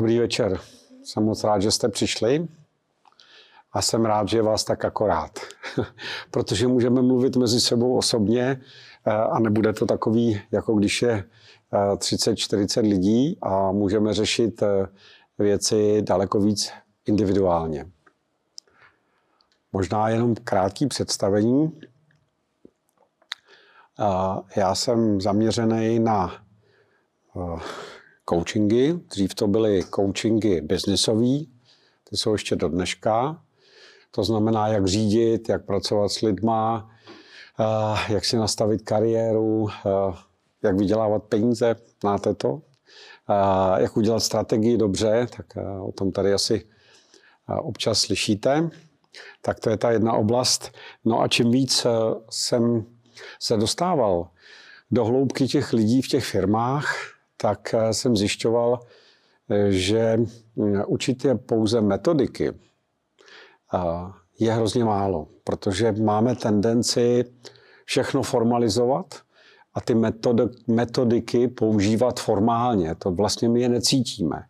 Dobrý večer. Jsem moc rád, že jste přišli a jsem rád, že je vás tak akorát. Protože můžeme mluvit mezi sebou osobně a nebude to takový, jako když je 30-40 lidí a můžeme řešit věci daleko víc individuálně. Možná jenom krátký představení. Já jsem zaměřený na coachingy. Dřív to byly coachingy biznisový, ty jsou ještě do dneška. To znamená, jak řídit, jak pracovat s lidma, jak si nastavit kariéru, jak vydělávat peníze, znáte to? Jak udělat strategii dobře, tak o tom tady asi občas slyšíte. Tak to je ta jedna oblast. No a čím víc jsem se dostával do hloubky těch lidí v těch firmách, tak jsem zjišťoval, že učit je pouze metodiky je hrozně málo, protože máme tendenci všechno formalizovat a ty metodiky používat formálně. To vlastně my je necítíme.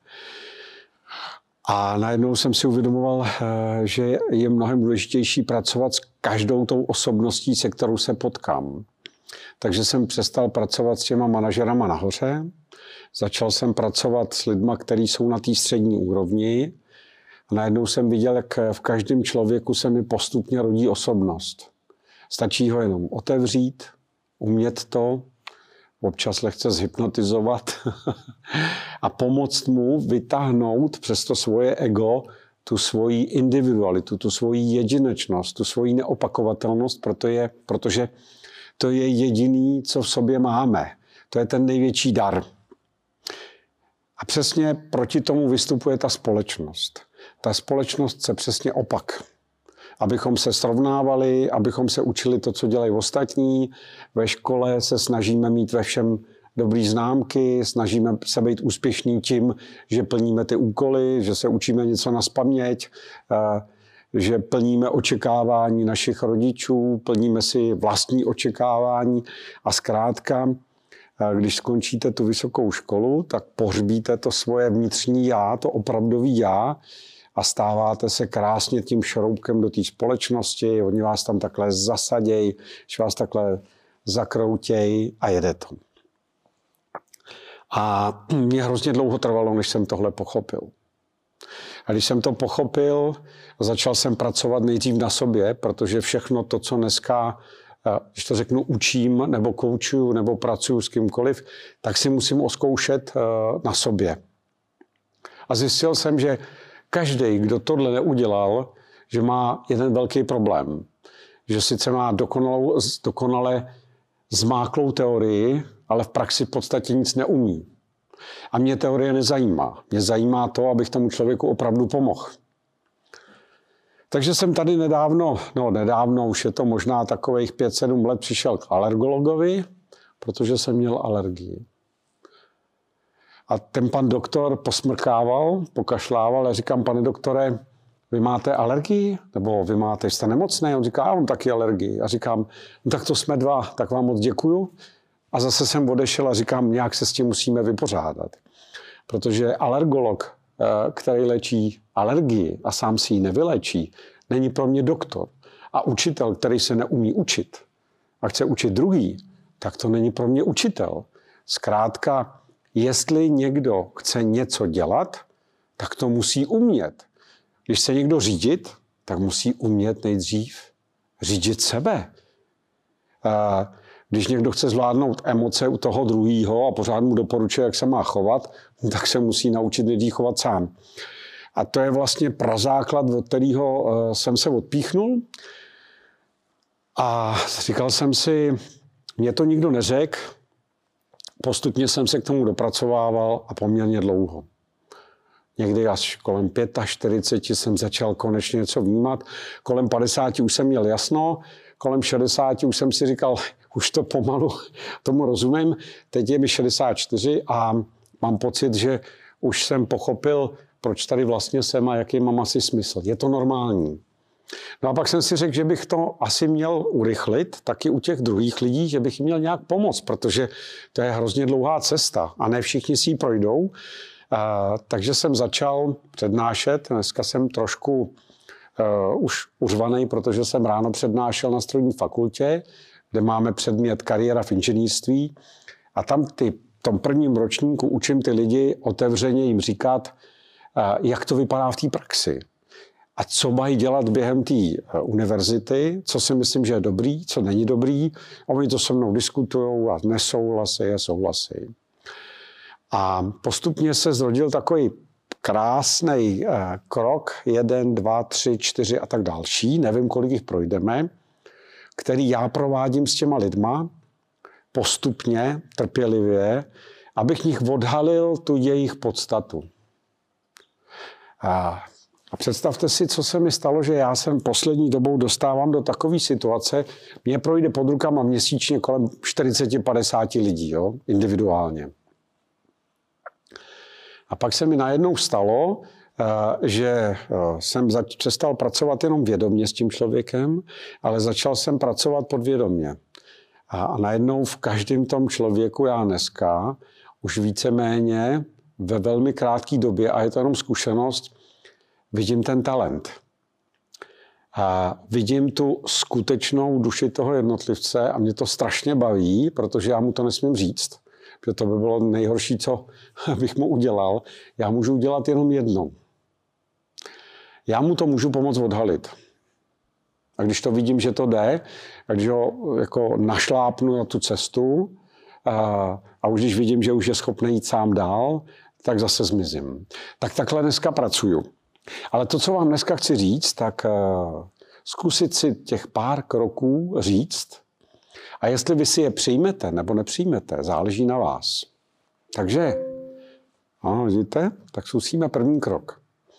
A najednou jsem si uvědomoval, že je mnohem důležitější pracovat s každou tou osobností, se kterou se potkám. Takže jsem přestal pracovat s těma manažerama nahoře. Začal jsem pracovat s lidma, kteří jsou na té střední úrovni. A najednou jsem viděl, jak v každém člověku se mi postupně rodí osobnost. Stačí ho jenom otevřít, umět to, občas lehce zhypnotizovat a pomoct mu vytáhnout přes to svoje ego tu svoji individualitu, tu svoji jedinečnost, tu svoji neopakovatelnost, protože to je jediný, co v sobě máme. To je ten největší dar. A přesně proti tomu vystupuje ta společnost. Ta společnost chce přesně opak. Abychom se srovnávali, abychom se učili to, co dělají ostatní. Ve škole se snažíme mít ve všem dobrý známky, snažíme se být úspěšní tím, že plníme ty úkoly, že se učíme něco nazpaměť, že plníme očekávání našich rodičů, plníme si vlastní očekávání a zkrátka, když skončíte tu vysokou školu, tak pohřbíte to svoje vnitřní já, to opravdový já a stáváte se krásně tím šroubkem do té společnosti, oni vás tam takhle zasadějí, že vás takhle zakroutějí a jede to. A mě hrozně dlouho trvalo, než jsem tohle pochopil. A když jsem to pochopil, začal jsem pracovat nejdřív na sobě, protože všechno to, co dneska, když to řeknu, učím, nebo koučuju, nebo pracuju s kýmkoliv, tak si musím oskoušet na sobě. A zjistil jsem, že každý, kdo tohle neudělal, že má jeden velký problém. Že sice má dokonale zmáklou teorii, ale v praxi v podstatě nic neumí. A mě teorie nezajímá. Mě zajímá to, abych tomu člověku opravdu pomohl. Takže jsem tady nedávno, už je to možná takových 5-7 let, přišel k alergologovi, protože jsem měl alergii. A ten pan doktor posmrkával, pokašlával a říkám, pane doktore, vy máte alergii? Nebo jste nemocný? On říká, mám taky alergii. A říkám, no tak to jsme dva, tak vám moc děkuju. A zase jsem odešel a říkám, nějak se s tím musíme vypořádat. Protože alergolog, který léčí alergii a sám si ji nevylečí, není pro mě doktor. A učitel, který se neumí učit a chce učit druhý, tak to není pro mě učitel. Zkrátka, jestli někdo chce něco dělat, tak to musí umět. Když chce někdo řídit, tak musí umět nejdřív řídit sebe. Když někdo chce zvládnout emoce u toho druhého a pořád mu doporučuje, jak se má chovat, tak se musí naučit nejdřív chovat sám. A to je vlastně prazáklad, od kterého jsem se odpíchnul. A říkal jsem si, mě to nikdo neřekl, postupně jsem se k tomu dopracovával a poměrně dlouho. Někdy až kolem 45 jsem začal konečně něco vnímat. Kolem 50 už jsem měl jasno, kolem 60 už jsem si říkal, už to pomalu tomu rozumím. Teď je mi 64 a mám pocit, že už jsem pochopil, proč tady vlastně jsem a jaký mám asi smysl. Je to normální. No a pak jsem si řekl, že bych to asi měl urychlit, taky u těch druhých lidí, že bych jim měl nějak pomoct, protože to je hrozně dlouhá cesta a ne všichni si ji projdou. Takže jsem začal přednášet. Dneska jsem trošku už uřvaný, protože jsem ráno přednášel na strojní fakultě, kde máme předmět kariéra v inženýrství. A tam v tom prvním ročníku učím ty lidi otevřeně jim říkat, jak to vypadá v té praxi. A co mají dělat během té univerzity, co si myslím, že je dobrý, co není dobrý. A oni to se mnou diskutují a nesouhlasí a souhlasí. A postupně se zrodil takový krásný krok, 1, 2, 3, 4 a tak další, nevím, kolik jich projdeme, který já provádím s těma lidma postupně, trpělivě, abych v nich odhalil tu jejich podstatu. A představte si, co se mi stalo, že já jsem poslední dobou dostávám do takové situace, mě projde pod rukama měsíčně kolem 40-50 lidí, jo, individuálně. A pak se mi najednou stalo, že jsem přestal pracovat jenom vědomě s tím člověkem, ale začal jsem pracovat podvědomě. A najednou v každém tom člověku já dneska už víceméně ve velmi krátké době, a je to jenom zkušenost, vidím ten talent. A vidím tu skutečnou duši toho jednotlivce a mě to strašně baví, protože já mu to nesmím říct. Protože to by bylo nejhorší, co bych mu udělal. Já můžu udělat jenom jedno. Já mu to můžu pomoct odhalit. A když to vidím, že to jde, a když ho jako našlápnu na tu cestu a už když vidím, že už je schopný jít sám dál, tak zase zmizím. Tak takhle dneska pracuju. Ale to, co vám dneska chci říct, tak zkusit si těch pár kroků říct a jestli vy si je přijmete nebo nepřijmete, záleží na vás. Takže, vidíte, tak zkusíme první krok.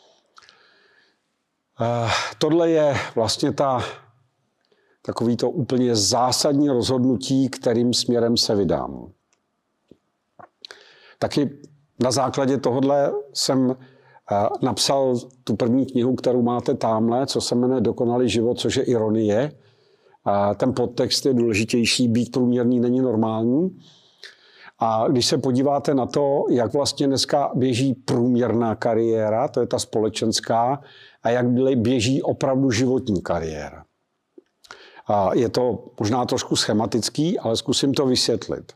Tohle je vlastně takový to úplně zásadní rozhodnutí, kterým směrem se vydám. Taky na základě tohohle jsem napsal tu první knihu, kterou máte tamhle, co se jmenuje Dokonalý život, což je ironie. Ten podtext je důležitější, být průměrný není normální. A když se podíváte na to, jak vlastně dneska běží průměrná kariéra, to je ta společenská, a jak běží opravdu životní kariéra. A je to možná trošku schematický, ale zkusím to vysvětlit.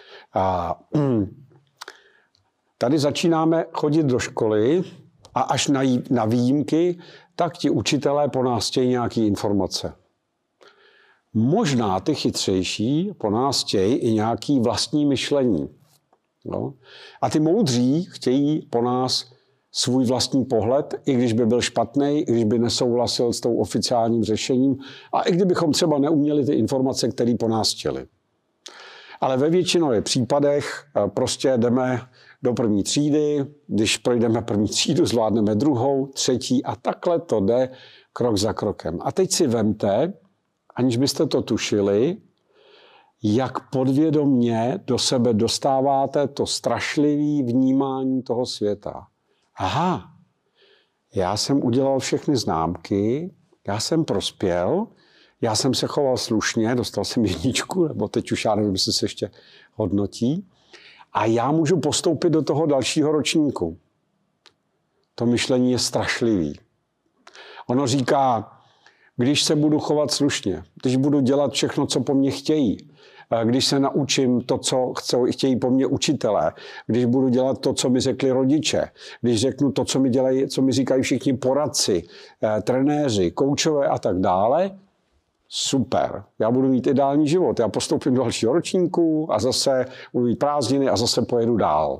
Tady začínáme chodit do školy a až na výjimky, tak ti učitelé po nás chtějí nějaké informace. Možná ty chytřejší po nás chtějí i nějaké vlastní myšlení. No? A ty moudří chtějí po nás svůj vlastní pohled, i když by byl špatný, i když by nesouhlasil s tou oficiálním řešením a i kdybychom třeba neuměli ty informace, které po nás chtěli. Ale ve většinových případech prostě jdeme do první třídy, když projdeme první třídu, zvládneme druhou, třetí a takhle to jde krok za krokem. A teď si vemte, aniž byste to tušili, jak podvědomě do sebe dostáváte to strašlivé vnímání toho světa. Aha, já jsem udělal všechny známky, já jsem prospěl, já jsem se choval slušně, dostal jsem 1, nebo teď už já nevím, jestli se ještě hodnotí, a já můžu postoupit do toho dalšího ročníku. To myšlení je strašlivý. Ono říká, když se budu chovat slušně, když budu dělat všechno, co po mně chtějí, když se naučím to, co chtějí po mně učitelé, když budu dělat to, co mi řekli rodiče, když řeknu to, co mi říkají všichni poradci, trenéři, koučové a tak dále, super. Já budu mít ideální život. Já postoupím do dalšího ročníku a zase budu mít prázdniny a zase pojedu dál.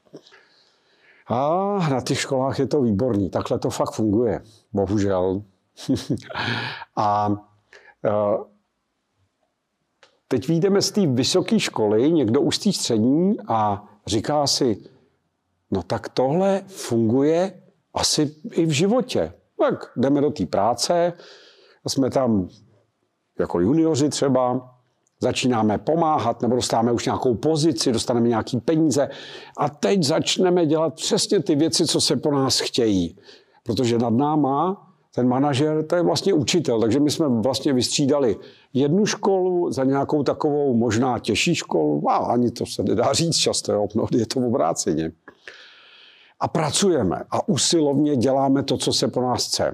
A na těch školách je to výborný. Takhle to fakt funguje. Bohužel. Teď vyjdeme z té vysoké školy, někdo už z té střední a říká si, no tak tohle funguje asi i v životě. Tak jdeme do té práce, jsme tam jako junioři třeba, začínáme pomáhat nebo dostáváme už nějakou pozici, dostaneme nějaký peníze a teď začneme dělat přesně ty věci, co se po nás chtějí. Protože nad náma ten manažer, to je vlastně učitel, takže my jsme vlastně vystřídali jednu školu za nějakou takovou možná těžší školu, a ani to se nedá říct často, jo, mnohdy je to obráceně. a pracujeme a usilovně děláme to, co se po nás chce.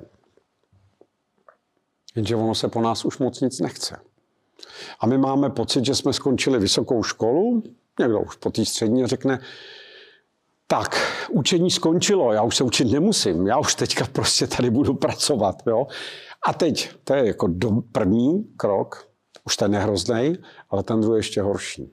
Jenže ono se po nás už moc nic nechce. A my máme pocit, že jsme skončili vysokou školu, někdo už po té střední řekne, tak, učení skončilo, já už se učit nemusím, já už teďka prostě tady budu pracovat. Jo? A teď, to je jako první krok, už ten je hroznej, ale ten druhý je ještě horší.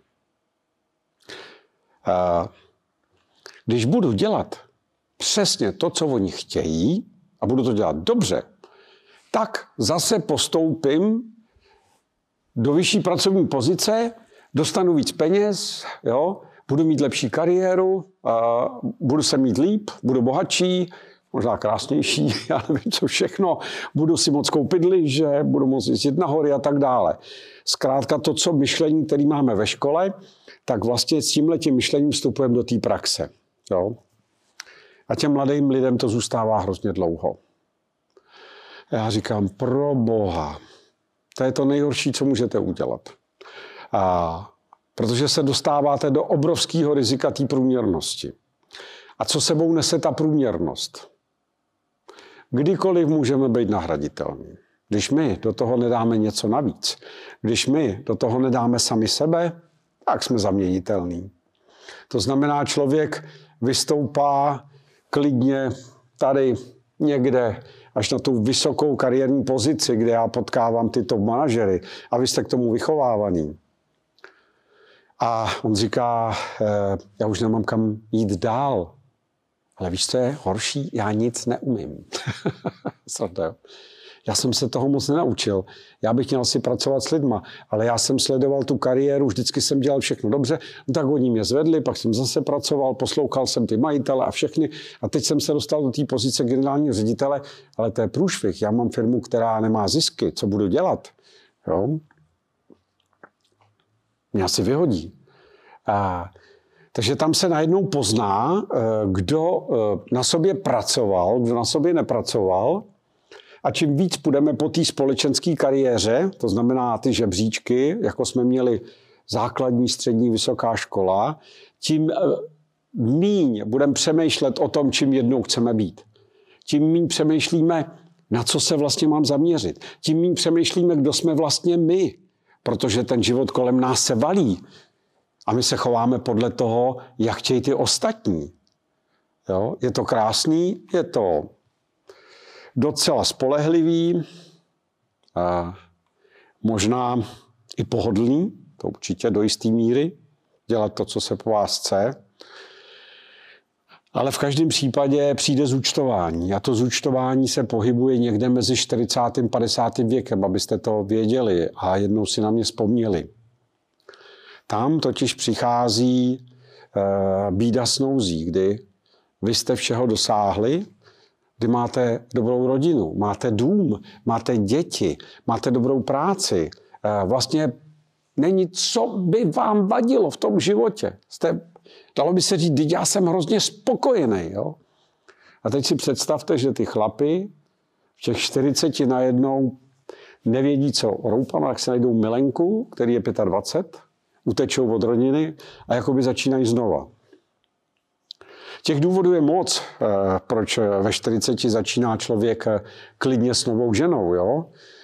Když budu dělat přesně to, co oni chtějí, a budu to dělat dobře, tak zase postoupím do vyšší pracovní pozice, dostanu víc peněz, jo? Budu mít lepší kariéru, budu se mít líp, budu bohatší, možná krásnější, já nevím co všechno, budu si moc koupit lyže, budu moct jezdit na hory a tak dále. Zkrátka to, co myšlení, které máme ve škole, tak vlastně s tímhletím myšlením vstupujeme do té praxe. Jo? A těm mladým lidem to zůstává hrozně dlouho. Já říkám, pro Boha, to je to nejhorší, co můžete udělat. Protože se dostáváte do obrovského rizika té průměrnosti. A co sebou nese ta průměrnost? Kdykoliv můžeme být nahraditelní. Když my do toho nedáme něco navíc, když my do toho nedáme sami sebe, tak jsme zaměnitelní. To znamená, člověk vystoupá klidně tady někde až na tu vysokou kariérní pozici, kde já potkávám ty top manažery a vy jste k tomu vychovávaný. A on říká, já už nemám kam jít dál. Ale víš, co je horší? Já nic neumím. Já jsem se toho moc nenaučil. Já bych měl si pracovat s lidma, ale já jsem sledoval tu kariéru, vždycky jsem dělal všechno dobře, no tak oni mě zvedli, pak jsem zase pracoval, poslouchal jsem ty majitele a všechny a teď jsem se dostal do té pozice generálního ředitele, ale to je průšvih. Já mám firmu, která nemá zisky, co budu dělat? Jo? Mě asi vyhodí. Takže tam se najednou pozná, kdo na sobě pracoval, kdo na sobě nepracoval. A čím víc půjdeme po té společenské kariéře, to znamená ty žebříčky, jako jsme měli základní, střední, vysoká škola, tím míň budeme přemýšlet o tom, čím jednou chceme být. Tím míň přemýšlíme, na co se vlastně mám zaměřit. Tím míň přemýšlíme, kdo jsme vlastně my. Protože ten život kolem nás se valí. A my se chováme podle toho, jak chtějí ty ostatní. Jo? Je to krásný, je to docela spolehlivý, a možná i pohodlný, to určitě do jisté míry, dělat to, co se po vás chce. Ale v každém případě přijde zúčtování. A to zúčtování se pohybuje někde mezi 40. a 50. věkem, abyste to věděli a jednou si na mě vzpomněli. Tam totiž přichází bída s nouzí, kdy vy jste všeho dosáhli, kdy máte dobrou rodinu, máte dům, máte děti, máte dobrou práci. Vlastně není, co by vám vadilo v tom životě. Dalo by se říct, že já jsem hrozně spokojený. Jo? A teď si představte, že ty chlapy v těch 40 najednou nevědí, co roupama, tak se najdou milenku, který je 25, utečou od rodiny a jakoby začínají znova. Těch důvodů je moc, proč ve 40 začíná člověk klidně s novou ženou. Jo?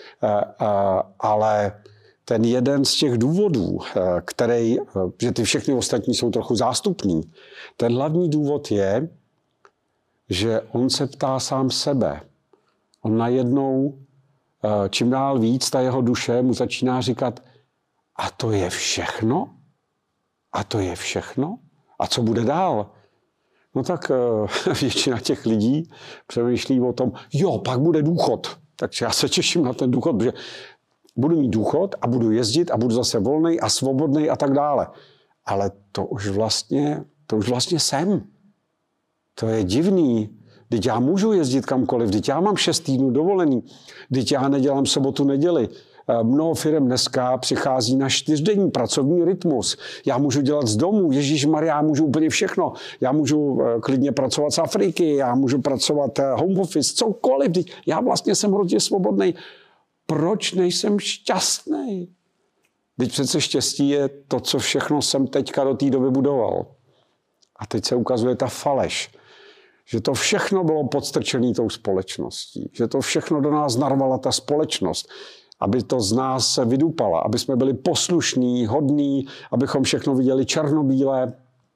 Ale ten jeden z těch důvodů, že ty všechny ostatní jsou trochu zástupní, ten hlavní důvod je, že on se ptá sám sebe. On najednou, čím dál víc, ta jeho duše mu začíná říkat, a to je všechno? A to je všechno? A co bude dál? No tak většina těch lidí přemýšlí o tom, jo, pak bude důchod. Takže já se těším na ten důchod, protože budu mít důchod a budu jezdit a budu zase volnej a svobodnej a tak dále. Ale to už vlastně jsem. To je divný. Vždyť já můžu jezdit kamkoliv, vždyť já mám 6 týdnů dovolený, vždyť já nedělám sobotu, neděli. Mnoho firem dneska přichází na 4denní pracovní rytmus. Já můžu dělat z domu, ježišmarja, já můžu úplně všechno. Já můžu klidně pracovat z Afriky, já můžu pracovat home office, cokoliv. Já vlastně jsem hrozně svobodný. Proč nejsem šťastný? Teď přece štěstí je to, co všechno jsem teďka do té doby budoval. A teď se ukazuje ta faleš. že to všechno bylo podstrčené tou společností, že to všechno do nás narvala ta společnost, aby to z nás se vydupala, aby jsme byli poslušní, hodní, abychom všechno viděli černobílé.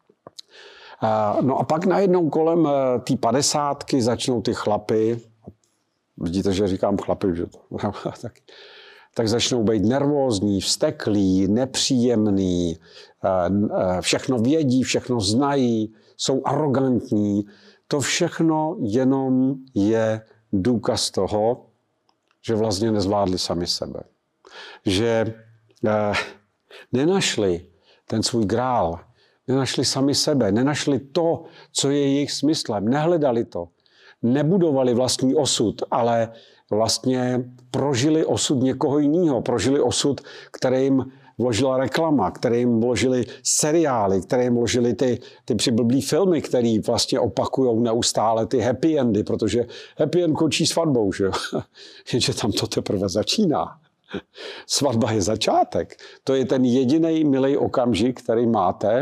No a pak najednou kolem té 50 začnou ty chlapy, vidíte, že říkám chlapy, že to, tak začnou být nervózní, vzteklí, nepříjemní, všechno vědí, všechno znají, jsou arrogantní. To všechno jenom je důkaz toho, že vlastně nezvládli sami sebe. Že nenašli ten svůj grál, nenašli sami sebe, nenašli to, co je jejich smyslem, nehledali to, nebudovali vlastní osud, ale vlastně prožili osud někoho jiného, prožili osud, který jim vložila reklama, které jim vložili seriály, které jim vložili ty přiblblý filmy, které vlastně opakujou neustále ty happy endy, protože happy end končí svatbou, že jo? Jenže tam to teprve začíná. Svatba je začátek. To je ten jediný milý okamžik, který máte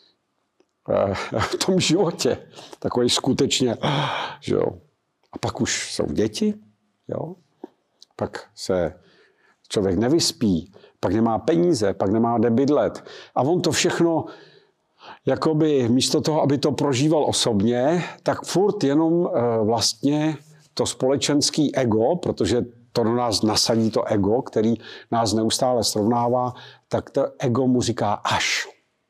v tom životě. Takový skutečně, že jo. A pak už jsou děti, jo. Pak se člověk nevyspí, pak nemá peníze, pak nemá kde bydlet. A on to všechno, jakoby místo toho, aby to prožíval osobně, tak furt jenom vlastně to společenský ego, protože to do nás nasadí to ego, který nás neustále srovnává, tak to ego mu říká až.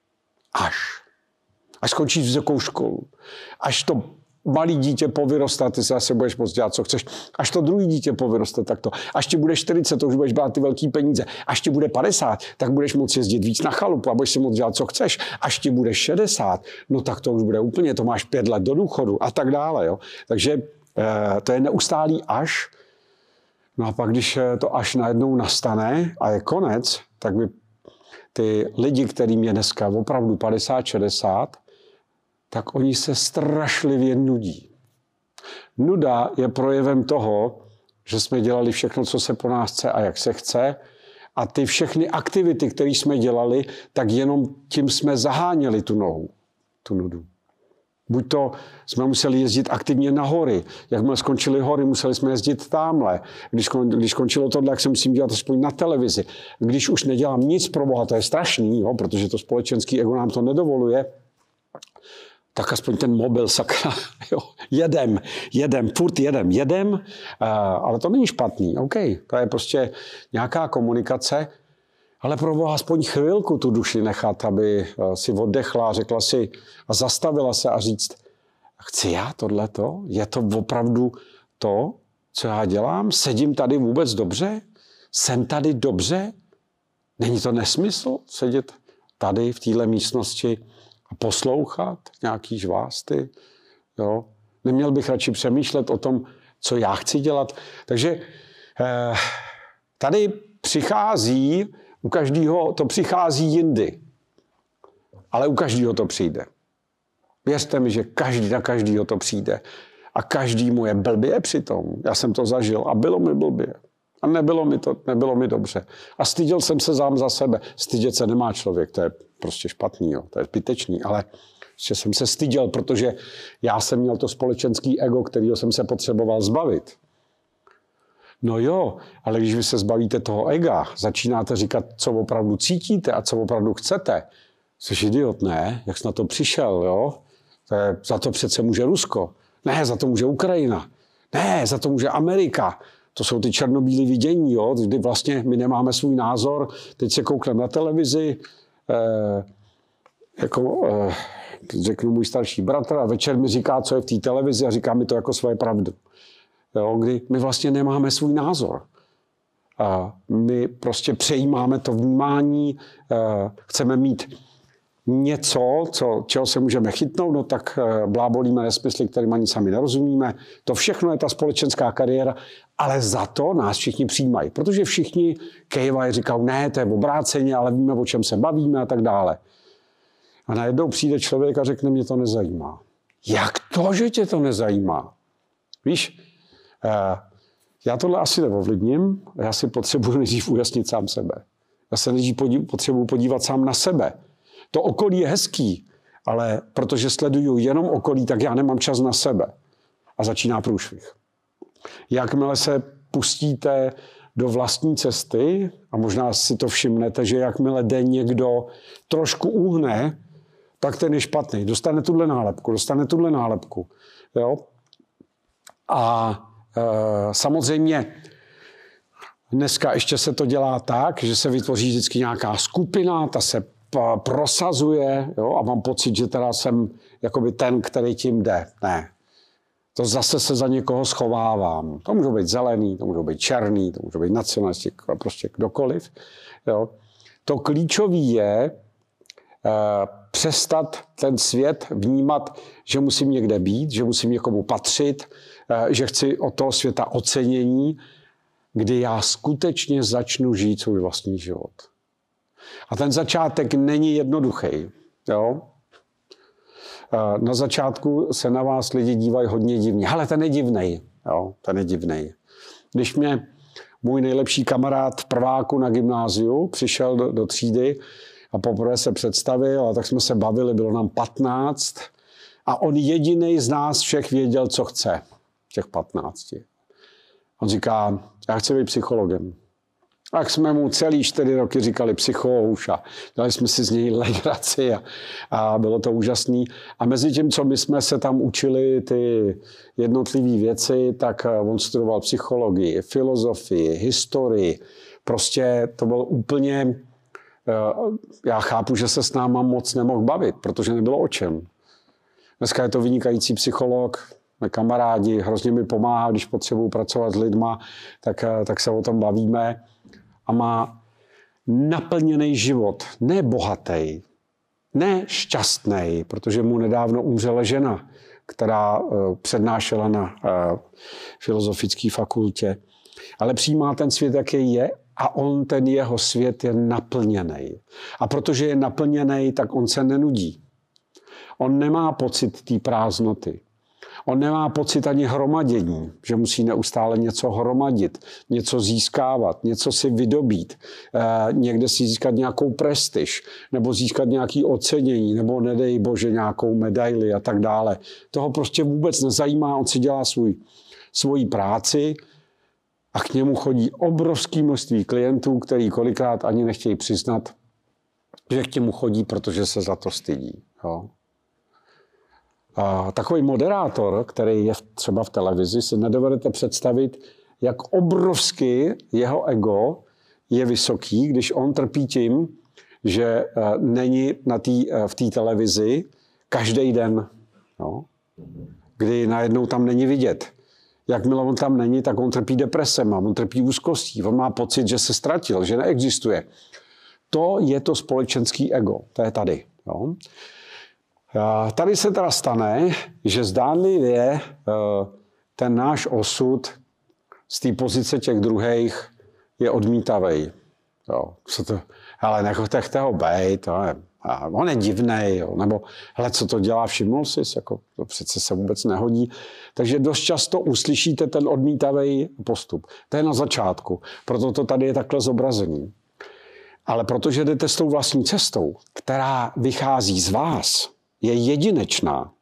Až skončíš vysokou školu. Až to malý dítě povyroste, ty se zase budeš moct dělat, co chceš. Až to druhý dítě povyroste, tak to. Až ti bude 40, to už budeš brát ty velký peníze. Až ti bude 50, tak budeš moct jezdit víc na chalupu a budeš si moct dělat, co chceš. Až ti bude 60, no tak to už bude úplně, to máš 5 let do důchodu a tak dále. Jo. Takže to je neustálý až. No a pak, když to až najednou nastane a je konec, tak by ty lidi, kterým je dneska opravdu 50, 60, tak oni se strašlivě nudí. Nuda je projevem toho, že jsme dělali všechno, co se po nás chce a jak se chce. A ty všechny aktivity, které jsme dělali, tak jenom tím jsme zaháněli tu nudu. Buď to jsme museli jezdit aktivně na hory. Jakmile skončily hory, museli jsme jezdit tamhle. Když skončilo tohle, jak se musím dělat aspoň na televizi. Když už nedělám nic pro Boha, to je strašný, jo, protože to společenský ego nám to nedovoluje, tak aspoň ten mobil, sakra, jo, furt jedem, ale to není špatný, OK, to je prostě nějaká komunikace, ale pro Boha aspoň chvilku tu duši nechat, aby si oddechla, řekla si a zastavila se a říct, chci já tohleto? Je to opravdu to, co já dělám? Sedím tady vůbec dobře? Jsem tady dobře? Není to nesmysl sedět tady v téhle místnosti a poslouchat nějaký žvásty? Jo? Neměl bych radši přemýšlet o tom, co já chci dělat? Takže tady přichází, u každého to přichází jindy, ale u každého to přijde. Věřte mi, že na každého to přijde. A každému je blbě přitom. Já jsem to zažil a bylo mi blbě. A nebylo mi dobře. A styděl jsem se sám za sebe. Stydět se nemá člověk, to je prostě špatný, jo. To je zbytečný, ale že jsem se styděl, protože já jsem měl to společenský ego, kterého jsem se potřeboval zbavit. No jo, ale když vy se zbavíte toho ega, začínáte říkat, co opravdu cítíte a co opravdu chcete. Jsi idiot, ne? Jak jsi na to přišel, jo? Za to přece může Rusko. Ne, za to může Ukrajina. Ne, za to může Amerika. To jsou ty černobílé vidění, jo? Kdy vlastně my nemáme svůj názor. Teď se koukneme na televizi, řeknu můj starší bratr a večer mi říká, co je v té televizi a říká mi to jako svoje pravdu. Jo, kdy my vlastně nemáme svůj názor. My prostě přejímáme to vnímání, chceme mít něco, čeho se můžeme chytnout, no tak blábolíme nesmysly, kterým ani sami nerozumíme. To všechno je ta společenská kariéra, ale za to nás všichni přijímají, protože všichni kejvají, říkají, ne, to je obráceně, ale víme, o čem se bavíme a tak dále. A najednou přijde člověk a řekne, mě to nezajímá. Jak to, že tě to nezajímá? Víš, já tohle asi neovlivním, já si potřebuji nejdřív ujasnit sám sebe. Já se nejdřív potřebuji podívat sám na sebe. To okolí je hezký, Ale protože sleduju jenom okolí, tak já nemám čas na sebe. A začíná průšvih. Jakmile se pustíte do vlastní cesty, a možná si to všimnete, že jakmile jde někdo trošku uhne, tak ten je špatný. Dostane tuhle nálepku. Jo? A samozřejmě dneska ještě se to dělá tak, že se vytvoří vždycky nějaká skupina, ta se prosazuje, jo? A mám pocit, že teda jsem jakoby ten, který tím jde. Ne. To zase se za někoho schovávám. To můžou být zelený, to můžou být černý, to můžou být nacionalisti, prostě kdokoliv. Jo? To klíčové je přestat ten svět vnímat, že musím někde být, že musím někomu patřit, že chci od toho světa ocenění, kdy já skutečně začnu žít svůj vlastní život. A ten začátek není jednoduchý. Jo? Na začátku se na vás lidi dívají hodně divně. Ale ten je divnej. Jo, ten je divnej. Když mě můj nejlepší kamarád v prváku na gymnáziu přišel do třídy a poprvé se představil, a tak jsme se bavili, bylo nám 15 a on jedinej z nás všech věděl, co chce. Těch 15. On říká, já chci být psychologem. Tak jsme mu celý 4 roky říkali psychouš a dali jsme si z něj legraci a bylo to úžasný. A mezi tím, co my jsme se tam učili ty jednotlivé věci, tak on studoval psychologii, filozofii, historii. Prostě to bylo úplně... Já chápu, že se s náma moc nemohl bavit, protože nebylo o čem. Dneska je to vynikající psycholog, kamarádi, hrozně mi pomáhá, když potřebuji pracovat s lidma, tak se o tom bavíme. A má naplněný život, ne bohatý, ne šťastný, protože mu nedávno umřela žena, která přednášela na filozofické fakultě, ale přijímá ten svět, jaký je, a ten jeho svět je naplněný. A protože je naplněný, tak on se nenudí. On nemá pocit té prázdnoty. On nemá pocit ani hromadění, že musí neustále něco hromadit, něco získávat, něco si vydobít, někde si získat nějakou prestiž, nebo získat nějaké ocenění, nebo nedej bože nějakou medaili a tak dále. Toho prostě vůbec nezajímá, on si dělá svoji práci a k němu chodí obrovské množství klientů, který kolikrát ani nechtějí přiznat, že k němu chodí, protože se za to stydí. Jo? A takový moderátor, který je třeba v televizi, si nedovedete představit, jak obrovsky jeho ego je vysoký, když on trpí tím, že není v té televizi každý den, jo? Kdy najednou tam není vidět. Jakmile on tam není, tak on trpí depresema, on trpí úzkostí, on má pocit, že se ztratil, že neexistuje. To je to společenský ego, to je tady. Jo? Tady se teda stane, že zdánlivě ten náš osud z té pozice těch druhých je odmítavej. Jo, ale nechte ho bejt, on je divnej, nebo hele, co to dělá, všimnul jsi, jako, to přece se vůbec nehodí. Takže dost často uslyšíte ten odmítavej postup. To je na začátku, proto to tady je takhle zobrazený. Ale protože jdete s tou vlastní cestou, která vychází z vás, je jedinečná,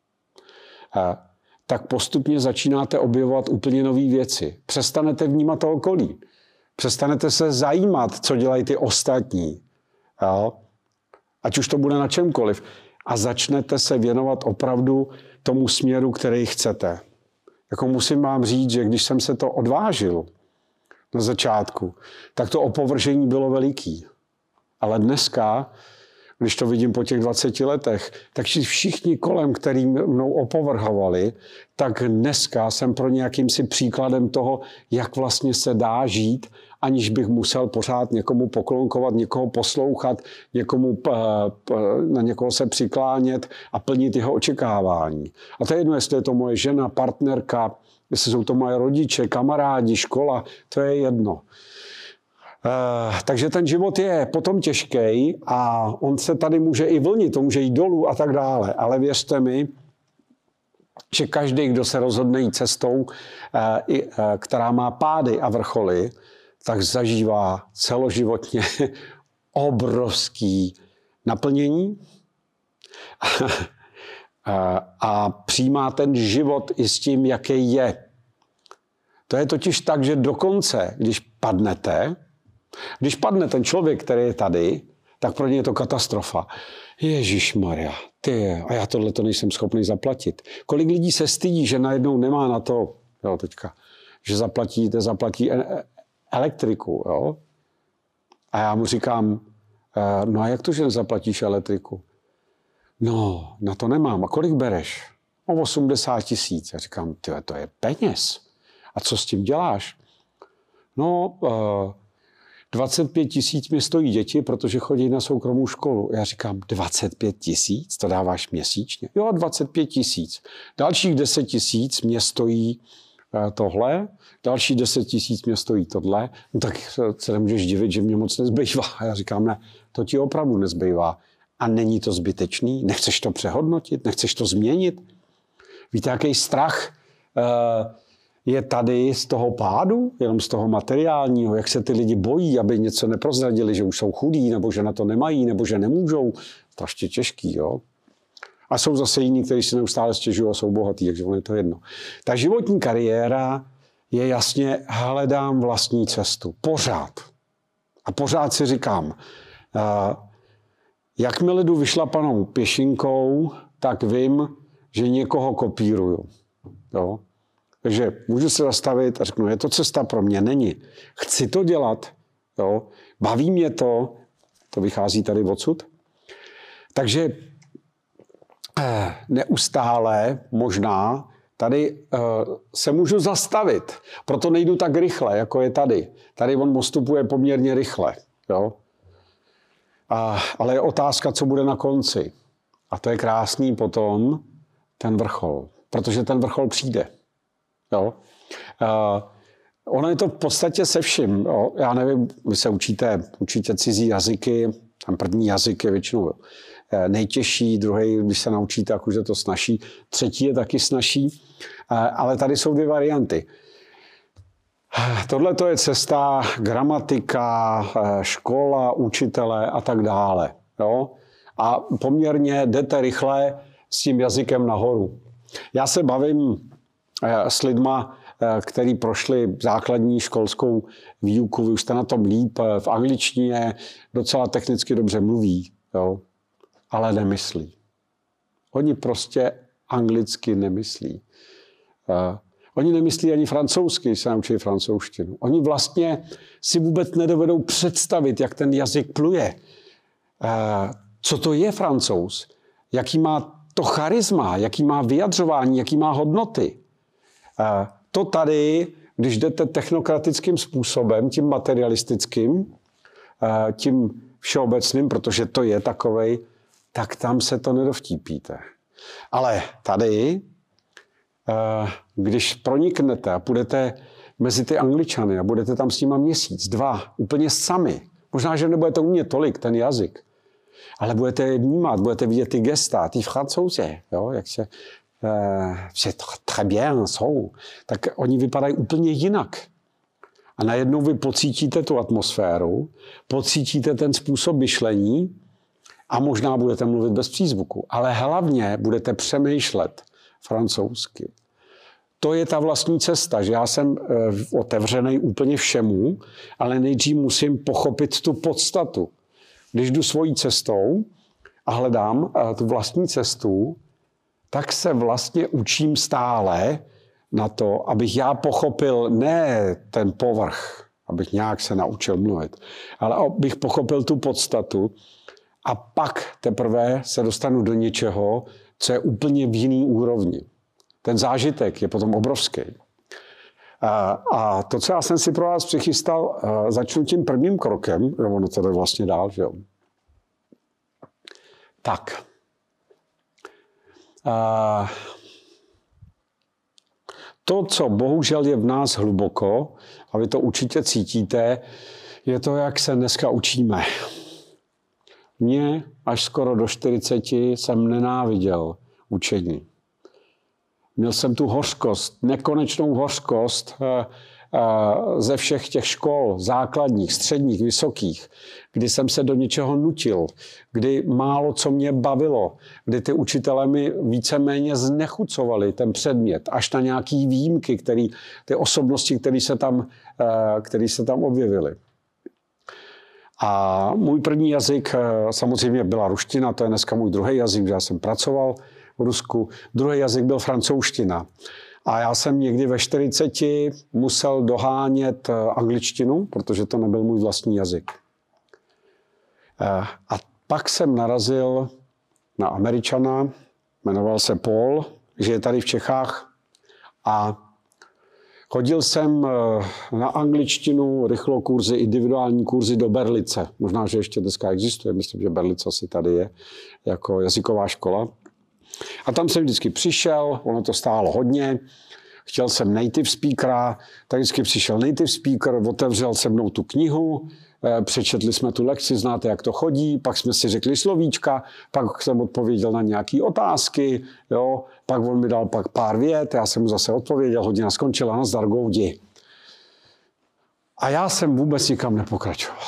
tak postupně začínáte objevovat úplně nové věci. Přestanete vnímat to okolí. Přestanete se zajímat, co dělají ty ostatní. Jo? Ať už to bude na čemkoliv. A začnete se věnovat opravdu tomu směru, který chcete. Jako musím vám říct, že když jsem se to odvážil na začátku, tak to opovržení bylo veliký. Ale dneska, když to vidím po těch 20 letech, tak všichni kolem, který mnou opovrhovali, tak dneska jsem pro ně jakýmsi příkladem toho, jak vlastně se dá žít, aniž bych musel pořád někomu poklonkovat, někoho poslouchat, na někoho se přiklánět a plnit jeho očekávání. A to je jedno, jestli je to moje žena, partnerka, jestli jsou to moje rodiče, kamarádi, škola, to je jedno. Takže ten život je potom těžký a on se tady může i vlnit, to může jít dolů a tak dále. Ale věřte mi, že každý, kdo se rozhodne jít cestou, která má pády a vrcholy, tak zažívá celoživotně obrovský naplnění A přijímá ten život i s tím, jaký je. To je totiž tak, že dokonce, když padne ten člověk, který je tady, tak pro ně je to katastrofa. Ježišmarja, a já tohleto nejsem schopný zaplatit. Kolik lidí se stydí, že najednou nemá na to, jo, teďka, že zaplatí elektriku, jo? A já mu říkám, no a jak to, že nezaplatíš elektriku? No, na to nemám. A kolik bereš? O 80 000. Já říkám, to je peněz. A co s tím děláš? No, 25 000 mě stojí děti, protože chodí na soukromou školu. Já říkám, 25 000? To dáváš měsíčně? Jo, 25 000. Dalších 10 000 mě stojí tohle, další 10 000 mě stojí tohle. No tak se nemůžeš divit, že mě moc nezbývá. A já říkám, ne, to ti opravdu nezbývá. A není to zbytečný? Nechceš to přehodnotit? Nechceš to změnit? Víte, jaký strach je tady z toho pádu, jenom z toho materiálního, jak se ty lidi bojí, aby něco neprozradili, že už jsou chudí, nebo že na to nemají, nebo že nemůžou. Strašně těžký, jo. A jsou zase jiní, kteří si neustále stěžují a jsou bohatí, takže je to jedno. Ta životní kariéra je jasně, hledám vlastní cestu. Pořád. A pořád si říkám, jakmile jdu vyšlapanou pěšinkou, tak vím, že někoho kopíruju. Jo? Takže můžu se zastavit a řeknu, je to cesta pro mě? Není. Chci to dělat. Jo? Baví mě to. To vychází tady odsud. Takže neustále možná tady se můžu zastavit. Proto nejdu tak rychle, jako je tady. Tady on postupuje poměrně rychle. Jo? Ale je otázka, co bude na konci. A to je krásný potom ten vrchol. Protože ten vrchol přijde. Jo? Ono je to v podstatě se vším. Jo? Já nevím, vy se učíte cizí jazyky, ten první jazyk je většinou nejtěžší, druhý, když se naučíte, tak už je to snazší, třetí je taky snazší, ale tady jsou dvě varianty. Tohle to je cesta, gramatika, škola, učitelé a tak dále. Jo? A poměrně jdete rychle s tím jazykem nahoru. Já se bavím s lidma, kteří prošli základní školskou výuku, vy už jste na tom líp, v angličtině docela technicky dobře mluví, jo? Ale nemyslí. Oni prostě anglicky nemyslí. Oni nemyslí ani francouzsky, když se naučí francouzštinu. Oni vlastně si vůbec nedovedou představit, jak ten jazyk pluje. Co to je Francouz? Jaký má to charisma, jaký má vyjadřování, jaký má hodnoty. To tady, když jdete technokratickým způsobem, tím materialistickým, tím všeobecným, protože to je takovej, tak tam se to nedovtípíte. Ale tady, když proniknete a půjdete mezi ty Angličany a budete tam s nima měsíc, 2, úplně sami, možná, že nebudete umět tolik ten jazyk, ale budete je vnímat, budete vidět ty gesta, ty Francouze, jo, jak se très bien jsou, tak oni vypadají úplně jinak. A najednou vy pocítíte tu atmosféru, pocítíte ten způsob myšlení a možná budete mluvit bez přízvuku, ale hlavně budete přemýšlet francouzsky. To je ta vlastní cesta, že já jsem otevřený úplně všemu, ale nejdřív musím pochopit tu podstatu. Když jdu svojí cestou a hledám tu vlastní cestu, tak se vlastně učím stále na to, abych já pochopil ne ten povrch, abych nějak se naučil mluvit, ale abych pochopil tu podstatu a pak teprve se dostanu do něčeho, co je úplně v jiný úrovni. Ten zážitek je potom obrovský. A to, co já jsem si pro vás přichystal, začnu tím prvním krokem, ono to jde vlastně dál, že jo. Tak. To, co bohužel je v nás hluboko, a vy to určitě cítíte, je to, jak se dneska učíme. Mě až skoro do 40 jsem nenáviděl učení. Měl jsem tu hořkost, nekonečnou hořkost ze všech těch škol, základních, středních, vysokých, kdy jsem se do něčeho nutil, kdy málo co mě bavilo, kdy ty učitelé mi víceméně znechucovali ten předmět, až na nějaký výjimky, ty osobnosti, které se tam objevily. A můj první jazyk samozřejmě byla ruština, to je dneska můj druhý jazyk, já jsem pracoval v Rusku. Druhý jazyk byl francouzština. A já jsem někdy ve 40 musel dohánět angličtinu, protože to nebyl můj vlastní jazyk. A pak jsem narazil na Američana, jmenoval se Paul, žije tady v Čechách a chodil jsem na angličtinu, rychlokurzy, individuální kurzy do Berlice. Možná, že ještě dneska existuje, myslím, že Berlice asi tady je jako jazyková škola. A tam jsem vždycky přišel, ono to stálo hodně, chtěl jsem native speakera, tak vždycky přišel native speaker, otevřel se mnou tu knihu, přečetli jsme tu lekci, znáte, jak to chodí, pak jsme si řekli slovíčka, pak jsem odpověděl na nějaké otázky, jo, pak on mi dal pak pár vět, já jsem mu zase odpověděl, hodina skončila, nazdar, goudi. A já jsem vůbec nikam nepokračoval.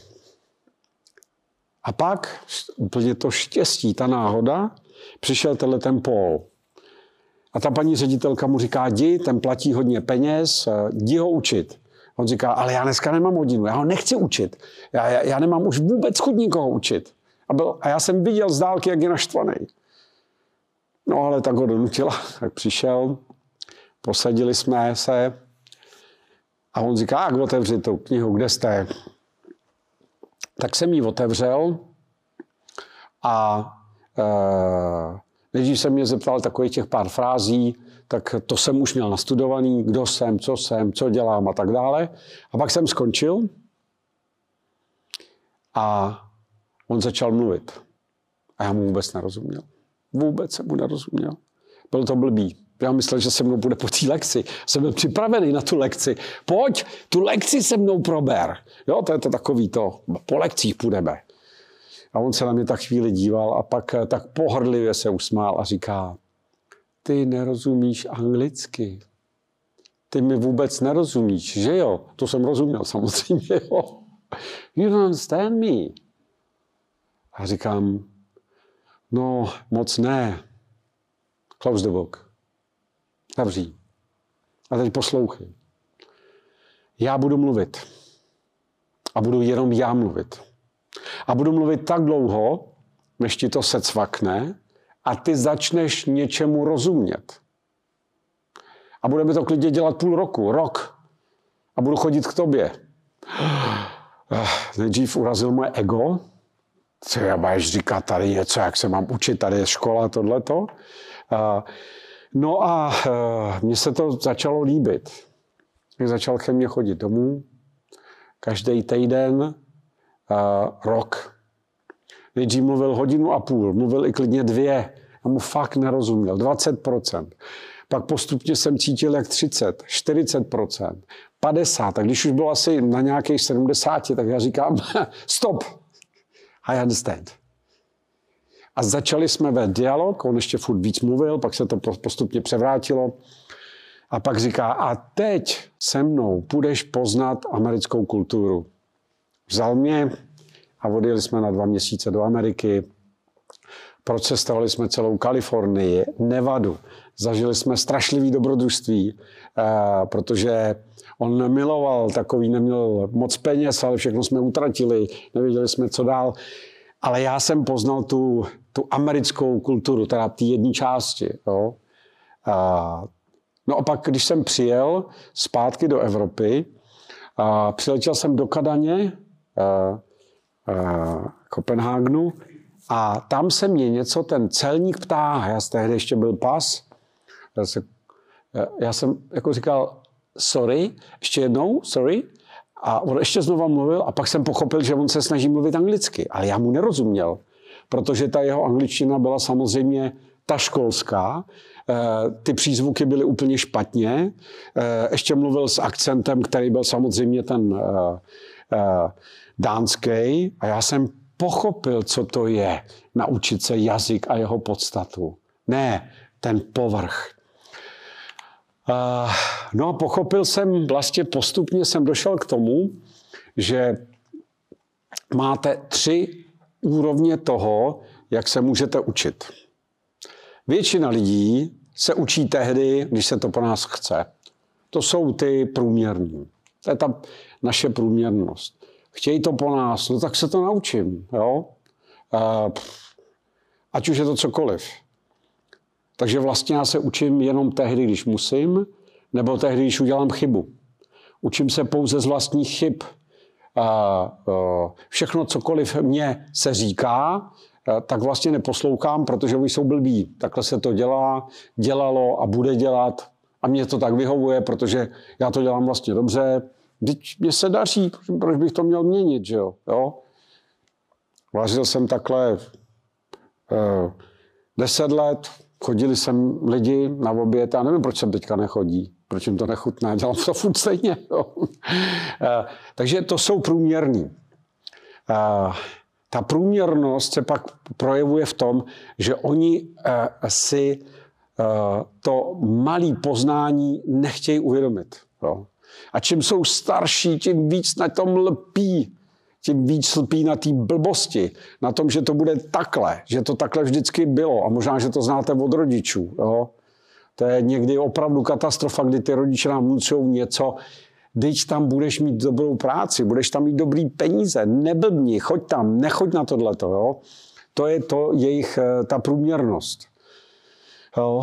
A pak úplně to štěstí, ta náhoda, přišel ten Paul. A ta paní ředitelka mu říká, jdi, ten platí hodně peněz, jdi ho učit. On říká, ale já dneska nemám hodinu, já ho nechci učit. Já nemám už vůbec chuť nikoho učit. A já jsem viděl z dálky, jak je naštvaný. No ale tak ho donutila, tak přišel, posadili jsme se a on říká, jak otevři tu knihu, kde jste? Tak jsem ji otevřel a nejdřív se mě zeptal takových těch pár frází, tak to jsem už měl nastudovaný, kdo jsem, co dělám a tak dále. A pak jsem skončil a on začal mluvit. A já mu vůbec nerozuměl. Vůbec jsem mu nerozuměl. Bylo to blbý. Já myslel, že se mnou bude po té lekci. Jsem byl připravený na tu lekci. Pojď, tu lekci se mnou prober. Jo, to je to takový to. Po lekcích půjdeme. A on se na mě tak chvíli díval a pak tak pohrdlivě se usmál a říká, ty nerozumíš anglicky. Ty mi vůbec nerozumíš, že jo? To jsem rozuměl samozřejmě, jo. You don't understand me. A říkám, no moc ne. Close the book. Zavří. A teď poslouchej. Já budu mluvit. A budu jenom já mluvit. A budu mluvit tak dlouho, než ti to secvakne a ty začneš něčemu rozumět. A budeme to klidně dělat půl roku, rok. A budu chodit k tobě. Nejdřív urazil moje ego. Co já budeš říkat tady něco, jak se mám učit, tady je škola, tohleto. No a mně se to začalo líbit. Začal ke mně chodit domů. Každý týden, rok. Nejdřív mluvil hodinu a půl, mluvil i klidně 2. Já mu fakt nerozuměl, 20%. Pak postupně jsem cítil jak 30, 40%, 50%. A když už bylo asi na nějakých 70, tak já říkám, stop, I understand. A začali jsme vést dialog, on ještě furt víc mluvil, pak se to postupně převrátilo. A pak říká, a teď se mnou půjdeš poznat americkou kulturu. Vzal mě a odjeli jsme na 2 měsíce do Ameriky. Procestovali jsme celou Kalifornii, Nevadu. Zažili jsme strašlivý dobrodružství, protože on neměl moc peněz, ale všechno jsme utratili, nevěděli jsme, co dál. Ale já jsem poznal tu americkou kulturu, teda té jedné části. Jo. No a pak, když jsem přijel zpátky do Evropy, přiletěl jsem do Kadaně, Kopenhágnu, a tam se mě něco ten celník ptá, já tehdy ještě byl pas, já jsem jako říkal, sorry, ještě jednou, sorry, a on ještě znova mluvil a pak jsem pochopil, že on se snaží mluvit anglicky, ale já mu nerozuměl, protože ta jeho angličtina byla samozřejmě ta školská, ty přízvuky byly úplně špatně, ještě mluvil s akcentem, který byl samozřejmě ten dánský, a já jsem pochopil, co to je naučit se jazyk a jeho podstatu. Ne ten povrch. No a pochopil jsem, vlastně postupně jsem došel k tomu, že máte 3 úrovně toho, jak se můžete učit. Většina lidí se učí tehdy, když se to po nás chce. To jsou ty průměrní. To je ta naše průměrnost. Chtějí to po nás, no tak se to naučím. Jo? Ať už je to cokoliv. Takže vlastně já se učím jenom tehdy, když musím, nebo tehdy, když udělám chybu. Učím se pouze z vlastních chyb. Všechno, cokoliv mě se říká, tak vlastně neposlouchám, protože oni jsou blbí. Takhle se to dělalo a bude dělat. A mně to tak vyhovuje, protože já to dělám vlastně dobře. Vždyť mně se daří, proč bych to měl měnit, že jo? Vařil jsem takhle 10 let, chodili sem lidi na oběd, já nevím, proč sem teďka nechodí, proč jim to nechutná, dělám to furt stejně. Jo? Takže to jsou průměrný. Ta průměrnost se pak projevuje v tom, že oni si to malé poznání nechtějí uvědomit. Jo? A čím jsou starší, tím víc na tom lpí. Tím víc lpí na té blbosti, na tom, že to bude takhle, že to takhle vždycky bylo. A možná, že to znáte od rodičů. Jo? To je někdy opravdu katastrofa, kdy ty rodiče nám vnucují něco. Teď tam budeš mít dobrou práci, budeš tam mít dobrý peníze, neblbni, choď tam, nechoď na tohleto. Jo? To je to jejich, ta průměrnost. Jo?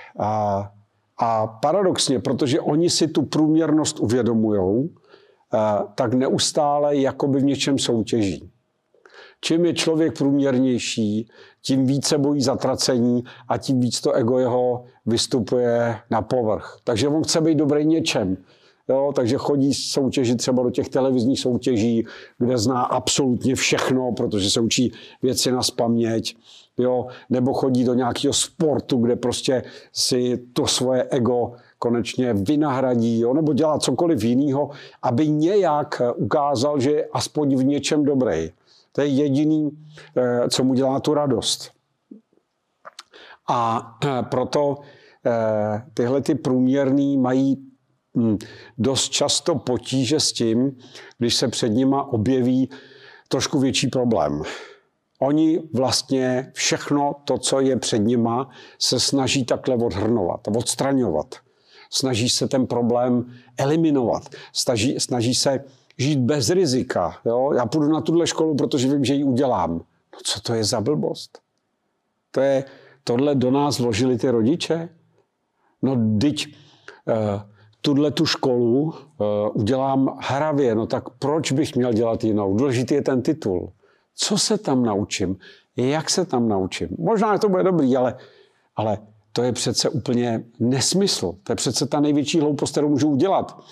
A paradoxně, protože oni si tu průměrnost uvědomujou, tak neustále jakoby v něčem soutěží. Čím je člověk průměrnější, tím více bojí zatracení a tím víc to ego jeho vystupuje na povrch. Takže on chce být dobrý něčem. Jo, takže chodí soutěžit třeba do těch televizních soutěží, kde zná absolutně všechno, protože se učí věci nazpaměť. Jo, nebo chodí do nějakého sportu, kde prostě si to svoje ego konečně vynahradí, jo, nebo dělá cokoliv jiného, aby nějak ukázal, že je aspoň v něčem dobrý. To je jediný, co mu dělá tu radost. A proto tyhle ty průměrný mají dost často potíže s tím, když se před nima objeví trošku větší problém. Oni vlastně všechno to, co je před nima, se snaží takhle odhrnovat, odstraňovat. Snaží se ten problém eliminovat. Snaží se žít bez rizika. Jo? Já půjdu na tuhle školu, protože vím, že ji udělám. No co to je za blbost? Tohle do nás vložili ty rodiče? No vždyť tuhle tu školu udělám hravě, no tak proč bych měl dělat jinou? Důležitý je ten titul. Co se tam naučím? Jak se tam naučím? Možná to bude dobrý, ale to je přece úplně nesmysl. To je přece ta největší hloupost, kterou můžu udělat.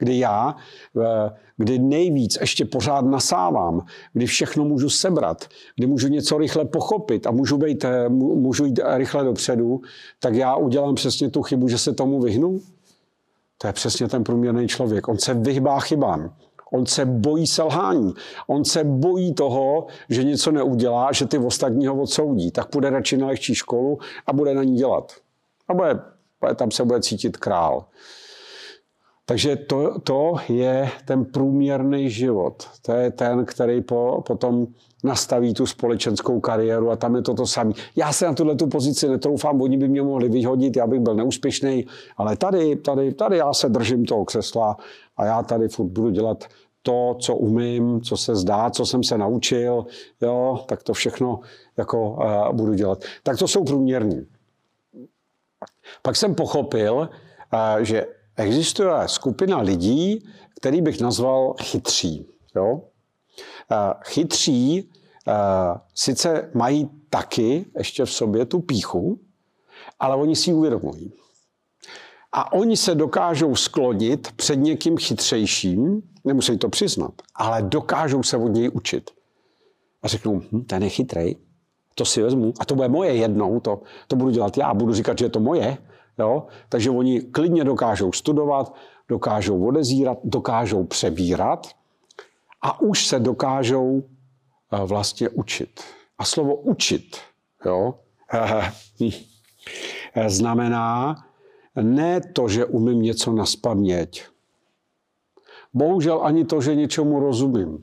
Kdy nejvíc ještě pořád nasávám, kdy všechno můžu sebrat, kdy můžu něco rychle pochopit a můžu jít rychle dopředu, tak já udělám přesně tu chybu, že se tomu vyhnu. To je přesně ten průměrný člověk. On se vyhýbá chybám. On se bojí selhání. On se bojí toho, že něco neudělá, že ty ostatní ho odsoudí. Tak půjde radši na lehčí školu a bude na ní dělat. A tam se bude cítit král. Takže to je ten průměrný život. To je ten, který potom nastaví tu společenskou kariéru a tam je to samé. Já se na tuto pozici netroufám, oni by mě mohli vyhodit, já bych byl neúspěšný, ale tady já se držím toho křesla a já tady furt budu dělat to, co umím, co se zdá, co jsem se naučil, jo, tak to všechno jako budu dělat. Tak to jsou průměrní. Pak jsem pochopil, že existuje skupina lidí, který bych nazval chytří. Jo? Chytří sice mají taky ještě v sobě tu pýchu, ale oni si ji uvědomují. A oni se dokážou sklonit před někým chytřejším, nemusí to přiznat, ale dokážou se od něj učit. A řeknou, ten je chytrej, to si vezmu a to bude moje jednou, to budu dělat já, budu říkat, že je to moje. Jo? Takže oni klidně dokážou studovat, dokážou odezírat, dokážou přebírat a už se dokážou vlastně učit. A slovo učit, jo, znamená ne to, že umím něco nazpaměť. Bohužel ani to, že něčemu rozumím.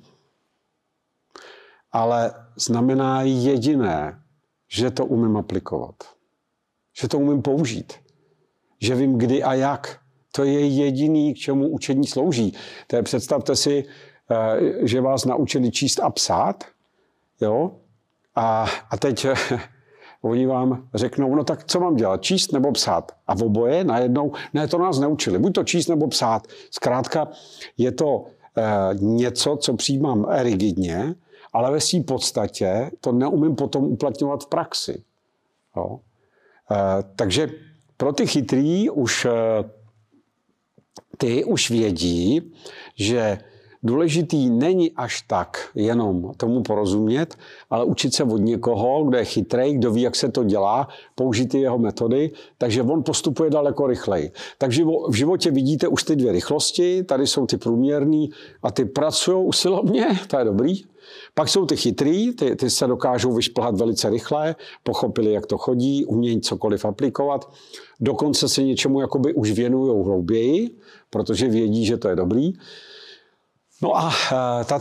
Ale znamená jediné, že to umím aplikovat. Že to umím použít. Že vím kdy a jak. To je jediný, k čemu učení slouží. Představte si, že vás naučili číst a psát, jo? A teď oni vám řeknou, no tak co mám dělat, číst nebo psát? A v oboje najednou, ne, to nás neučili, buď to číst nebo psát. Zkrátka je to něco, co přijímám rigidně, ale ve své podstatě to neumím potom uplatňovat v praxi. Jo? Takže pro ty chytrý ty už vědí, že důležitý není až tak jenom tomu porozumět, ale učit se od někoho, kdo je chytrej, kdo ví, jak se to dělá, použít jeho metody, takže on postupuje daleko rychleji. Takže v životě vidíte už ty dvě rychlosti, tady jsou ty průměrný a ty pracují usilovně, to je dobrý. Pak jsou ty chytrý, ty se dokážou vyšplhat velice rychle, pochopili, jak to chodí, umějí cokoliv aplikovat, dokonce se něčemu jakoby už věnují hlouběji, protože vědí, že to je dobrý. No a ta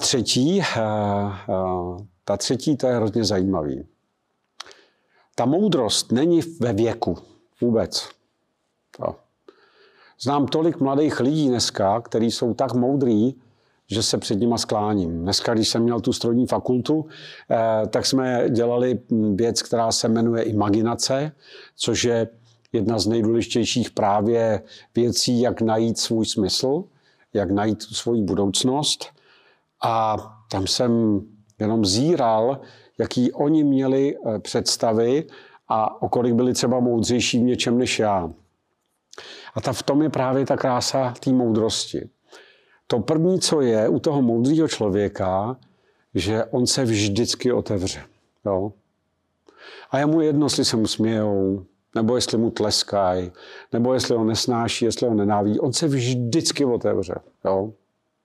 třetí, to je hrozně zajímavý. Ta moudrost není ve věku vůbec. To. Znám tolik mladých lidí dneska, kteří jsou tak moudrý, že se před nima skláním. Dneska, když jsem měl tu strojní fakultu, tak jsme dělali věc, která se jmenuje imaginace, což je jedna z nejdůležitějších právě věcí, jak najít svůj smysl, jak najít tu svoji budoucnost. A tam jsem jenom zíral, jaký oni měli představy a o kolik byli třeba moudřejší v něčem než já. A v tom je právě ta krása té moudrosti. To první, co je u toho moudrého člověka, že on se vždycky otevře. Jo? A je mu jedno, jestli se mu smějou, nebo jestli mu tleskají, nebo jestli ho nesnáší, jestli ho nenávidí. On se vždycky otevře. Jo?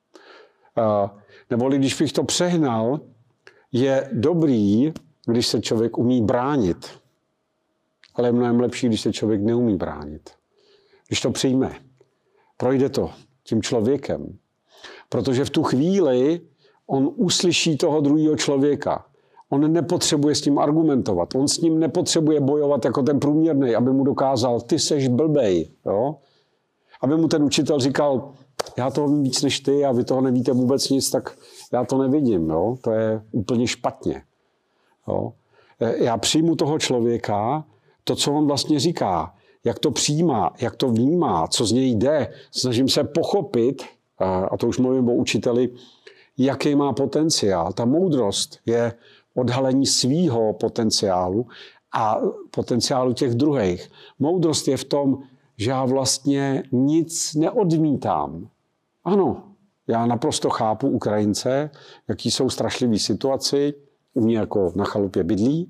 Neboli když bych to přehnal, je dobrý, když se člověk umí bránit. Ale je mnohem lepší, když se člověk neumí bránit. Když to přijme, projde to tím člověkem. Protože v tu chvíli on uslyší toho druhého člověka. On nepotřebuje s tím argumentovat. On s ním nepotřebuje bojovat jako ten průměrný, aby mu dokázal, ty seš blbej. Jo? Aby mu ten učitel říkal, já toho vím víc než ty a vy toho nevíte vůbec nic, tak já to nevidím. Jo? To je úplně špatně. Jo? Já přijmu toho člověka, to, co on vlastně říká, jak to přijímá, jak to vnímá, co z něj jde. Snažím se pochopit, a to už mluvím o učiteli, jaký má potenciál. Ta moudrost je odhalení svýho potenciálu a potenciálu těch druhých. Moudrost je v tom, že já vlastně nic neodmítám. Ano, já naprosto chápu Ukrajince, jaký jsou strašlivé situaci, u mě jako na chalupě bydlí,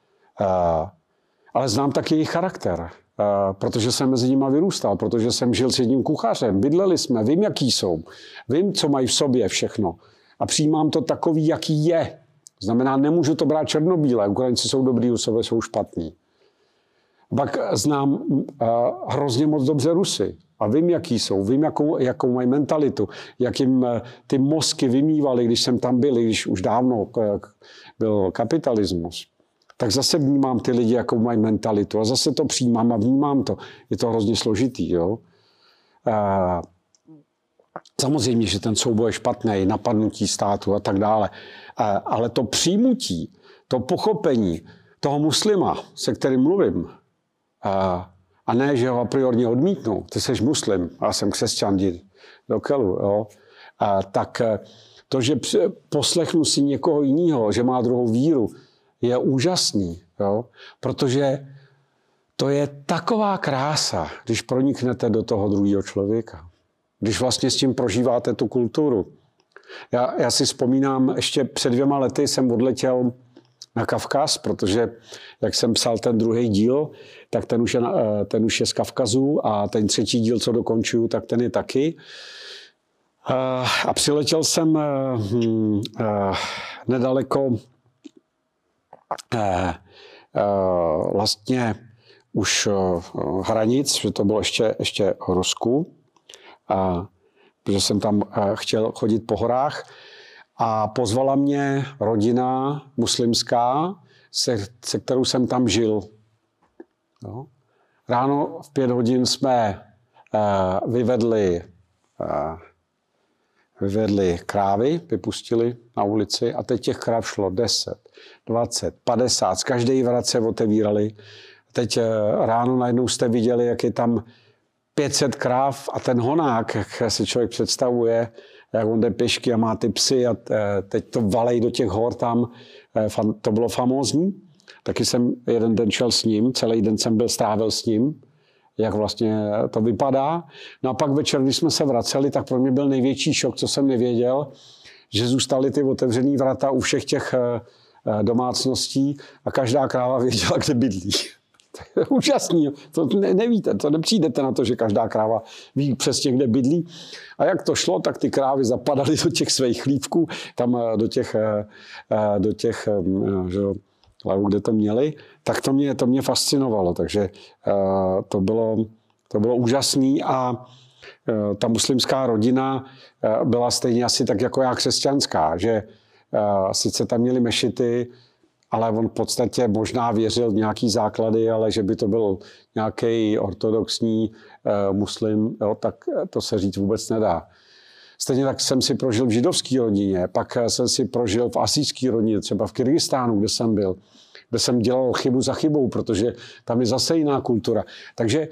ale znám taky jejich charakter. Protože jsem mezi nimi vyrůstal, protože jsem žil s jedním kuchařem, bydleli jsme, vím, jaký jsou, vím, co mají v sobě všechno a přijímám to takový, jaký je. Znamená, nemůžu to brát černobíle, Ukrajinci jsou dobrý, u sebe jsou špatní. Pak znám hrozně moc dobře Rusy a vím, jaký jsou, vím, jakou mají mentalitu, jak jim ty mozky vymývaly, když jsem tam byl, když už dávno byl kapitalismus. Tak zase vnímám ty lidi, jakou mají mentalitu a zase to přijímám a vnímám to. Je to hrozně složitý. Jo? Samozřejmě, že ten souboj je špatný, napadnutí státu a tak dále. Ale to přijmutí, to pochopení toho muslima, se kterým mluvím, a ne, že ho a priorně odmítnu, ty jsi muslim, já jsem křesťan, jdi do kelu, jo? Tak to, že poslechnu si někoho jiného, že má druhou víru, je úžasný, jo? Protože to je taková krása, když proniknete do toho druhého člověka. Když vlastně s tím prožíváte tu kulturu. Já si vzpomínám, ještě před 2 lety jsem odletěl na Kavkaz, protože jak jsem psal ten druhý díl, tak ten už je z Kavkazu a ten 3. díl, co dokončuju, tak ten je taky. A přiletěl jsem nedaleko vlastně už hranic, že to bylo ještě v Rusku, protože jsem tam chtěl chodit po horách. A pozvala mě rodina muslimská, se kterou jsem tam žil. Jo. Ráno v 5 hodin jsme vyvedli krávy, vypustili na ulici a teď těch kráv šlo 10, 20, 50, z každé vratce otevírali. Teď ráno najednou jste viděli, jak je tam 500 kráv a ten honák, jak si člověk představuje, jak on jde pěšky a má ty psy a teď to valej do těch hor tam. To bylo famózní. Taky jsem jeden den šel s ním, celý den jsem strávil s ním, jak vlastně to vypadá. No a pak večer, když jsme se vraceli, tak pro mě byl největší šok, co jsem nevěděl, že zůstaly ty otevřený vrata u všech těch domácností a každá kráva věděla, kde bydlí. To je úžasný. To nevíte, to nepřijdete na to, že každá kráva ví přesně, kde bydlí. A jak to šlo, tak ty krávy zapadaly do těch svých chlívků, tam do těch hlavu, kde to měli, tak to mě fascinovalo. Takže to bylo úžasný a ta muslimská rodina byla stejně asi tak jako já křesťanská, že sice tam měli mešity, ale on v podstatě možná věřil v nějaký základy, ale že by to byl nějaký ortodoxní muslim, jo, tak to se říct vůbec nedá. Stejně tak jsem si prožil v židovské rodině, pak jsem si prožil v asijské rodině, třeba v Kyrgyzstánu, kde jsem byl, kde jsem dělal chybu za chybou, protože tam je zase jiná kultura. Takže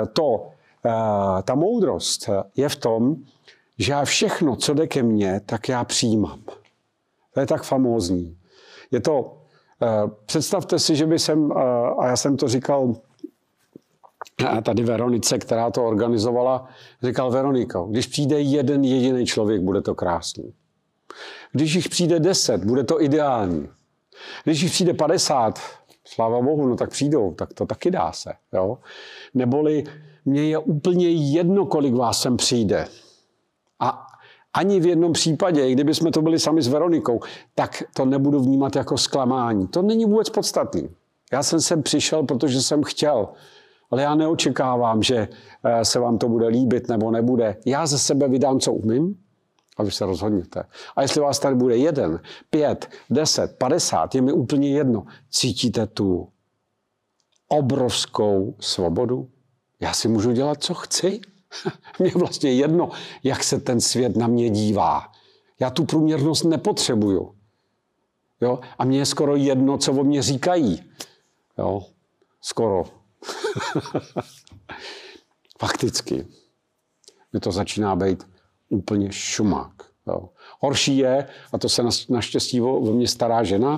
ta moudrost je v tom, že já všechno, co jde ke mně, tak já přijímám. To je tak famózní. Je to, představte si, že by jsem, a já jsem to říkal tady Veronice, která to organizovala, říkal: Veroniko, když přijde jeden jediný člověk, bude to krásný. Když jich přijde 10, bude to ideální. Když jich přijde 50, sláva Bohu, no tak přijdou, tak to taky dá se. Jo? Neboli mně je úplně jedno, kolik vás sem přijde. A ani v jednom případě, i kdyby jsme to byli sami s Veronikou, tak to nebudu vnímat jako zklamání. To není vůbec podstatný. Já jsem sem přišel, protože jsem chtěl. Ale já neočekávám, že se vám to bude líbit nebo nebude. Já ze sebe vydám, co umím, a vy se rozhodněte. A jestli vás tady bude 1, 5, 10, 50, je mi úplně jedno. Cítíte tu obrovskou svobodu? Já si můžu dělat, co chci. Mně je vlastně jedno, jak se ten svět na mě dívá. Já tu průměrnost nepotřebuju. Jo? A mně je skoro jedno, co o mě říkají. Jo? Skoro. Fakticky. Mně to začíná být úplně šumák. Jo. Horší je, a to se naštěstí o mě stará žena,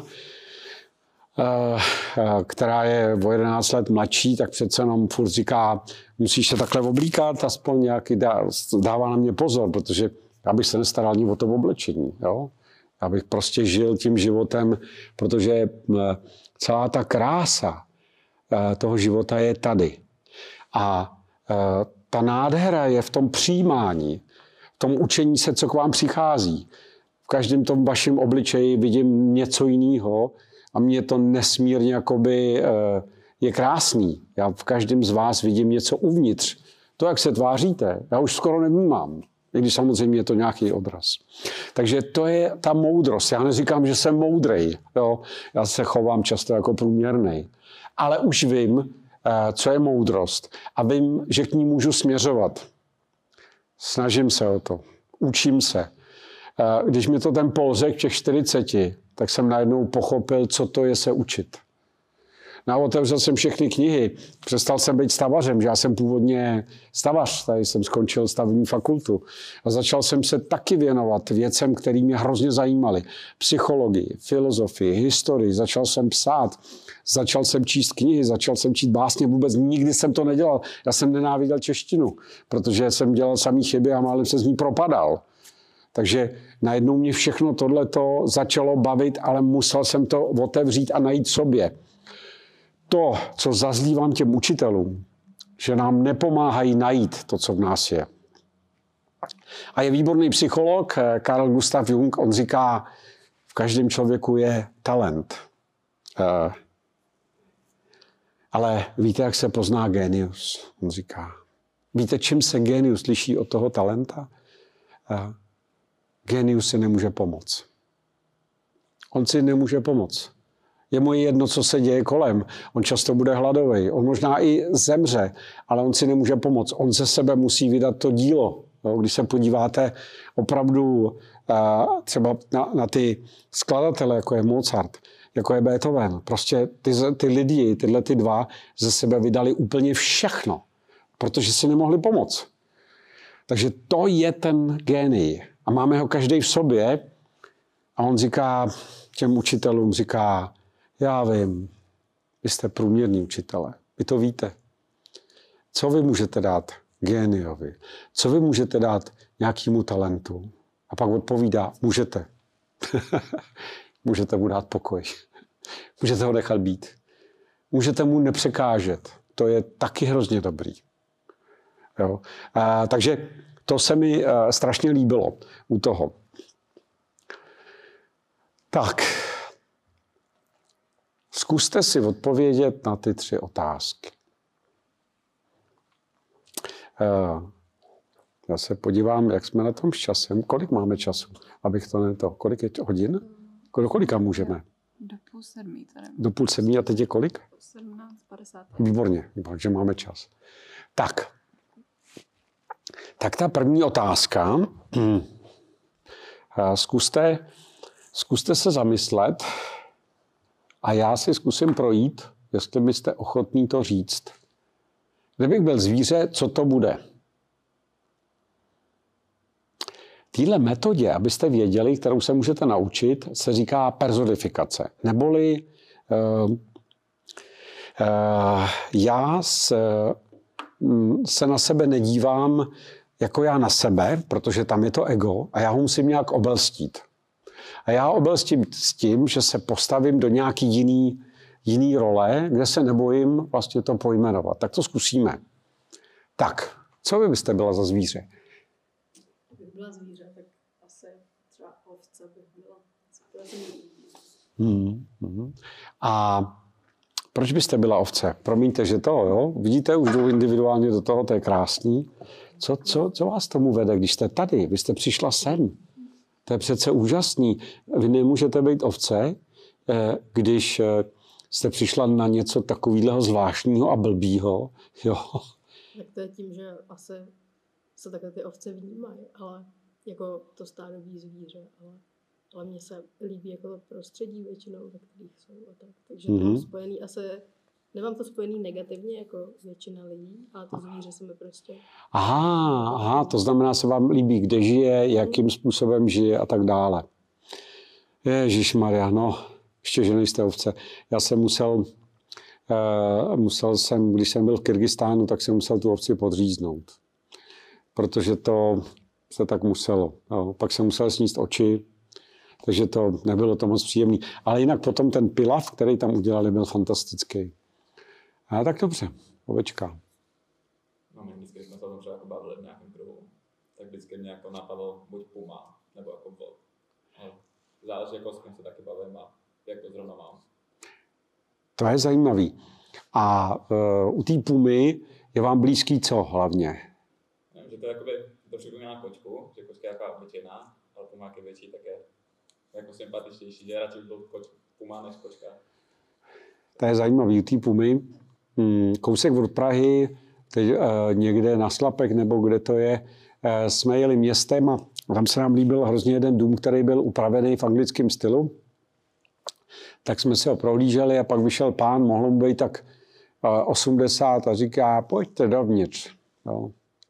která je o 11 let mladší, tak přece jenom furt říká: musíš se takhle oblíkat, aspoň nějaký dává na mě pozor, protože já bych se nestaral ani o to oblečení. Jo. Já bych prostě žil tím životem, protože celá ta krása toho života je tady. A ta nádhera je v tom přijímání, v tom učení se, co k vám přichází. V každém tom vašem obličeji vidím něco jiného a mně to nesmírně jakoby je krásný. Já v každém z vás vidím něco uvnitř. To, jak se tváříte, já už skoro nevnímám. I když samozřejmě je to nějaký obraz. Takže to je ta moudrost. Já neříkám, že jsem moudrej. Jo? Já se chovám často jako průměrnej. Ale už vím, co je moudrost. A vím, že k ní můžu směřovat. Snažím se o to. Učím se. Když mi to ten Paul řekl v těch 40, tak jsem najednou pochopil, co to je se učit. Otevřel jsem všechny knihy. Přestal jsem být stavařem, že já jsem původně stavař. Tady jsem skončil stavební fakultu. A začal jsem se taky věnovat věcem, které mě hrozně zajímaly. Psychologii, filozofii, historii. Začal jsem psát. Začal jsem číst knihy, začal jsem číst básně. Vůbec nikdy jsem to nedělal. Já jsem nenáviděl češtinu, protože jsem dělal samý chyby a málem se z ní propadal. Takže najednou mě všechno tohleto začalo bavit, ale musel jsem to otevřít a najít sobě. To, co zazlívám těm učitelům, že nám nepomáhají najít to, co v nás je. A je výborný psycholog, Carl Gustav Jung, on říká, v každém člověku je talent. Ale víte, jak se pozná génius? On říká. Víte, čím se génius liší od toho talenta? Génius si nemůže pomoct. On si nemůže pomoct. Je mu jedno, co se děje kolem. On často bude hladový. On možná i zemře, ale on si nemůže pomoct. On ze sebe musí vydat to dílo. Když se podíváte opravdu třeba na ty skladatele, jako je Mozart, jako je Beethoven. Prostě ty lidi, tyhle ty dva, ze sebe vydali úplně všechno, protože si nemohli pomoct. Takže to je ten génii. A máme ho každý v sobě. A on říká těm učitelům, říká, já vím, vy jste průměrní učitelé, vy to víte. Co vy můžete dát géniovi? Co vy můžete dát nějakému talentu? A pak odpovídá, můžete. Můžete mu dát pokoj. Můžete ho nechat být. Můžete mu nepřekážet. To je taky hrozně dobrý. Jo? Takže to se mi strašně líbilo u toho. Tak, zkuste si odpovědět na ty 3 otázky. Já se podívám, jak jsme na tom s časem. Kolik máme času, abych to neto. Kolik je hodin? Kolika můžeme? Do 6:30 tady. Do 6:30 a teď je kolik? 17:50. Výborně, takže máme čas. Tak ta první otázka. Zkuste se zamyslet a já si zkusím projít, jestli byste ochotní to říct. Kdybych byl zvíře, co to bude? Téhle metodě, abyste věděli, kterou se můžete naučit, se říká personifikace. Neboli já se na sebe nedívám jako já na sebe, protože tam je to ego a já ho musím nějak obelstít. A já obelstím s tím, že se postavím do nějaký jiný role, kde se nebojím vlastně to pojmenovat. Tak to zkusíme. Tak, co vy byste byla za zvíře? Kdyby byla zvíře, tak asi třeba ovce bych byla. A proč byste byla ovce? Promiňte, že to, jo? Vidíte, už jdu individuálně do toho, to je krásný. Co vás tomu vede, když jste tady? Vy jste přišla sem. To je přece úžasný. Vy nemůžete být ovce, když jste přišla na něco takového zvláštního a blbýho. Jo. Tak to je tím, že asi se takhle ty ovce vnímají, ale jako to stádový zvíře, ale mně se líbí jako to prostředí většinou, ve kterých jsou a tak. Takže to spojený asi, nemám to spojený negativně jako většina lidí, ale to zvíře se mi prostě... Aha, to znamená, se vám líbí, kde žije, jakým způsobem žije a tak dále. Ježišmarja, no, ještě, že nejste ovce. Já jsem musel jsem, když jsem byl v Kyrgyzstánu, tak jsem musel tu ovci podříznout. Protože to se tak muselo. Jo. Pak jsem musel sníst oči, takže to nebylo to moc příjemný. Ale jinak potom ten pilav, který tam udělali, byl fantastický. A tak dobře, ovečka. No, my vždycky jsme se o tom třeba jako bavili v nějakém kruhu, tak vždycky mě jako napadlo buď puma, nebo jako vlk. Záleží, jako s kým se taky bavím a jak to zrovna mám. To je zajímavý. A u té pumy je vám blízký co hlavně? Nevím, že to je jakoby, to připomíná kočku, že kočka je jaká obyčejná, ale puma jak je větší, tak je jako sympatičtější, že radši byl puma než kočka. To je zajímavý. U té pumy, kousek od Prahy, teď, někde na Slapek nebo kde to je, jsme jeli městem a tam se nám líbil hrozně jeden dům, který byl upravený v anglickém stylu. Tak jsme si ho prohlíželi a pak vyšel pán, mohlo mu být tak 80 a říká, pojďte dovnitř. Jo.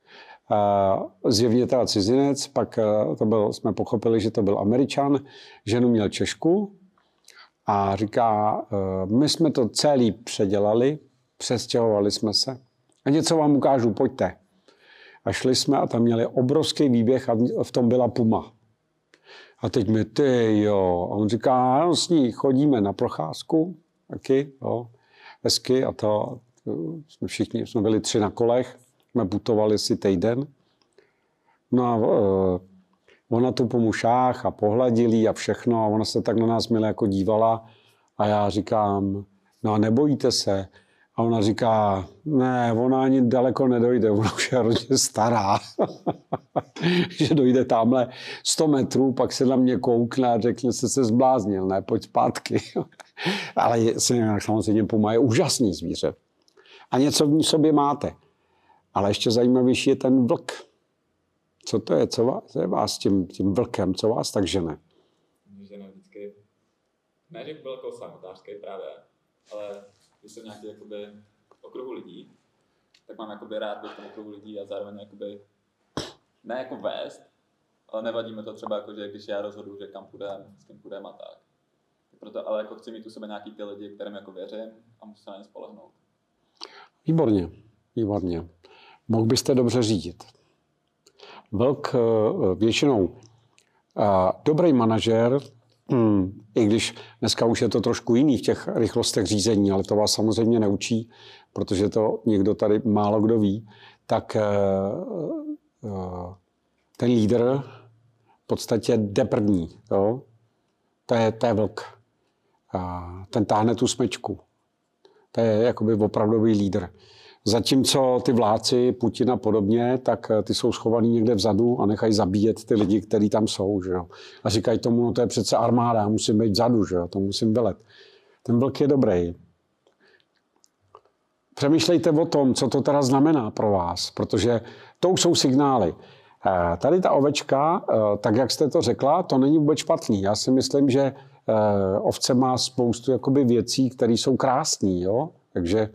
Zjevně teda cizinec, pak jsme pochopili, že to byl Američan, ženu měl Češku a říká, my jsme to celý předělali, přestěhovali jsme se a něco vám ukážu, pojďte. A šli jsme a tam měli obrovský výběh a v tom byla puma. A teď mi, ty jo, a on říká, ano, s ní chodíme na procházku, taky, jo, hezky a to, jsme byli 3 na kolech, jsme putovali si týden. No a ona tu pumu šáh a pohladili a všechno a ona se tak na nás milé jako dívala a já říkám, no a nebojíte se, A ona říká, ne, ona ani daleko nedojde, ona už je hrozně stará. Že dojde tamhle 100 metrů, pak se na mě koukne a řekne, se zbláznil, ne, pojď zpátky. Ale samozřejmě puma je úžasný zvíře. A něco v ní sobě máte. Ale ještě zajímavější je ten vlk. Co to je? Co je vás tím vlkem? Co vás tak žene? Žene vždycky, ne, že byl jako samotářský právě, ale když jsem nějaký jakoby okruhu lidí, tak mám jakoby rád být v tom okruhu lidí a zároveň jakoby, ne jako vést, ale nevadí mi to třeba jako, že když já rozhoduju, že kam půjdem, s kým půjdem a tak. Proto, ale jako chci mít u sebe nějaký ty lidi, kterým jako věřím a musím se na ně spolehnout. Výborně, výborně. Mohl byste dobře řídit. Vlk většinou dobrý manažer, i když dneska už je to trošku jiný v těch rychlostech řízení, ale to vás samozřejmě neučí, protože to někdo tady málo kdo ví, tak ten lídr v podstatě jde první. Jo? To je vlk. Ten táhne tu smečku. To je jakoby opravdový lídr. Zatímco ty vládci, Putin a podobně, tak ty jsou schovaní někde vzadu a nechají zabíjet ty lidi, kteří tam jsou. Že jo? A říkají tomu, no to je přece armáda, já musím být vzadu, že jo? To musím velet. Ten vlk je dobrý. Přemýšlejte o tom, co to teda znamená pro vás, protože to už jsou signály. Tady ta ovečka, tak jak jste to řekla, to není vůbec špatný. Já si myslím, že ovce má spoustu jakoby věcí, které jsou krásné. Jo? Takže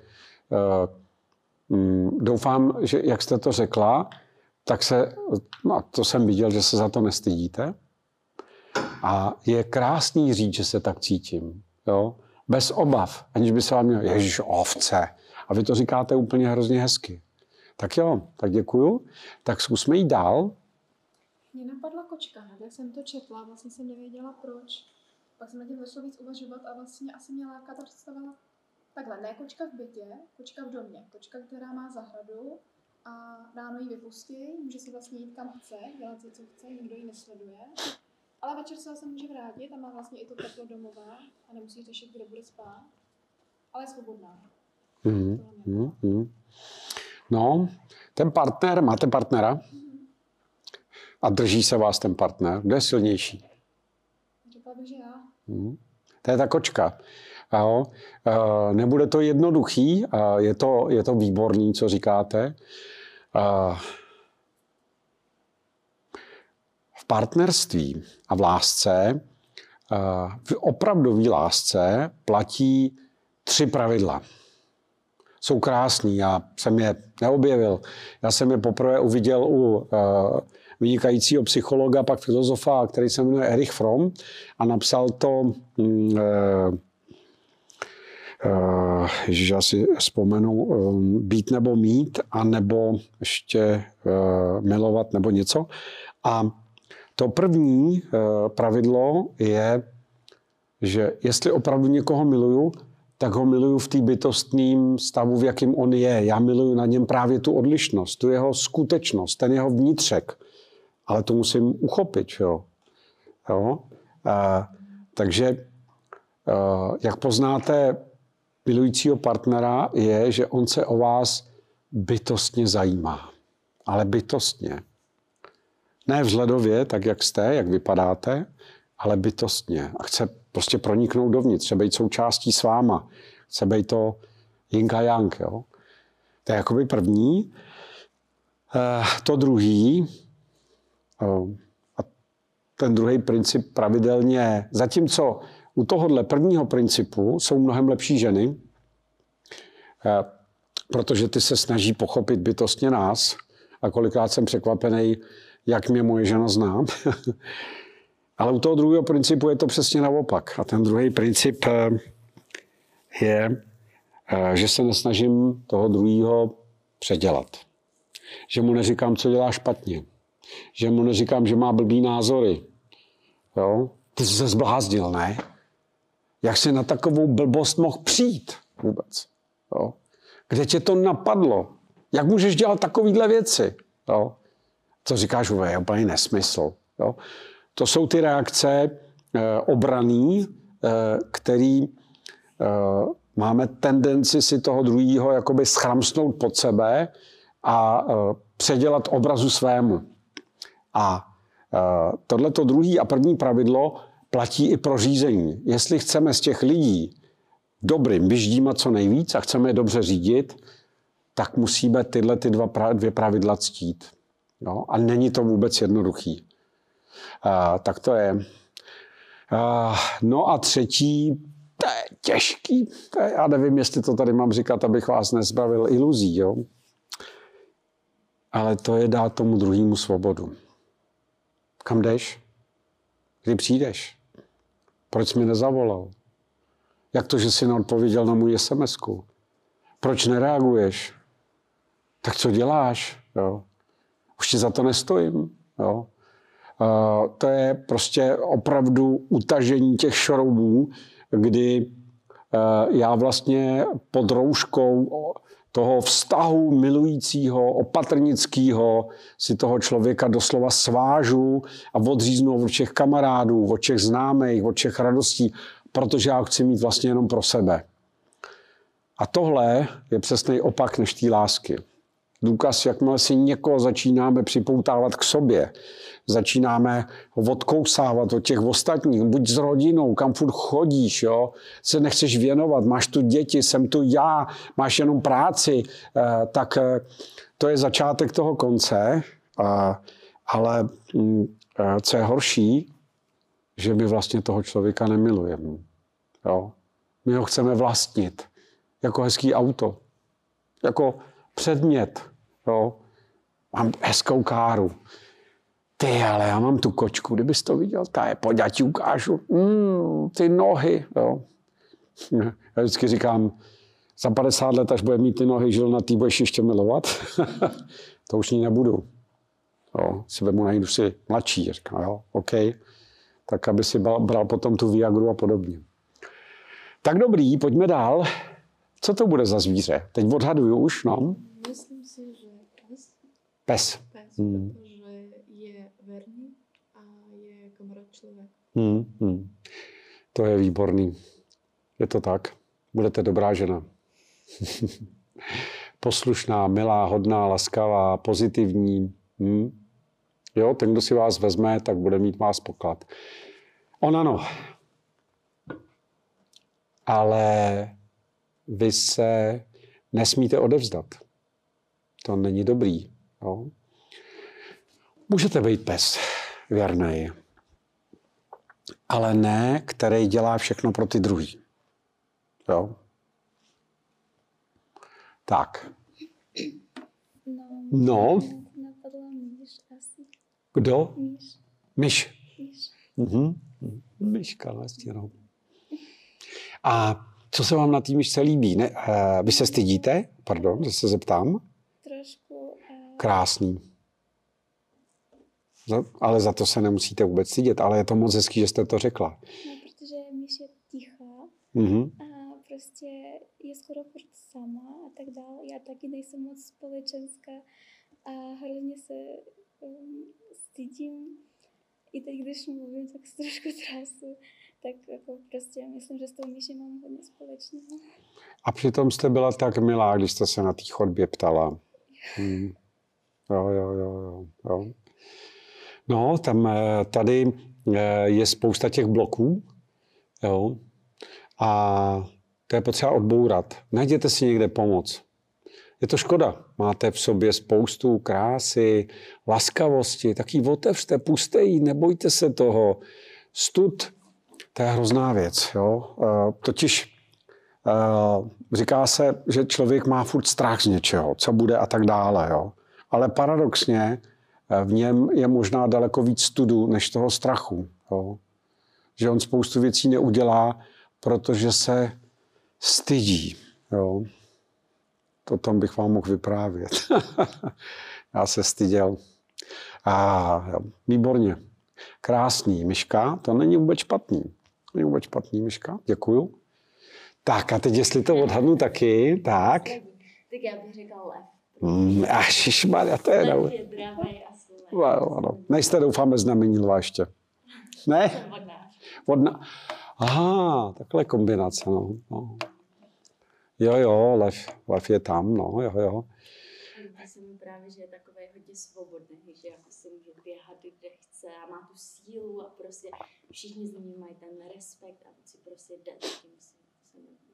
doufám, že jak jste to řekla, tak to jsem viděl, že se za to nestydíte. A je krásný říct, že se tak cítím. Jo? Bez obav, aniž by se vám měl, ježiš, ovce. A vy to říkáte úplně hrozně hezky. Tak jo, tak děkuju. Tak zkusme jít dál. Mě napadla kočka, jak jsem to četla, vlastně jsem nevěděla proč. Pak jsem na tím začala víc uvažovat a vlastně asi mě láká ta představa takhle, ne kočka v bytě, kočka v domě. Kočka, která má zahradu a ráno ji vypustí, může si vlastně jít kam chce, dělat si co chce, nikdo ji nesleduje. Ale večer se zase může vrátit a má vlastně i to teplo domova a nemusí řešit, kde bude spát, ale je svobodná. No, ten partner, máte partnera? A drží se vás ten partner? Kdo je silnější? Řekla bych, že já. To je ta kočka. Jo. Nebude to jednoduchý, je to výborný, co říkáte. V partnerství a v lásce, v opravdové lásce platí 3 pravidla. Jsou krásný, já jsem je neobjevil. Já jsem je poprvé uviděl u vynikajícího psychologa, pak filozofa, který se jmenuje Erich Fromm a napsal to, já si vzpomenu, být nebo mít, a nebo ještě milovat nebo něco. A to první pravidlo je, že jestli opravdu někoho miluju, tak ho miluju v té bytostném stavu, v jakém on je. Já miluju na něm právě tu odlišnost, tu jeho skutečnost, ten jeho vnitřek. Ale to musím uchopit, jo. Takže jak poznáte milujícího partnera, je, že on se o vás bytostně zajímá. Ale bytostně. Ne vzhledově, tak jak jste, jak vypadáte, ale bytostně. A chce prostě proniknout dovnitř, chce být součástí s váma. Chce být to yin a yang. Jo? To je jakoby první. To druhý, a ten druhý princip pravidelně, zatímco u tohohle prvního principu jsou mnohem lepší ženy, protože ty se snaží pochopit bytostně nás a kolikrát jsem překvapený, jak mě moje žena zná. Ale u toho druhého principu je to přesně naopak. A ten druhý princip je, že se nesnažím toho druhého předělat. Že mu neříkám, co dělá špatně. Že mu neříkám, že má blbý názory. Jo? Ty jsi se zbláznil, ne? Jak jsi na takovou blbost mohl přijít vůbec? Jo? Kde tě to napadlo? Jak můžeš dělat takovýhle věci? Jo? To říkáš, je úplně nesmysl. Jo? To jsou ty reakce obranný, který máme tendenci si toho druhého jakoby schramsnout pod sebe a předělat obrazu svému. A tohleto druhý a první pravidlo platí i pro řízení. Jestli chceme z těch lidí dobrým vyždímat co nejvíc a chceme je dobře řídit, tak musíme tyhle dvě pravidla ctít. No, a není to vůbec jednoduchý. Tak to je. No a třetí, to je těžký. Já nevím, jestli to tady mám říkat, abych vás nezbavil iluzí. Jo? Ale to je dát tomu druhému svobodu. Kam jdeš? Kdy přijdeš? Proč jsi mi nezavolal? Jak to, že jsi neodpověděl na můj SMS-ku? Proč nereaguješ? Tak co děláš? Jo? Už ti za to nestojím. Jo? To je prostě opravdu utažení těch šroubů, kdy já vlastně pod rouškou toho vztahu milujícího, opatrnického si toho člověka doslova svážu a odříznu od všech kamarádů, od všech známých, od všech radostí, protože já ho chci mít vlastně jenom pro sebe. A tohle je přesný opak než té lásky. Důkaz, jakmile si někoho začínáme připoutávat k sobě, začínáme ho odkousávat od těch ostatních, buď s rodinou, kam furt chodíš, jo? Se nechceš věnovat, máš tu děti, jsem tu já, máš jenom práci, tak to je začátek toho konce, ale co je horší, že my vlastně toho člověka nemilujeme. Jo? My ho chceme vlastnit, jako hezký auto, jako předmět. Jo? Mám hezkou káru. Ty, ale já mám tu kočku, kdybys to viděl, pojď, já ti ukážu. Ty nohy. Jo? Já vždycky říkám, za 50 let, až bude mít ty nohy žilnatý, budeš ještě milovat? To už ní nebudu. Jo? Si vemu najdu si mladší. Říkám, jo, OK. Tak, aby si bral potom tu Viagru a podobně. Tak dobrý, pojďme dál. Co to bude za zvíře? Teď odhaduju už, no. Myslím si, že pes. Pes. Protože je verný a je kamarád člověk. To je výborný. Je to tak. Budete dobrá žena. Poslušná, milá, hodná, laskavá, pozitivní. Jo, ten, kdo si vás vezme, tak bude mít vás poklad. On ano. Ale vy se nesmíte odevzdat. To není dobrý. Jo? Můžete být pes, věrnej, ale ne, který dělá všechno pro ty druhý. Jo? Tak. No. Napadla myš asi. Kdo? Myš. Myš. Myška, vlastně, no. A co se vám na té myšce líbí? Ne, vy se stydíte? Pardon, že se zeptám. Trošku. Krásný. Ale za to se nemusíte vůbec stydět, ale je to moc hezký, že jste to řekla. No, protože myš je tichá a prostě je skoro furt sama a tak dále. Já taky nejsem moc společenská a hrozně se stydím. I teď, když mluvím, tak se trošku trásu. Tak jako prostě myslím, že s tou myší mám hodně společného. A přitom jste byla tak milá, když jste se na té chodbě ptala. Jo. No, tady je spousta těch bloků, jo, a to je potřeba odbourat. Najděte si někde pomoc. Je to škoda. Máte v sobě spoustu krásy, laskavosti, tak ji otevřte, puste ji, nebojte se toho. Stud, to je hrozná věc. Jo. Totiž říká se, že člověk má furt strach z něčeho, co bude a tak dále. Jo. Ale paradoxně v něm je možná daleko víc studu než toho strachu. Jo. Že on spoustu věcí neudělá, protože se stydí. Jo. To tom bych vám mohl vyprávět. Já se styděl. Výborně. Krásný. Myška, to není vůbec špatný. Není vůbec špatný, Myška. Děkuju. Tak a teď, jestli to odhadnu taky, tak. Tak já bych řekla lev. Ježišmarja, to je Lev je dravej a slej. ano. Nejste, doufám, bez znamení lva ještě. Ne? Jsem vodnář. Aha, takhle kombinace. No. Jo, lev je tam, no, jo. Líbí se mi právě, že je takový hodně svobodný, že jako si může běhat, kde chce a má tu sílu a prostě všichni z ní mají ten respekt a si prostě jde tím se líbí.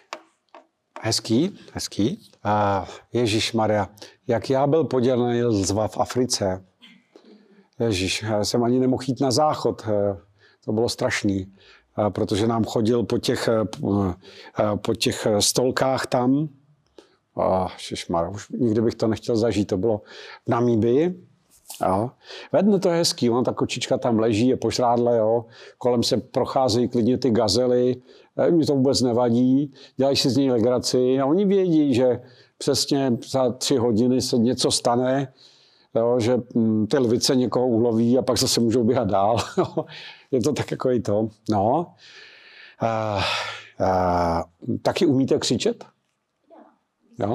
Hezký. Ježišmarja, jak já byl podělený lzva v Africe. Ježiš, já jsem ani nemohl jít na záchod. To bylo strašný, protože nám chodil po těch stolkách tam. Ježišmarja, už nikdy bych to nechtěl zažít. To bylo v Namíbii. Ve dne to je hezký, ona ta kočička tam leží, je požrádle, jo. Kolem se procházejí klidně ty gazely, mi to vůbec nevadí, dělají si z něj legraci a oni vědí, že přesně za 3 hodiny se něco stane, jo, že ty lvice někoho uloví a pak zase můžou běhat dál. Je to tak jako i to. No. Taky umíte křičet? Jo.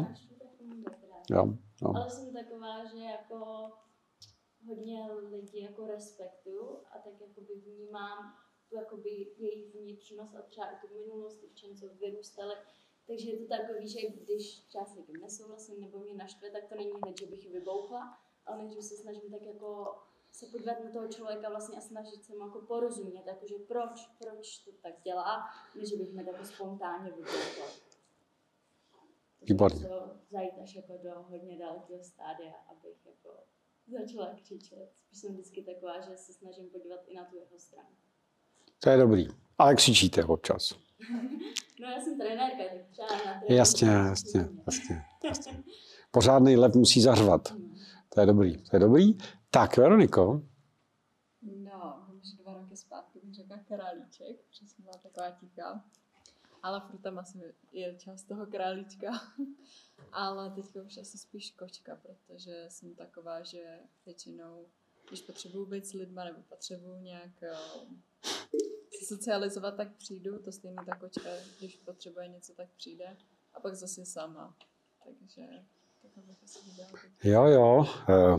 Ale jsem taková, že jako hodně lidí jako respektuju a tak jakoby vnímám tu jakoby jejich vnitřnost a třeba i tu minulost, v čem co vyrůstali. Takže je to takový, že když třeba s někým nesouhlasím nebo mě naštve, tak to není hned, že bych ji vybouchla, ale než se snažím tak jako se podívat na toho člověka vlastně a snažit se mu jako porozumět, jakože proč to tak dělá, než bych mě jako spontánně vybouchla. Výborně. To zajít až jako do hodně dalekého stádia, abych jako začala křičet. Jsem vždycky taková, že se snažím podívat i na tu jeho stranu. To je dobrý. Ale křičíte občas. No já jsem trenérka, tak třeba na tréninku. Jasně. Pořádný lev musí zařvat. To je dobrý. Tak, Veroniko. No, už 2 roky zpátky bych řekla králíček, protože jsem byla taková tichá. Ale furt tam asi je část toho králíčka. Ale teďka už asi spíš kočka, protože jsem taková, že většinou, když potřebuju být s lidma nebo potřebuju nějak se socializovat, tak přijdu. To stejně ta kočka, když potřebuje něco, tak přijde. A pak zase sama. Takže takhle bych asi viděla. Jo.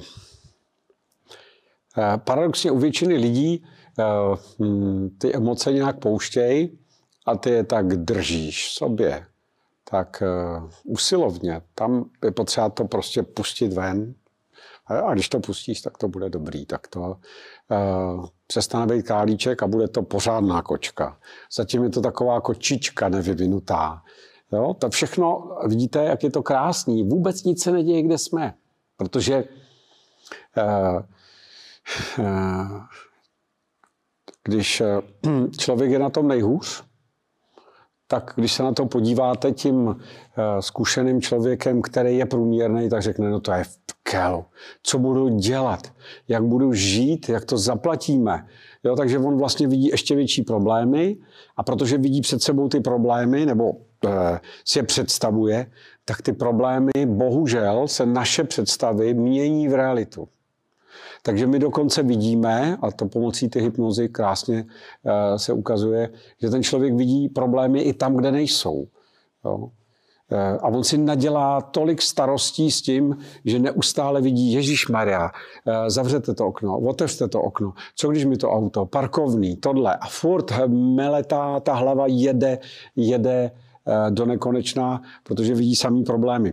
Paradoxně u většiny lidí ty emoce nějak pouštějí a ty je tak držíš sobě, tak usilovně. Tam je potřeba to prostě pustit ven. A když to pustíš, tak to bude dobrý. Tak to přestane být králíček a bude to pořádná kočka. Zatím je to taková kočička nevyvinutá. Jo? To všechno, vidíte, jak je to krásný. Vůbec nic se neděje, kde jsme. Protože když člověk je na tom nejhůř, tak když se na to podíváte tím zkušeným člověkem, který je průměrný, tak řekne, no to je v kelu. Co budu dělat? Jak budu žít? Jak to zaplatíme? Jo, takže on vlastně vidí ještě větší problémy a protože vidí před sebou ty problémy, nebo si je představuje, tak ty problémy, bohužel, se naše představy mění v realitu. Takže my dokonce vidíme, a to pomocí ty hypnozy krásně se ukazuje, že ten člověk vidí problémy i tam, kde nejsou. Jo? A on si nadělá tolik starostí s tím, že neustále vidí, Ježišmarja, zavřete to okno, otevřte to okno, co když mi to auto, parkovný, tohle. A furt meletá, ta hlava jede do nekonečna, protože vidí samý problémy.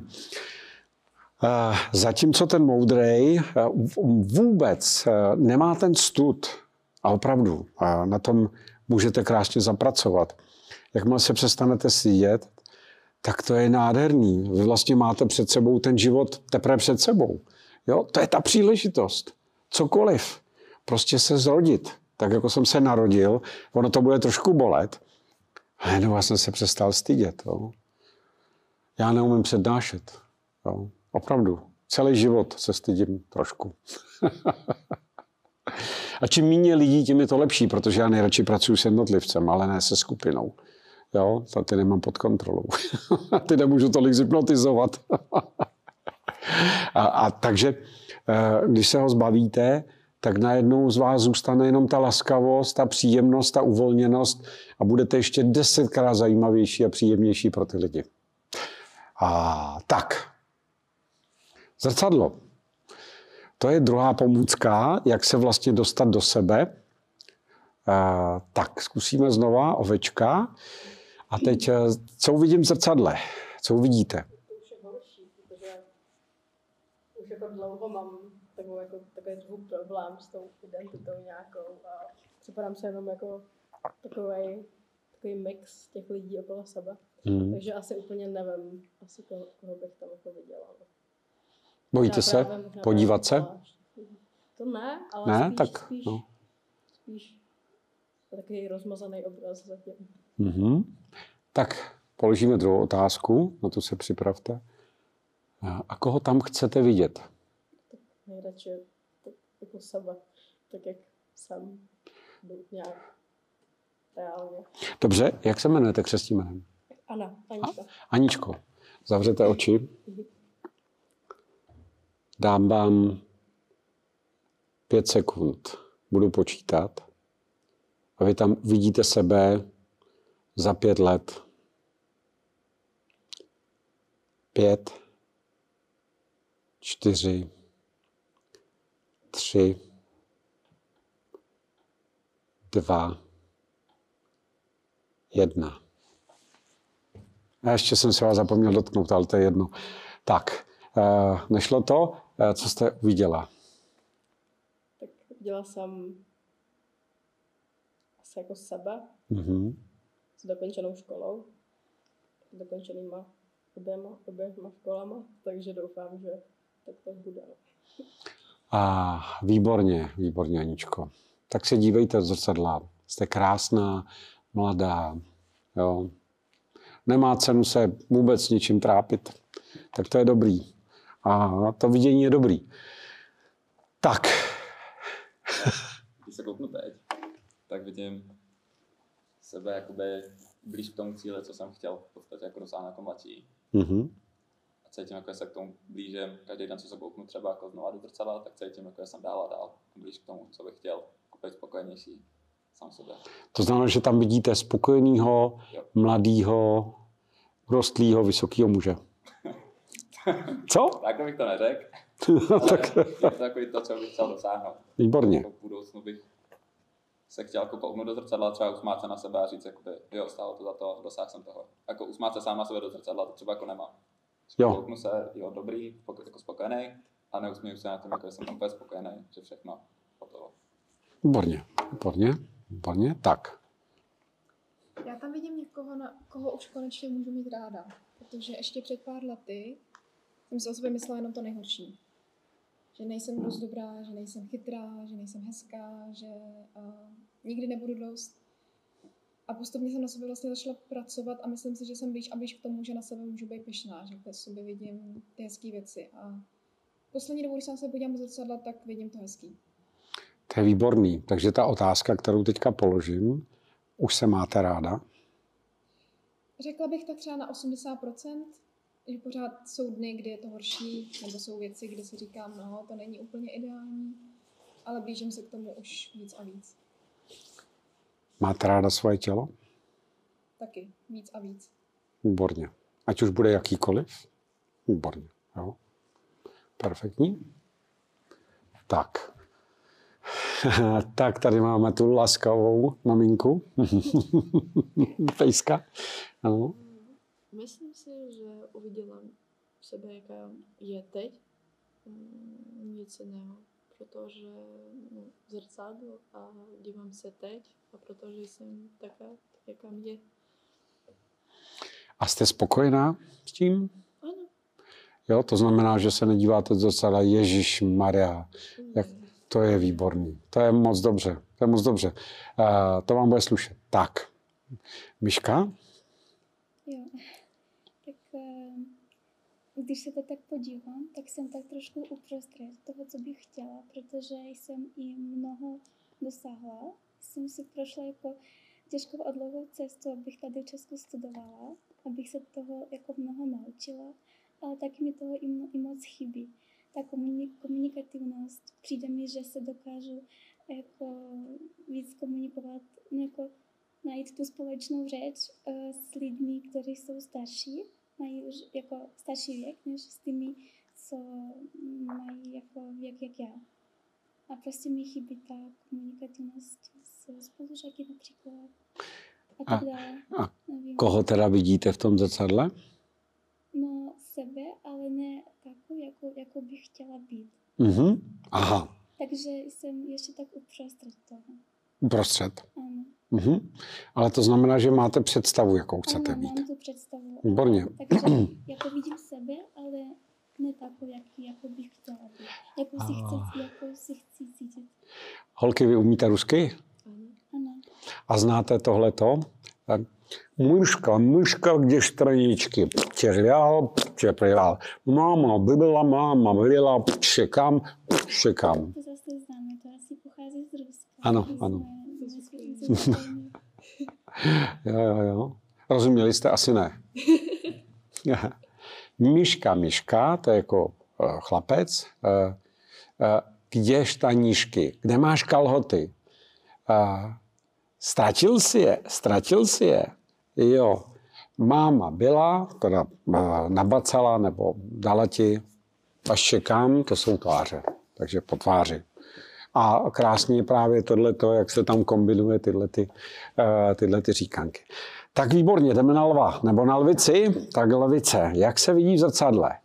Zatímco ten moudrej vůbec nemá ten stud a opravdu na tom můžete krásně zapracovat. Jakmile se přestanete stydět, tak to je nádherný. Vy vlastně máte před sebou ten život teprve před sebou. Jo? To je ta příležitost. Cokoliv. Prostě se zrodit. Tak jako jsem se narodil, ono to bude trošku bolet. Ale já jsem se přestal stydět. Jo? Já neumím přednášet. Jo? Opravdu. Celý život se stydím trošku. A čím méně lidí, tím je to lepší, protože já nejradši pracuji s jednotlivcem, ale ne se skupinou. Jo, ty nemám pod kontrolou. Ty nemůžu tolik zhypnotizovat. a takže, když se ho zbavíte, tak najednou z vás zůstane jenom ta laskavost, ta příjemnost, ta uvolněnost a budete ještě 10krát zajímavější a příjemnější pro ty lidi. Tak. Zrcadlo. To je druhá pomůcka, jak se vlastně dostat do sebe. Tak, zkusíme znova ovečka. A teď, co uvidím v zrcadle? Co uvidíte? To už je horší, protože už jako dlouho mám takový trochu problém s tou identitou nějakou a připadám se jenom jako takový mix těch lidí okolo sebe. Takže asi úplně nevím, koho bych tam jako viděla. Bojíte se podívat se? To ne, ale Ne? spíš takový rozmazaný obraz zatím. Tak položíme druhou otázku, na tu se připravte. A koho tam chcete vidět? Tak nejradši tak jako sebe, tak jak jsem nějak reálně. Dobře, jak se jmenujete křestním jménem? Anička. Aničko, zavřete oči. Dám vám 5 sekund. Budu počítat. A vy tam vidíte sebe za 5 let. 5, 4, 3, 2, 1. A ještě jsem se vás zapomněl dotknout, ale to je jedno. Tak, nešlo to. Co jste viděla? Tak viděla jsem asi jako sebe s dokončenou školou, s dokončenýma oběma školama, takže doufám, že tak to bude. Výborně, Aničko. Tak se dívejte do zrcadla. Jste krásná, mladá, jo. Nemá cenu se vůbec ničím trápit. Tak to je dobrý. A to vidění je dobrý. Tak. Když se kouknu teď, tak vidím sebe jakoby blíž k tomu cíli, co jsem chtěl v podstatě jako dosáhnout jako mladší. A cítím, jako se k tomu blížím. Každý den, co se kouknu třeba jako znova do zrcadla, tak cítím, jako jsem dál a dál blíž k tomu, co bych chtěl. Jako být spokojenější sám sobě. To znamená, že tam vidíte spokojenýho, mladýho, urostlýho, vysokýho muže. Co? Tak bych to neřekl. Tak. Je to takový to, co bych chtěl dosáhnout. Výborně. Jako v budoucnu bych se chtěl jako kouknout do zrcadla, třeba usmát se na sebe a říct, jakoby, jo, stálo to za to, dosáhl jsem toho. Jako usmát se sám na sebe do zrcadla, to třeba jako nemám. Kouknu se, jo, dobrý, jako spokojený, a neusmíju se na tom, jako jsem úplně spokojený, že všechno hotovo. Výborně. Tak. Já tam vidím někoho, koho už konečně můžu mít ráda, protože ještě před pár lety jsem si o sobě myslela jenom to nejhorší. Že nejsem dost dobrá, že nejsem chytrá, že nejsem hezká, že nikdy nebudu dost. A postupně jsem na sobě vlastně začala pracovat a myslím si, že jsem blíž a blíž k tomu, že na sebe můžu být pyšná, že v sobě vidím ty hezké věci. A poslední dobu, když se na sebe podívám do zrcadla, tak vidím to hezký. To je výborný. Takže ta otázka, kterou teďka položím, už se máte ráda? Řekla bych tak třeba na 80%, že pořád jsou dny, kdy je to horší, nebo jsou věci, kde si říkám, no, to není úplně ideální, ale blížím se k tomu už víc a víc. Máte ráda svoje tělo? Taky, víc a víc. Výborně. Ať už bude jakýkoliv? Výborně, jo. Perfektní. Tak. Tak tady máme tu laskavou maminku. Pejska. Ano. Myslím si, že uviděla sebe, jaká je teď. Nic jiného. Protože zrcadlo a dívám se teď a protože jsem taká, jaká je. A jste spokojená s tím? Ano. Jo, to znamená, že se nedíváte do zrcadla, Ježišmarja, jak to je výborný. To je moc dobře. To vám bude slušet. Tak. Miška? Jo. Tak když se to tak podívám, tak jsem tak trošku uprostřed toho, co bych chtěla, protože jsem i mnoho dosáhla. Jsem si prošla jako těžkou a dlouhou cestu, abych tady v Česku studovala, abych se toho jako mnoho naučila, ale taky mi toho i moc chybí. Ta komunikativnost, přijde mi, že se dokážu jako víc komunikovat, jako najít tu společnou řeč s lidmi, kteří jsou starší, mají už jako starší věk, než s těmi, co mají jako věk jak já. A prostě mi chybí ta komunikativnost s spolužáky například. A tak dále. A koho teda vidíte v tom zrcadle? ale ne takovou, jako bych chtěla být. Aha. Takže jsem ještě tak uprostřed toho. Uprostřed. Ano. Ale to znamená, že máte představu, jakou chcete Ano, být. mám tu představu. Výborně. Takže jako vidím sebe, ale ne takovou, jako bych chtěla být. Jako si chci cítit. Holky, vy umíte rusky? Ano. A znáte tohleto? Myška, kde straničky? Přepřijal. Máma byla, čekám. To zase známe, to asi pochází z Ruska. Ano. Jo. Rozuměli jste? Asi ne. Myška, to je jako chlapec. Kde štaníšky? Kde máš kalhoty? Ztratil si je. Jo. Máma byla, teda nabacala nebo dala ti, až čekám, to jsou tváře. Takže po tváři. A krásně je právě tohleto, jak se tam kombinuje tyhle říkanky. Tak výborně, jdeme na lva. Nebo na lvici? Tak lvice. Jak se vidí v zrcadle?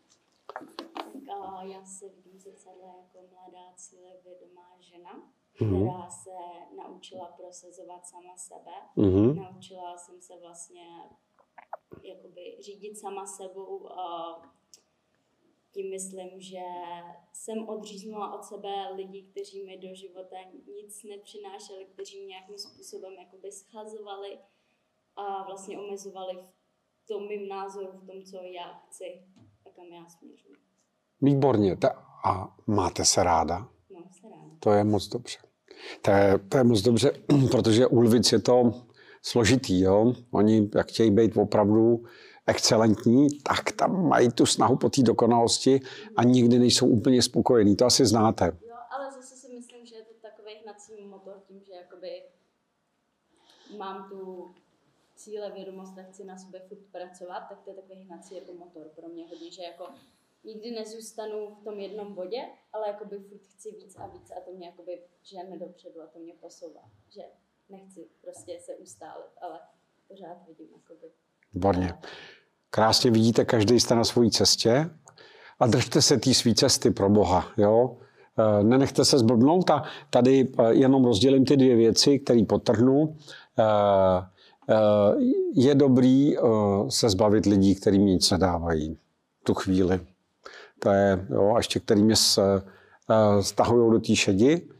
Já se vidím v zrcadle jako mladá cílevědomá žena, která se naučila prosazovat sama sebe. Naučila jsem se vlastně jakoby řídit sama sebou. Tím myslím, že jsem odříznula od sebe lidi, kteří mi do života nic nepřinášeli, kteří mě nějakým způsobem jakoby schazovali a vlastně omezovali v tom mým názoru, v tom, co já chci a kam já směřuji. Výborně. A máte se ráda? Mám se ráda. To je moc dobře. To je moc dobře, protože u lvic je to složitý. Jo? Oni, jak chtějí být opravdu excelentní, tak tam mají tu snahu po té dokonalosti a nikdy nejsou úplně spokojení. To asi znáte. Jo, ale zase si myslím, že je to takový hnací motor tím, že jakoby mám tu cílevědomost a chci na sobě furt pracovat, tak to je takový hnací jako motor pro mě hodně, že jako nikdy nezůstanu v tom jednom bodě, ale jakoby furt chci víc a víc a to mě jakoby žene dopředu a to mě posouvá, že nechci prostě se ustálet, ale pořád vidím jakoby. Výborně. Krásně vidíte, každý jste na své cestě a držte se té své cesty pro Boha. Jo? Nenechte se zblbnout a tady jenom rozdělím ty dvě věci, které podtrhnu. Je dobrý se zbavit lidí, kterým nic nedávají tu chvíli. To je, jo, a ještě kterými se stahují do té šedi.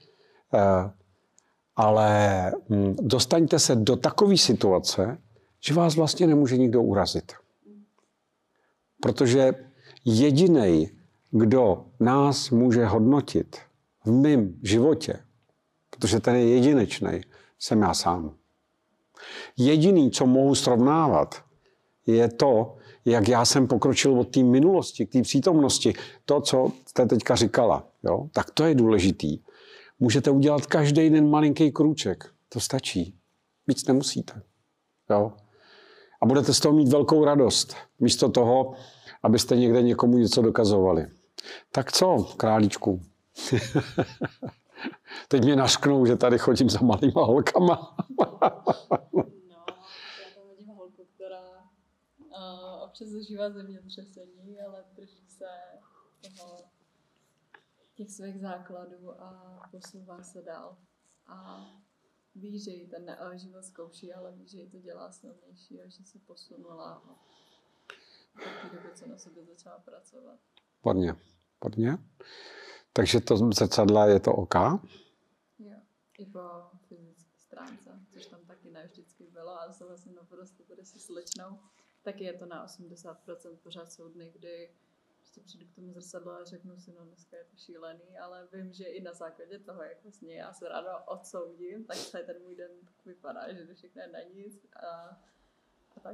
Ale dostaňte se do takové situace, že vás vlastně nemůže nikdo urazit. Protože jedinej, kdo nás může hodnotit v mém životě, protože ten je jedinečný, jsem já sám. Jediný, co mohu srovnávat, je to, jak já jsem pokročil od té minulosti k té přítomnosti. To, co jste teďka říkala, jo? Tak to je důležitý. Můžete udělat každý den malinký krůček. To stačí. Víc nemusíte. Jo? A budete z toho mít velkou radost. Místo toho, abyste někde někomu něco dokazovali. Tak co, králíčku? Teď mě nařknou, že tady chodím za malýma holkama. No, já tam vidím holku, která občas zažívá zemětřesení, ale drží se těch svých základů a posouvá se dál. A ví, že jí ten život zkouší, ale ví, že jí to dělá silnější a že se posunula od té doby, co na sobě začala pracovat. Podně. Takže to zrcadlo je to oka. Jo, i po fyzické stránce, což tam taky ne vždycky bylo, ale se vlastně naprosto tady se slečnou. Taky je to na 80%, pořád jsou dny, kdy prostě přijdu k tomu zrcadlu a řeknu si, no dneska je to šílený, ale vím, že i na základě toho, jak vlastně já se ráda odsoudím, tak se ten můj den tak vypadá, že to všechno je na nic a tak.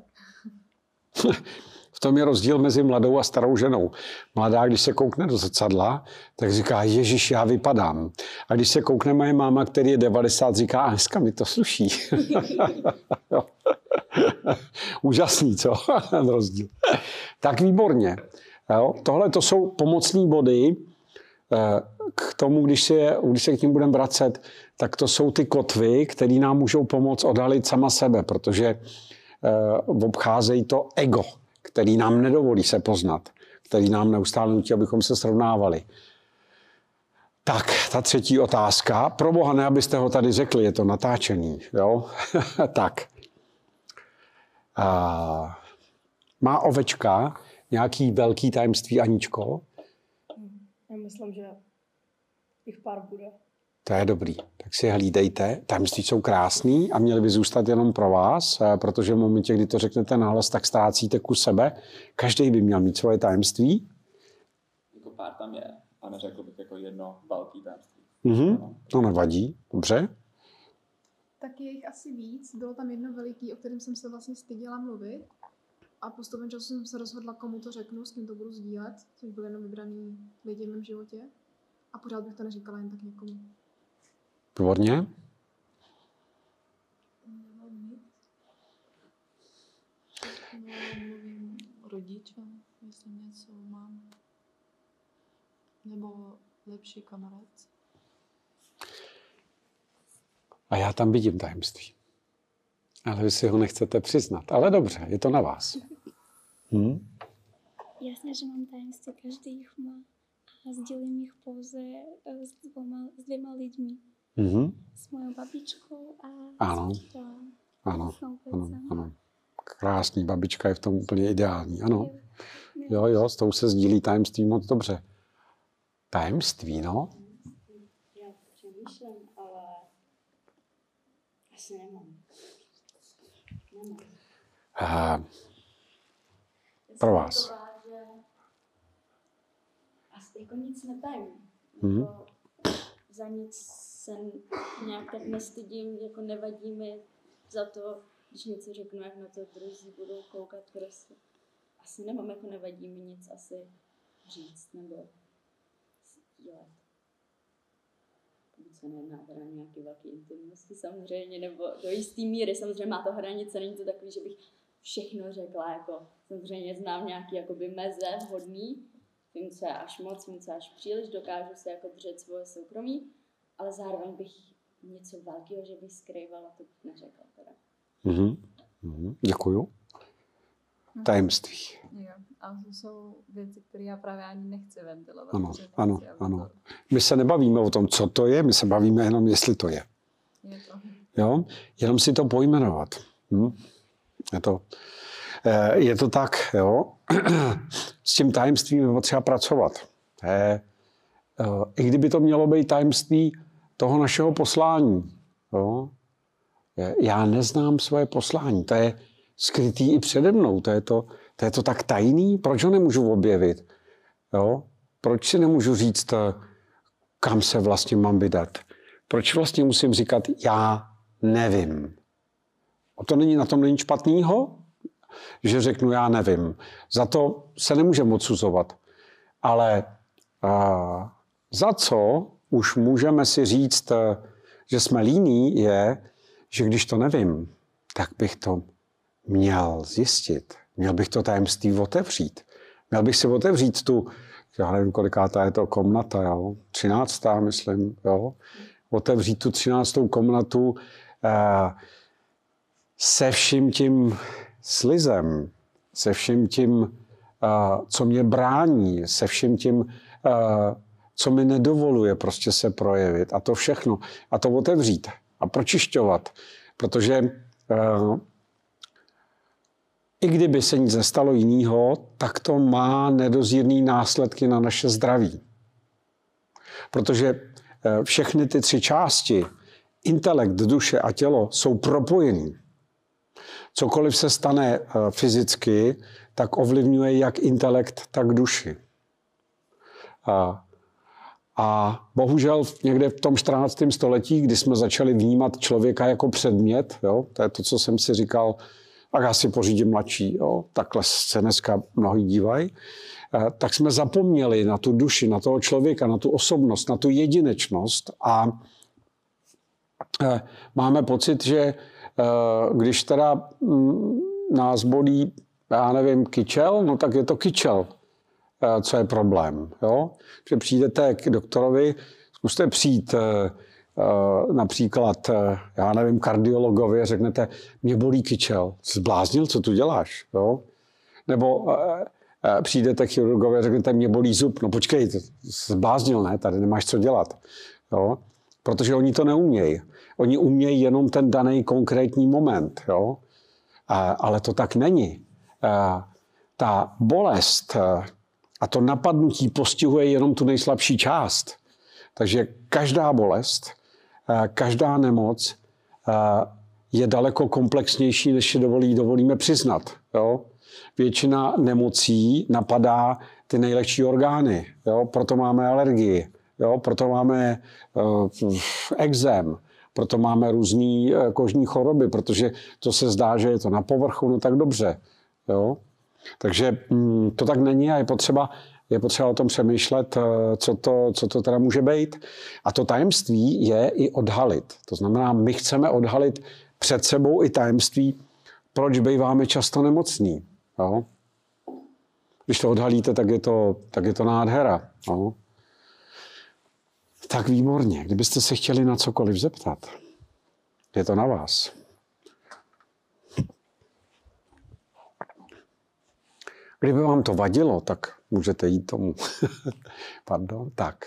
V tom je rozdíl mezi mladou a starou ženou. Mladá, když se koukne do zrcadla, tak říká, Ježíš, já vypadám. A když se koukne moje máma, který je 90, říká, a dneska mi to sluší. Úžasný, co? Ten rozdíl. Tak výborně. Tohle to jsou pomocné body. K tomu, když se k tím budeme vracet, tak to jsou ty kotvy, které nám můžou pomoct odhalit sama sebe, protože obcházejí to ego, který nám nedovolí se poznat. který nám neustále nutí, abychom se srovnávali. Tak, ta třetí otázka. Pro boha, ne, abyste ho tady řekli, je to natáčený. Jo? Tak. Má ovečka nějaký velký tajemství, Aničko? Já myslím, že jich pár bude. To je dobrý. Tak si hlídejte. Tajemství jsou krásný a měly by zůstat jenom pro vás, protože v momentě, kdy to řeknete nahlas, tak ztrácíte kus sebe. Každý by měl mít svoje tajemství. Jako pár tam je, a neřekl bych jako jedno velký tajemství. To nevadí. Dobře. Tak je jich asi víc. Bylo tam jedno veliký, o kterém jsem se vlastně styděla mluvit. A postupem času jsem se rozhodla, komu to řeknu, s kým to budu sdílet, což byly jenom vybraný lidi v mém životě. A pořád bych to neříkala jen tak někomu. Výborně. Nemám nic. Mluvím rodičům, jestli něco mám. Nebo lepší kamarád. A já tam vidím tajemství. Ale vy si ho nechcete přiznat. Ale dobře, je to na vás. Jasně, že mám tajemství, každý jich má. A sdělím jich pouze s dvěma lidmi. S mojou babičkou a Ano. s Ano. Krásný, babička je v tom úplně ideální. Ano. Jo, s tou se sdílí tajemství moc dobře. Tajemství, no. Já přemýšlím, ale asi nemám. Pro vás. Taková, že asi jako nic netajím. Jako za nic se nějak tak nestydím, jako nevadí mi za to, když něco řeknu, jak na to druzí budou koukat, prostě. Asi nemám, jako nevadí mi nic asi říct nebo sdílet. Pokud se nejedná teda nějaké velké intimnosti samozřejmě, nebo do jisté míry, samozřejmě má to hranice, není to takový, že bych všechno řekla, jako samozřejmě znám nějaký jakoby meze vhodný, vím, co je až moc, vím, co je až příliš, dokážu se jako držet svoje soukromí, ale zároveň bych něco velkého, že bych skrývala, to bych neřekla teda. Děkuju. Tajemství. Jo. A to jsou věci, které já právě ani nechci ventilovat. Ano. My se nebavíme o tom, co to je, my se bavíme jenom, jestli to je. Je to. Jo? Jenom si to pojmenovat. Je to tak, jo. S tím tajemstvím je potřeba pracovat. I kdyby to mělo být tajemství toho našeho poslání. Jo. Já neznám svoje poslání. To je skrytý i přede mnou. To je to tak tajný. Proč ho nemůžu objevit? Jo. Proč si nemůžu říct, kam se vlastně mám vydat? Proč vlastně musím říkat, já nevím? Na tom není špatnýho, že řeknu, já nevím. Za to se nemůžeme odsuzovat. Ale za co už můžeme si říct, že jsme líní, je, že když to nevím, tak bych to měl zjistit. Měl bych to tajemství otevřít. Měl bych si otevřít tu, já nevím, kolikátá je to komnata, jo? 13. myslím, jo? Otevřít tu 13. komnatu se vším tím slizem, se vším tím, co mě brání, se vším tím, co mi nedovoluje prostě se projevit. A to všechno. A to otevřít a pročišťovat. Protože i kdyby se nic nestalo jiného, tak to má nedozírné následky na naše zdraví. Protože všechny ty tři části, intelekt, duše a tělo, jsou propojený. Cokoliv se stane fyzicky, tak ovlivňuje jak intelekt, tak duši. A bohužel někde v tom 14. století, kdy jsme začali vnímat člověka jako předmět, jo, to je to, co jsem si říkal, tak já si pořídím mladší, jo, takhle se dneska mnohí dívají, tak jsme zapomněli na tu duši, na toho člověka, na tu osobnost, na tu jedinečnost a máme pocit, že když teda nás bolí, já nevím, kyčel, no tak je to kyčel, co je problém. Jo? Že přijdete k doktorovi, zkuste přijít například, já nevím, kardiologovi a řeknete, mě bolí kyčel. Jsi zbláznil, co tu děláš? Jo? Nebo přijdete k chirurgovi a řeknete, mě bolí zub. No počkej, to jsi zbláznil, ne? Tady nemáš co dělat. Jo? Protože oni to neumějí. Oni umějí jenom ten daný konkrétní moment. Jo? Ale to tak není. Ta bolest a to napadnutí postihuje jenom tu nejslabší část. Takže každá bolest, každá nemoc je daleko komplexnější, než si dovolíme přiznat. Jo? Většina nemocí napadá ty nejlehčí orgány. Jo? Proto máme alergii, jo? Proto máme ekzém, proto máme různé kožní choroby, protože to se zdá, že je to na povrchu, no tak dobře. Jo? Takže to tak není a je potřeba o tom přemýšlet, co to teda může být. A to tajemství je i odhalit. To znamená, my chceme odhalit před sebou i tajemství, proč býváme často nemocní. Jo? Když to odhalíte, tak je to nádhera. Jo? Tak výborně. Kdybyste se chtěli na cokoliv zeptat, je to na vás. Kdyby vám to vadilo, tak můžete jít tomu. Pardon, tak.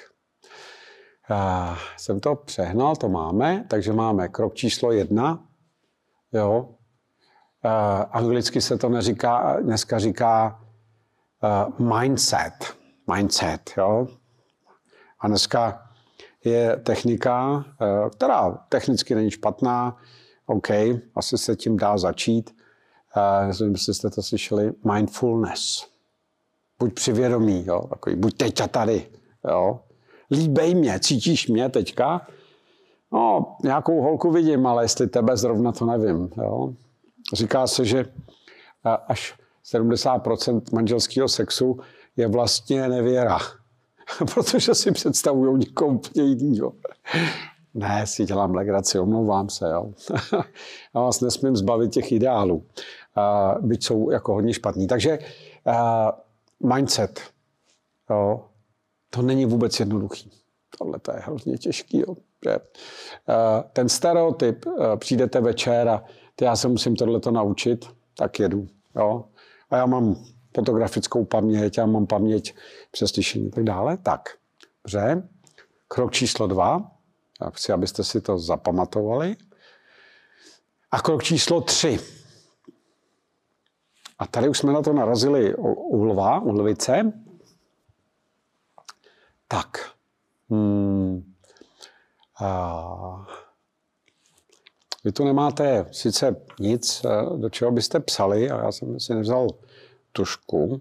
Jsem to přehnal, to máme, takže máme krok číslo 1. Jo. Anglicky se to dneska říká mindset. Mindset, jo. A dneska je technika, která technicky není špatná, OK, asi se tím dá začít. Nevím, jestli jste to slyšeli, mindfulness. Buď přivědomý, jo, takový, buď teď a tady, jo. Líbej mě, cítíš mě teďka? No, nějakou holku vidím, ale jestli tebe zrovna, to nevím, jo. Říká se, že až 70% manželského sexu je vlastně nevěra. Protože si představují někoho úplně jinýho. Ne, si dělám legraci, omlouvám se, jo. Já vás nesmím zbavit těch ideálů. Byť jsou jako hodně špatný. Takže mindset, jo, to není vůbec jednoduchý. Tohle to je hrozně těžký. Jo. Ten stereotyp, přijdete večer a já se musím tohleto naučit, tak jedu. Jo. A já mám fotografickou paměť, já mám paměť přes slyšení a tak dále. Tak, dobře. Krok číslo 2. Já chci, abyste si to zapamatovali. A krok číslo 3. A tady už jsme na to narazili u lva, u lvice. Tak. Vy tu nemáte sice nic, do čeho byste psali, a já jsem si nevzal tužku,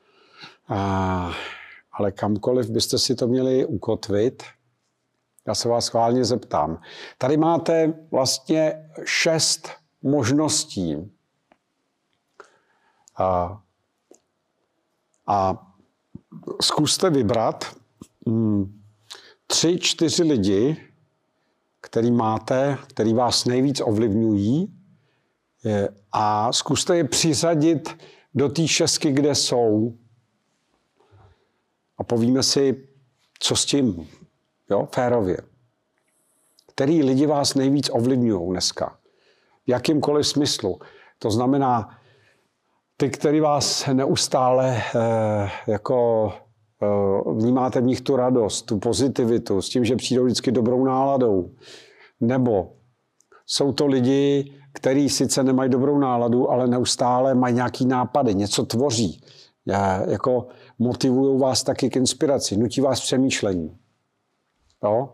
ale kamkoliv byste si to měli ukotvit, já se vás schválně zeptám. Tady máte vlastně 6 možností. A zkuste vybrat 3-4 lidi, který máte, který vás nejvíc ovlivňují, a zkuste je přiřadit do té 6, kde jsou. A povíme si, co s tím, jo, férově. Který lidi vás nejvíc ovlivňují dneska. V jakýmkoliv smyslu. To znamená, ty, který vás neustále vnímáte v nich tu radost, tu pozitivitu, s tím, že přijdou vždycky dobrou náladou. Nebo jsou to lidi, kteří sice nemají dobrou náladu, ale neustále mají nějaký nápady, něco tvoří. Jako motivují vás taky k inspiraci, nutí vás přemýšlení. Jo?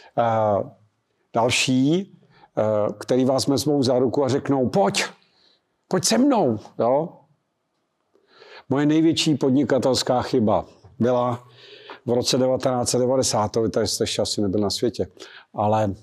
Další, který vás vezmou za ruku a řeknou, pojď se mnou. Jo? Moje největší podnikatelská chyba byla v roce 1990, vy tady jste ještě asi nebyl na světě, ale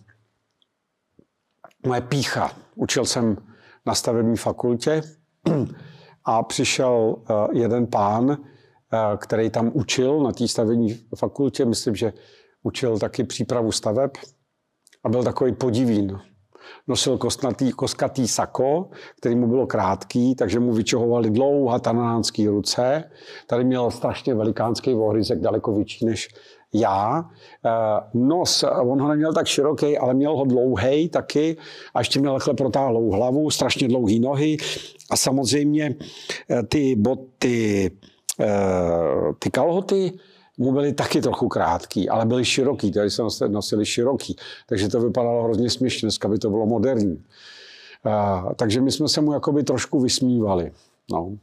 moje pýcha. Učil jsem na stavební fakultě a přišel jeden pán, který tam učil na té stavební fakultě, myslím, že učil taky přípravu staveb a byl takový podivín. Nosil koskatý sako, který mu bylo krátký, takže mu vyčohovaly dlouhá tanánský ruce. Tady měl strašně velikánský ohryzek, daleko větší než já. Nos, on ho neměl tak široký, ale měl ho dlouhej taky a ještě měl takhle protáhlou hlavu, strašně dlouhý nohy a samozřejmě ty boty ty kalhoty mu byly taky trochu krátký, ale byly široký, tady se nosili široký, takže to vypadalo hrozně směšně, dneska by to bylo moderní. Takže my jsme se mu jakoby trošku vysmívali. No.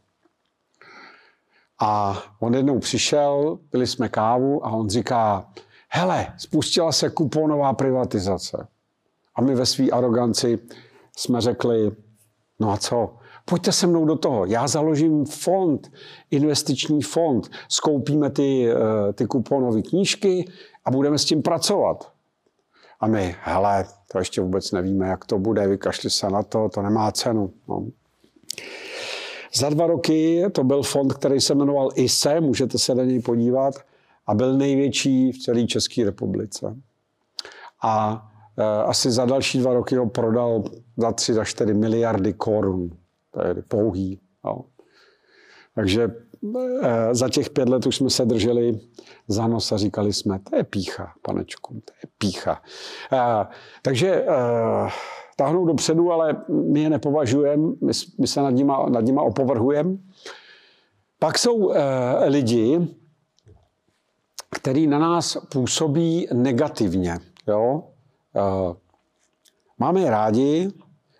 A on jednou přišel, pili jsme kávu a on říká, hele, spustila se kuponová privatizace. A my ve své aroganci jsme řekli, no a co? Pojďte se mnou do toho. Já založím fond, investiční fond, skoupíme ty kuponové knížky a budeme s tím pracovat. A my, hele, to ještě vůbec nevíme, jak to bude, vykašli se na to, to nemá cenu. No. Za 2 roky to byl fond, který se jmenoval ISE, můžete se na něj podívat, a byl největší v celé České republice. A asi za další 2 roky ho prodal za 3-4 miliardy korun. To je pouhý. No. Takže za těch 5 let už jsme se drželi za nos a říkali jsme, to je pýcha, panečku, to je pýcha. Takže táhnou dopředu, ale my je nepovažujeme, my se nad nima opovrhujeme. Pak jsou lidi, který na nás působí negativně. Jo? Máme je rádi,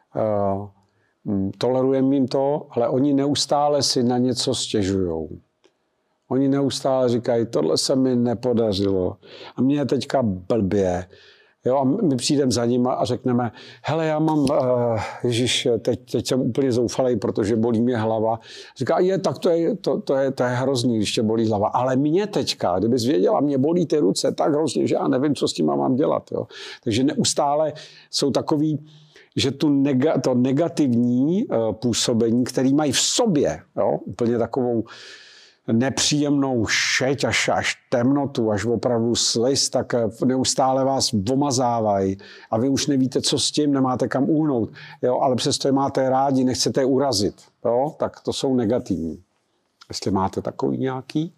tolerujeme jim to, ale oni neustále si na něco stěžujou. Oni neustále říkají, tohle se mi nepodařilo a mně je teďka blbě. Jo, a my přijdeme za nima a řekneme, hele, já mám, ježiš, teď jsem úplně zoufalej, protože bolí mě hlava. Říká, tak to je hrozný, když tě bolí hlava. Ale mě teďka, kdybys věděla, mě bolí ty ruce tak hrozně, že já nevím, co s tím mám dělat. Jo. Takže neustále jsou takový, že to negativní působení, který mají v sobě, jo, úplně takovou nepříjemnou šeť, až temnotu, až opravdu sliz, tak neustále vás omazávají a vy už nevíte, co s tím, nemáte kam uhnout, jo, ale přesto je máte rádi, nechcete je urazit, jo, tak to jsou negativní. Jestli máte takový nějaký.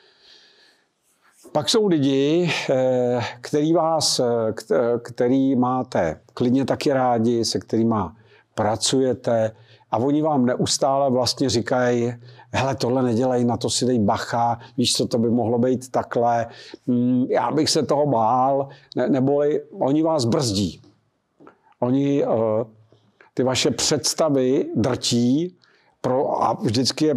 Pak jsou lidi, který máte klidně taky rádi, se kterými pracujete a oni vám neustále vlastně říkají, hele, tohle nedělej, na to si dej bacha, víš co, to by mohlo být takhle, já bych se toho bál, neboli oni vás brzdí. Oni ty vaše představy drtí a vždycky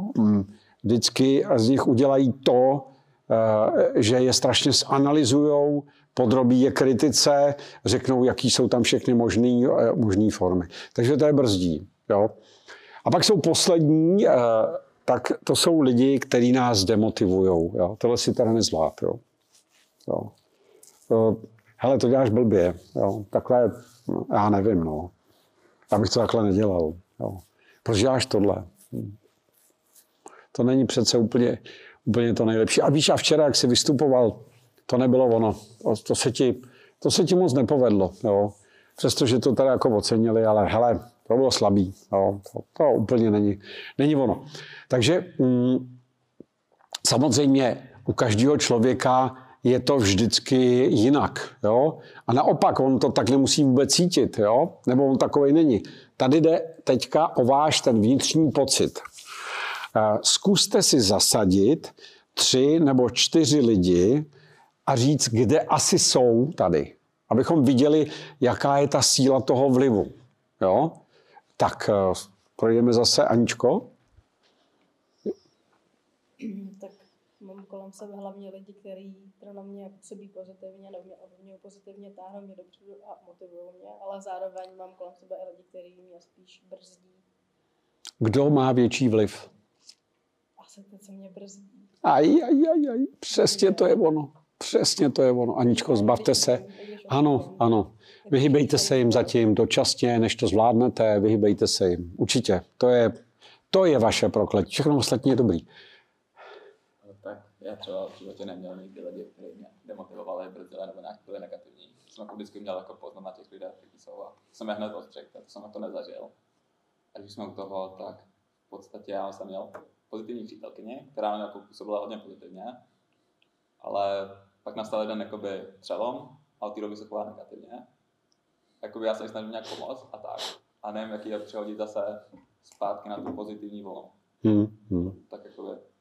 z nich udělají to, že je strašně zanalyzujou, podrobí je kritice, řeknou, jaký jsou tam všechny možné formy. Takže to je brzdí. Jo? A pak jsou poslední, tak to jsou lidi, kteří nás demotivují. Tohle si teda nezvlád. Jo? Hele, to děláš blbě. Jo? Takhle, já nevím. No. Já bych to takhle nedělal. Jo? Proč děláš tohle? To není přece úplně to nejlepší. A víš, a včera, jak jsi vystupoval, to nebylo ono. To se ti moc nepovedlo. Jo? Přestože to tady jako ocenili, ale hele, to bylo slabý. Jo? To úplně není ono. Takže samozřejmě u každého člověka je to vždycky jinak. Jo? A naopak, on to tak nemusí vůbec cítit. Jo? Nebo on takovej není. Tady jde teďka o váš ten vnitřní pocit. Zkuste si zasadit 3 nebo 4 lidi a říct, kde asi jsou tady. Abychom viděli, jaká je ta síla toho vlivu. Jo? Tak projdeme zase, Aničko. Tak mám kolem sebe hlavně lidi, kteří na mě působí pozitivně, nebo mě pozitivně táhnou mě dopředu a motivují mě, ale zároveň mám kolem sebe i lidi, kteří mě spíš brzdí. Kdo má větší vliv? Asi to, co mě brzdí. Přesně to je ono. Přesně to je ono. Aničko, zbavte se. Ano. Vyhybejte se jim zatím dočasně, než to zvládnete, vyhybejte se jim. Určitě. To je vaše prokletí. Všechno ostatní je dobrý. Tak já třeba v životě neměl nikdy lidi, kteří mě demotivovali, brzdili nebo nějak byli negativní. Jsem jako vždycky měl jako poznat na těch lidech, jaký jsou. A jsem je hned odstřih, tak jsem na to nezažil. A když jsme u toho, tak v podstatě já jsem měl pozitivní přítelkyni, která mě jako působila hodně pozitivně, ale pak nastal jeden jakoby přelom a od té doby se chová negativně. Jakoby já se snažím nějak pomoct a tak. A nevím, jaký je přehodit zase zpátky na tu pozitivní vlnu. Tak jakoby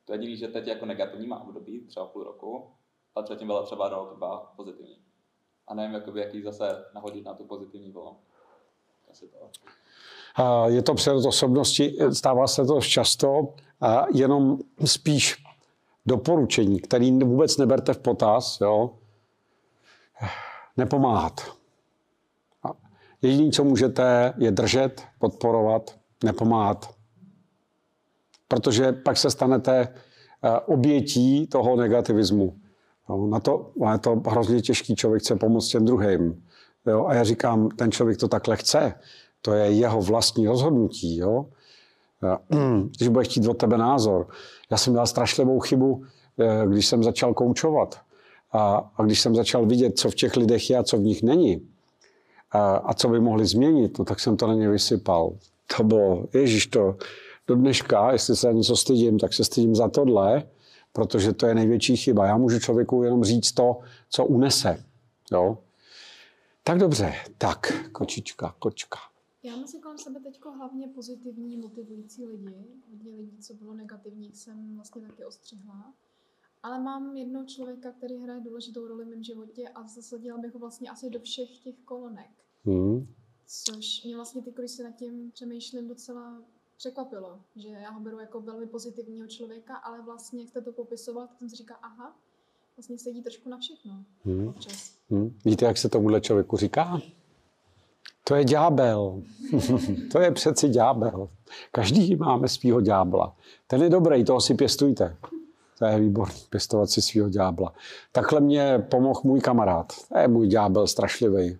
To je diví, že teď jako negativní má období, třeba půl roku, a předtím byla třeba rok, dva pozitivní. A nevím, jakoby, jaký zase nahodit na tu pozitivní vlnu. Asi to. Je to přerod osobnosti, stává se to často, jenom spíš doporučení, který vůbec neberte v potaz, jo? Nepomáhat. Jediné, co můžete, je držet, podporovat, nepomáhat. Protože pak se stanete obětí toho negativismu. Na to je to hrozně těžký, člověk chce pomoct těm druhým. Jo? A já říkám, ten člověk to takhle chce. To je jeho vlastní rozhodnutí. Jo? Když bude chtít od tebe názor. Já jsem dělal strašlivou chybu, když jsem začal koučovat. A když jsem začal vidět, co v těch lidech je a co v nich není. A co by mohli změnit, tak jsem to na ně vysypal. To bylo, ježiš, to do dneška, jestli se za něco stydím, tak se stydím za tohle, protože to je největší chyba. Já můžu člověku jenom říct to, co unese. Jo? Tak dobře, tak, kočka. Já mám si kolem sebe teď hlavně pozitivní, motivující lidi. Hodně lidí, co bylo negativních, jsem vlastně taky ostřihla. Ale mám jednoho člověka, který hraje důležitou roli v mém životě a zasadila bych ho vlastně asi do všech těch kolonek. Což mě vlastně teď, když si nad tím přemýšlím, docela překvapilo, že já ho beru jako velmi pozitivního člověka, ale vlastně, jak jste to popisoval, tak jsem si říkala, aha, vlastně sedí trošku na všechno občas. Víte, jak se tomuhle člověku říká? To je ďábel. To je přeci ďábel. Každý máme svýho ďábla. Ten je dobrý, toho si pěstujte. To je výborný, pěstovat si svýho ďábla. Takhle mě pomohl můj kamarád. To je můj ďábel strašlivý.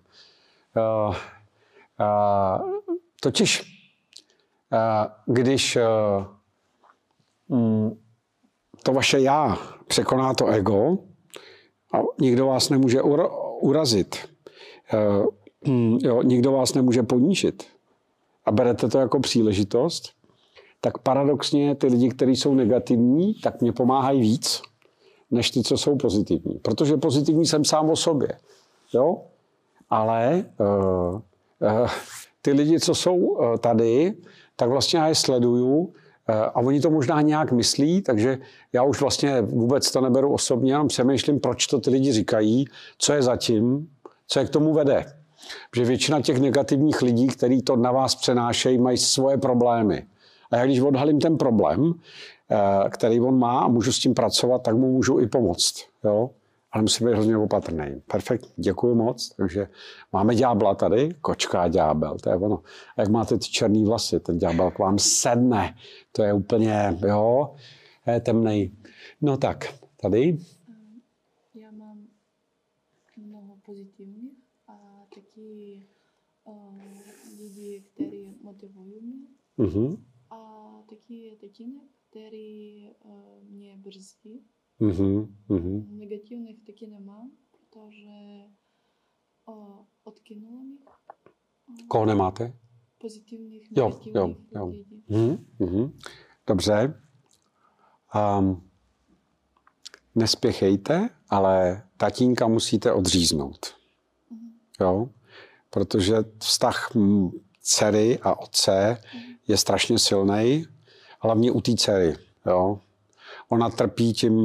Totiž, když to vaše já překoná to ego a nikdo vás nemůže urazit, nikdo vás nemůže ponížit a berete to jako příležitost, tak paradoxně ty lidi, kteří jsou negativní, tak mě pomáhají víc, než ty, co jsou pozitivní. Protože pozitivní jsem sám o sobě. Jo? Ale ty lidi, co jsou tady, tak vlastně já je sleduju a oni to možná nějak myslí, takže já už vlastně vůbec to neberu osobně, jenom přemýšlím, proč to ty lidi říkají, co je zatím, co je k tomu vede. Protože většina těch negativních lidí, kteří to na vás přenášejí, mají svoje problémy. A já když odhalím ten problém, který on má a můžu s tím pracovat, tak mu můžu i pomoct. Jo? Ale musím být hrozně opatrný. Perfekt, děkuji moc. Takže máme ďábla tady, kočka a ďábel, to je ono. A jak máte ty černý vlasy, ten ďábel k vám sedne. To je úplně, jo, je temnej. No tak, tady. Já mám mnoho pozitivních a taky lidi, kteří motivují mě. A taky tatínek, který mě brzdí. Negativních taky nemám, protože odkynula mě. Koho nemáte? Pozitivních, negativních lidí. Dobře. Nespěchejte, ale tatínka musíte odříznout. Jo? Protože vztah dcery a otce je strašně silný, hlavně u té dcery. Jo? Ona trpí tím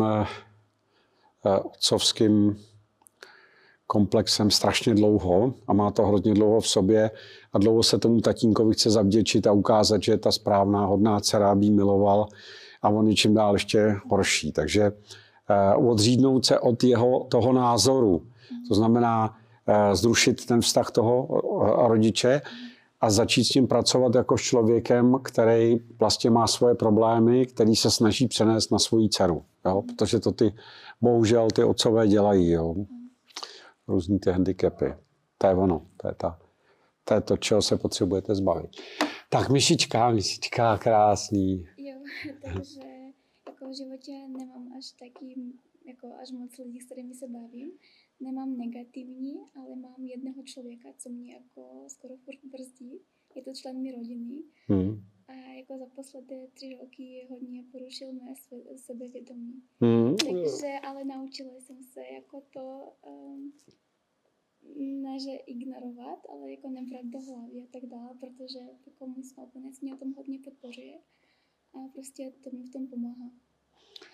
otcovským komplexem strašně dlouho a má to hodně dlouho v sobě a dlouho se tomu tatínkovi chce zavděčit a ukázat, že je ta správná, hodná dcera, aby jí miloval a on je čím dál ještě horší. Takže odřídnout se od toho názoru, to znamená zrušit ten vztah toho rodiče a začít s tím pracovat jako s člověkem, který vlastně má svoje problémy, který se snaží přenést na svoji dceru. Jo? Protože to bohužel ty otcové dělají. Jo? Různý ty handicapy. To je ono. To je to, čeho se potřebujete zbavit. Tak myšička, krásný. Jo, takže jako v životě nemám až moc lidí, s kterými se bavím. Nemám negativní, ale mám jednoho člověka, co mě jako skoro furt brzdí. Je to člen mé rodiny. A jako za poslední 3 roky hodně porušil mé sebevědomí. Takže ale naučila jsem se jako to ne, že ignorovat, ale jako nebrat do hlavy a tak dále, protože jako můj snoubenec mě o tom hodně podpořuje a prostě to mi v tom pomáhá.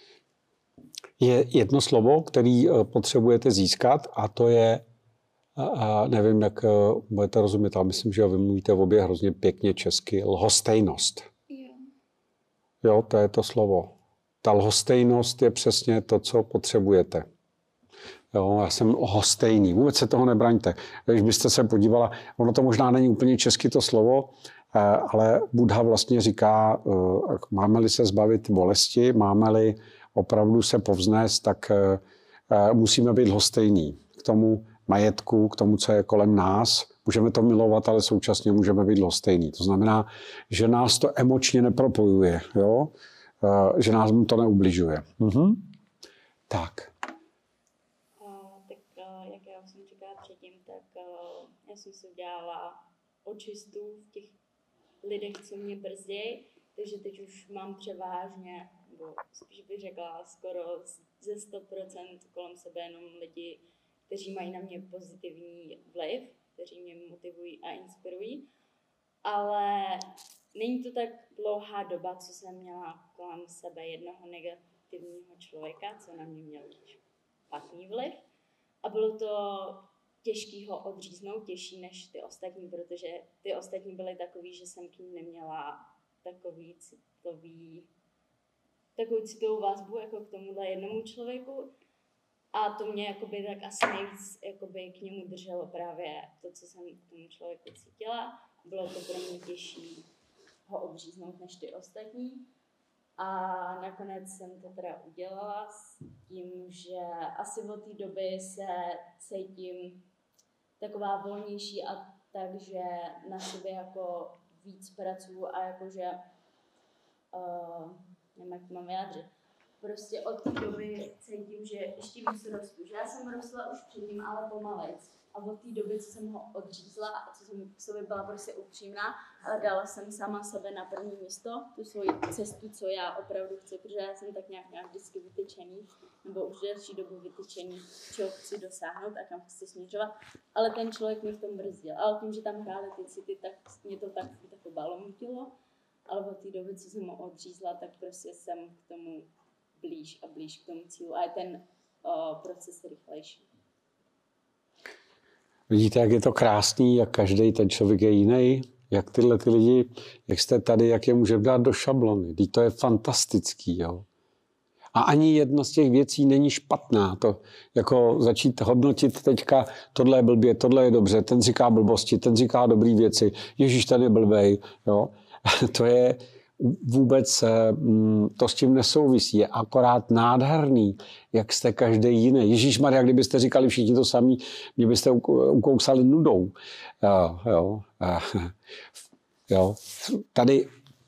je jedno slovo, který potřebujete získat a to je, nevím, jak budete rozumět, ale myslím, že vy mluvíte obě hrozně pěkně česky, lhostejnost. Jo, to je to slovo. Ta lhostejnost je přesně to, co potřebujete. Jo, já jsem lhostejný. Vůbec se toho nebraňte. Když byste se podívala, ono to možná není úplně česky to slovo, ale Buddha vlastně říká, máme-li se zbavit bolesti, máme-li opravdu se povznést, tak musíme být lhostejní k tomu majetku, k tomu, co je kolem nás. Můžeme to milovat, ale současně můžeme být lhostejní. To znamená, že nás to emočně nepropojuje, jo? Že nás to neubližuje. Tak. Jak já jsem říkala předtím, tak já jsem si udělala očistu v těch lidech, co mě brzdějí, takže teď už mám převážně, nebo spíš bych řekla skoro ze 100% kolem sebe jenom lidi, kteří mají na mě pozitivní vliv, kteří mě motivují a inspirují, ale není to tak dlouhá doba, co jsem měla kolem sebe jednoho negativního člověka, co na mě měl špatný vliv. A bylo to těžký ho odříznout, těžší než ty ostatní, protože ty ostatní byly takový, že jsem k ním neměla takovou citovou vazbu jako k tomuhle jednomu člověku. A to mě jakoby tak asi nejvíc jakoby k němu drželo právě to, co jsem k tomu člověku cítila. Bylo to pro mě těžší ho odříznout než ty ostatní. A nakonec jsem to teda udělala s tím, že asi od té doby se cítím taková volnější a takže na sobě jako víc pracuju a jakože, nevím, jak to mám vyjádřit, prostě od té doby cítím, že ještě víc rostu. Že já jsem rostla už předtím, ale pomalejc. A od té doby, co jsem ho odřízla a co jsem k sobě byla prostě upřímná, ale dala jsem sama sebe na první místo, tu svoji cestu, co já opravdu chci, protože já jsem tak nějak vždycky vytyčený, nebo už delší dobu vytyčený, čeho chci dosáhnout a kam chci směřovat. Ale ten člověk mě v tom brzdil. Ale tím, že tam hrály ty city, tak mě to tak jako balomutilo. Ale od té doby, co jsem ho odřízla, tak prostě jsem k tomu blíž a blíž k tomu cílu. A je ten proces rychlejší. Vidíte, jak je to krásný, jak každý ten člověk je jiný, jak tyhle ty lidi, jak jste tady, jak je můžeme dát do šablony. Teď to je fantastický, jo. A ani jedna z těch věcí není špatná. To jako začít hodnotit teďka, tohle je blbě, tohle je dobře, ten říká blbosti, ten říká dobrý věci, Ježíš, ten je blbej, jo. To je vůbec, to s tím nesouvisí, je akorát nádherný, jak jste každý jiný. Ježíšmarja, kdybyste říkali všichni to samý, mě byste ukousali nudou. Jo. Tady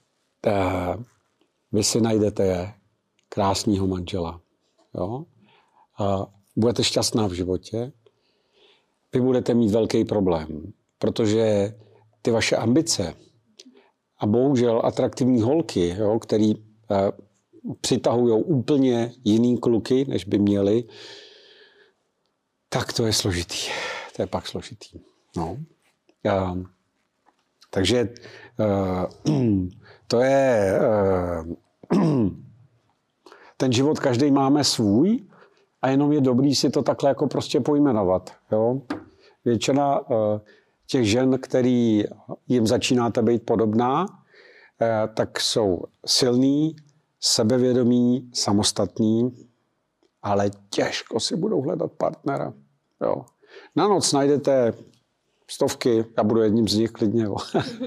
vy si najdete krásného manžela. Jo. Budete šťastná v životě. Vy budete mít velký problém, protože ty vaše ambice a bohužel atraktivní holky, jo, který přitahují úplně jiný kluky, než by měli, tak to je složitý. To je pak složitý. No. Takže to je... ten život každý máme svůj a jenom je dobrý si to takhle jako prostě pojmenovat. Jo? Většina těch žen, který jim začínáte být podobná, tak jsou silný, sebevědomí, samostatní, ale těžko si budou hledat partnera. Jo. Na noc najdete stovky, já budu jedním z nich klidně. Jo.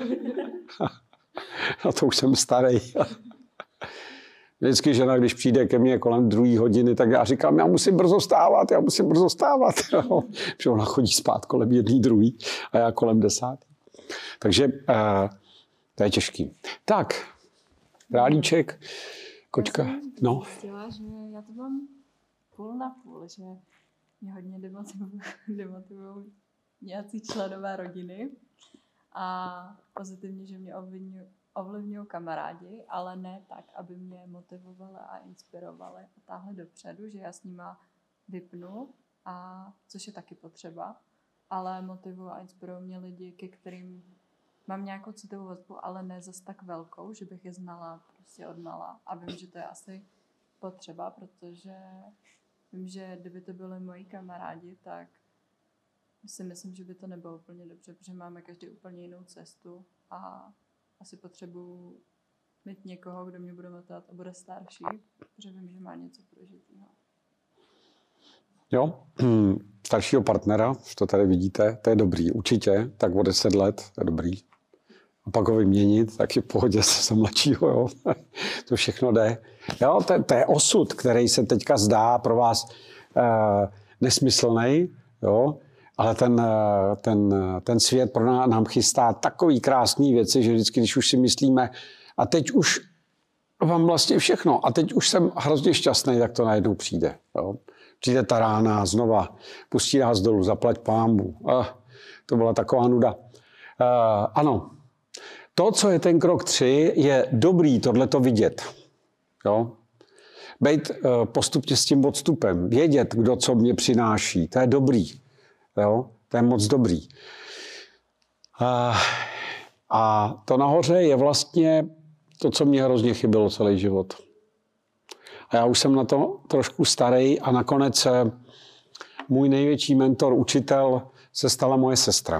A to už jsem starý. Vždycky žena, když přijde ke mně kolem 2 hodiny, tak já říkám, já musím brzo stávat. Jo. Protože ona chodí spát kolem 1, 2 a já kolem 10. Takže to je těžký. Tak, králíček, kočka. No. Zjistila, že já to mám půl na půl, že mě hodně demotivují nějací členové rodiny a pozitivně, že mě ovlivňují kamarádi, ale ne tak, aby mě motivovali a inspirovali a táhli dopředu, že já s nima vypnu, a což je taky potřeba, ale motivují a inspirují mě lidi, ke kterým mám nějakou citovou vazbu, ale ne zas tak velkou, že bych je znala prostě odmala a vím, že to je asi potřeba, protože vím, že kdyby to byli moji kamarádi, tak si myslím, že by to nebylo úplně dobře, protože máme každý úplně jinou cestu a asi potřebuji mít někoho, kdo mě bude motivovat a bude starší, protože vím, že má něco prožitého. Jo, staršího partnera, to tady vidíte, to je dobrý, určitě, tak o 10 let, to je dobrý. A pak ho vyměnit, tak je v pohodě se mladšího, jo. To všechno jde. Jo, to je osud, který se teďka zdá pro vás nesmyslný, jo, ale ten svět pro nám chystá takový krásný věci, že vždycky, když už si myslíme, a teď už vám vlastně všechno, a teď už jsem hrozně šťastný, tak to najednou přijde, jo. Přijde ta rána znova, pustí nás dolů, zaplať pánbu. To byla taková nuda. Ano, to, co je ten krok 3, je dobrý tohleto vidět. Jo? Bejt postupně s tím odstupem, vědět, kdo co mě přináší, to je dobrý. Jo? To je moc dobrý. A to nahoře je vlastně to, co mě hrozně chybělo celý život. A já už jsem na to trošku starý a nakonec můj největší mentor, učitel, se stala moje sestra,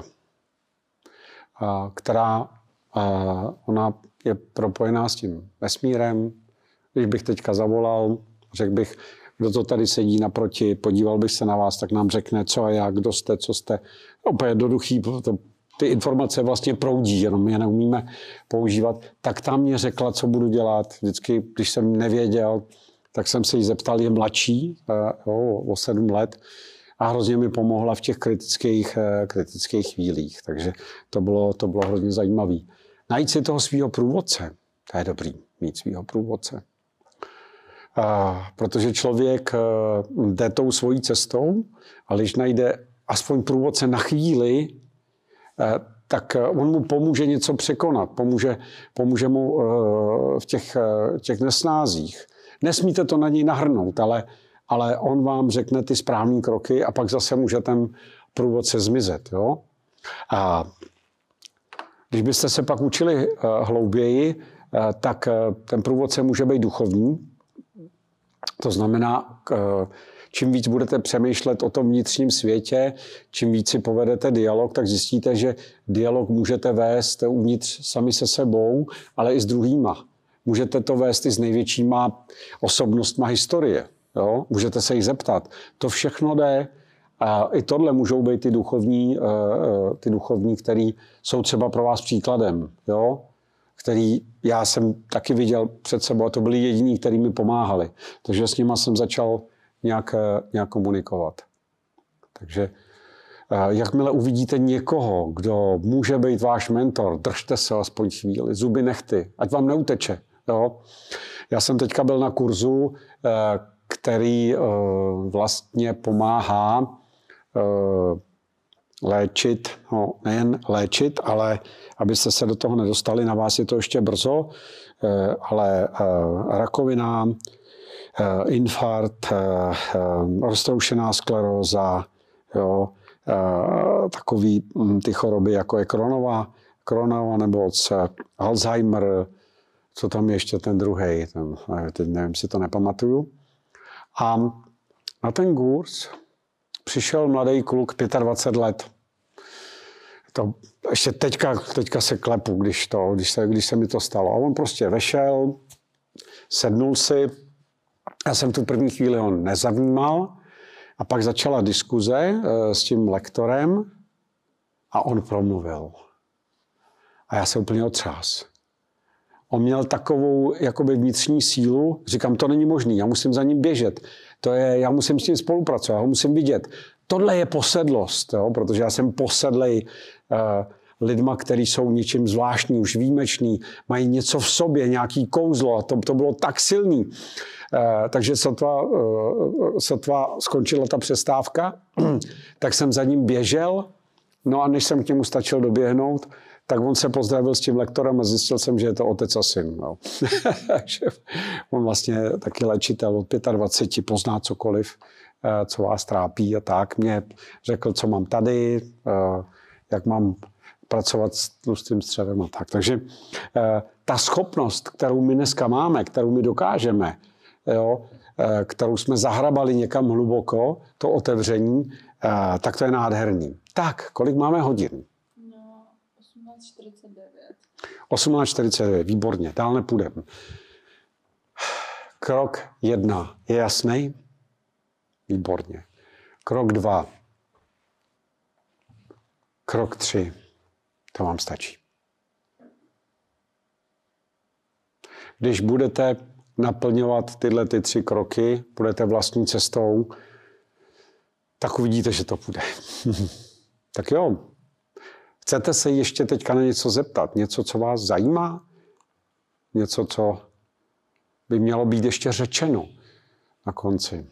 která ona je propojená s tím vesmírem. Když bych teďka zavolal, řekl bych, kdo to tady sedí naproti, podíval bych se na vás, tak nám řekne, co a jak, kdo jste, co jste. Úplně jednoduchý, ty informace vlastně proudí, jenom je neumíme používat. Tak tam mě řekla, co budu dělat. Vždycky, když jsem nevěděl, tak jsem se jí zeptal, je mladší, o 7 let, a hrozně mi pomohla v těch kritických chvílích. Takže to bylo hrozně zajímavé. Najít si toho svého průvodce, to je dobrý, mít svého průvodce. Protože člověk jde tou svojí cestou, ale když najde aspoň průvodce na chvíli, tak on mu pomůže něco překonat, pomůže mu v těch nesnázích. Nesmíte to na něj nahrnout, ale on vám řekne ty správné kroky a pak zase může ten průvodce zmizet. Jo? A když byste se pak učili hlouběji, tak ten průvodce může být duchovní. To znamená, čím víc budete přemýšlet o tom vnitřním světě, čím víc si povedete dialog, tak zjistíte, že dialog můžete vést uvnitř sami se sebou, ale i s druhýma. Můžete to vést i s největšíma osobnostma historie. Jo? Můžete se jich zeptat. To všechno jde. A i tohle můžou být ty duchovní, který jsou třeba pro vás příkladem. Jo? Který já jsem taky viděl před sebou a to byli jediní, kteří mi pomáhali. Takže s nima jsem začal nějak komunikovat. Takže jakmile uvidíte někoho, kdo může být váš mentor, držte se aspoň chvíli, zuby nechty, ať vám neuteče. Jo? Já jsem teďka byl na kurzu, který vlastně pomáhá léčit, no nejen léčit, ale abyste se do toho nedostali, na vás je to ještě brzo, ale rakovina, infarkt, roztroušená skleróza, jo, takový ty choroby, jako je Crohnova nemoc, Alzheimer, co tam ještě ten druhej, teď nevím, si to nepamatuju. A na ten kurz přišel mladý kluk, 25 let. To ještě teďka se klepu, když se mi to stalo. A on prostě vešel, sednul si, já jsem tu první chvíli ho nezavnímal a pak začala diskuze s tím lektorem a on promluvil. A já se úplně otřás. On měl takovou jakoby vnitřní sílu, říkám, to není možný, já musím za ním běžet. Já musím s ním spolupracovat, já ho musím vidět. Tohle je posedlost, jo? Protože já jsem posedlej lidma, kteří jsou ničím zvláštní, už výjimečný, mají něco v sobě, nějaký kouzlo a to bylo tak silný. Takže sotva skončila ta přestávka, tak jsem za ním běžel, no a než jsem k němu stačil doběhnout, tak on se pozdravil s tím lektorem a zjistil jsem, že je to otec a syn. No. On vlastně taky léčitel od 25, pozná cokoliv, co vás trápí a tak. Mě řekl, co mám tady, jak mám pracovat s tlustým střevem a tak. Takže ta schopnost, kterou my dneska máme, kterou my dokážeme, jo, kterou jsme zahrabali někam hluboko, to otevření, tak to je nádherný. Tak, kolik máme hodin? No, 18:49. 18:49, výborně, dál nepůjdeme. Krok 1 je jasný? Výborně. Krok 2. Krok 3. To vám stačí. Když budete naplňovat tyhle 3 kroky, budete vlastní cestou, tak uvidíte, že to půjde. Tak jo. Chcete se ještě teďka na něco zeptat? Něco, co vás zajímá? Něco, co by mělo být ještě řečeno na konci?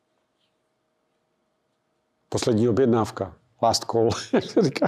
Poslední objednávka. Last call, jak se říká.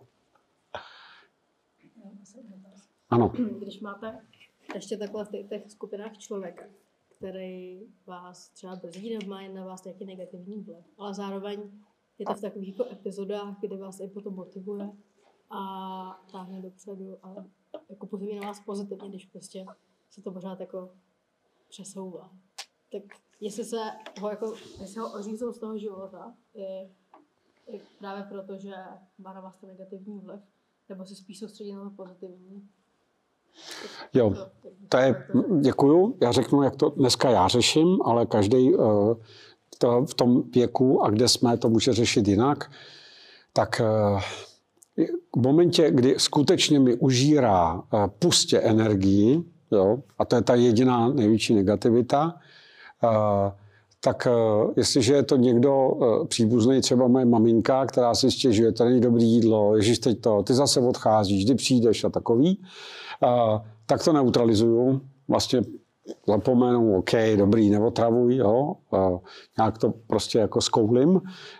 Ano. Když máte ještě takhle v těch skupinách člověka, který vás třeba brzdí nebo má na vás nějaký negativní vliv, ale zároveň je to v takových jako epizodách, kdy vás i potom motivuje a táhne dopředu a jako působí na vás pozitivně, když prostě se to pořád jako přesouvá. Tak jestli se ho oříznou z toho života, je právě proto, že má na vás ten negativní vliv, nebo se spíš soustředí na to pozitivní. Jo, to je, děkuju. Já řeknu, jak to dneska já řeším, ale každý v tom věku a kde jsme, to může řešit jinak. Tak v momentě, kdy skutečně mi užírá pustě energii, jo, a to je ta jediná největší negativita, tak jestliže je to někdo příbuzný, třeba moje maminka, která si stěžuje, to není dobré jídlo, ježiš, teď to, ty zase odcházíš, kdy přijdeš a takový, tak to neutralizuju. Vlastně zapomenu, OK, dobrý, neotravuj, jo, nějak to prostě jako zkoulím,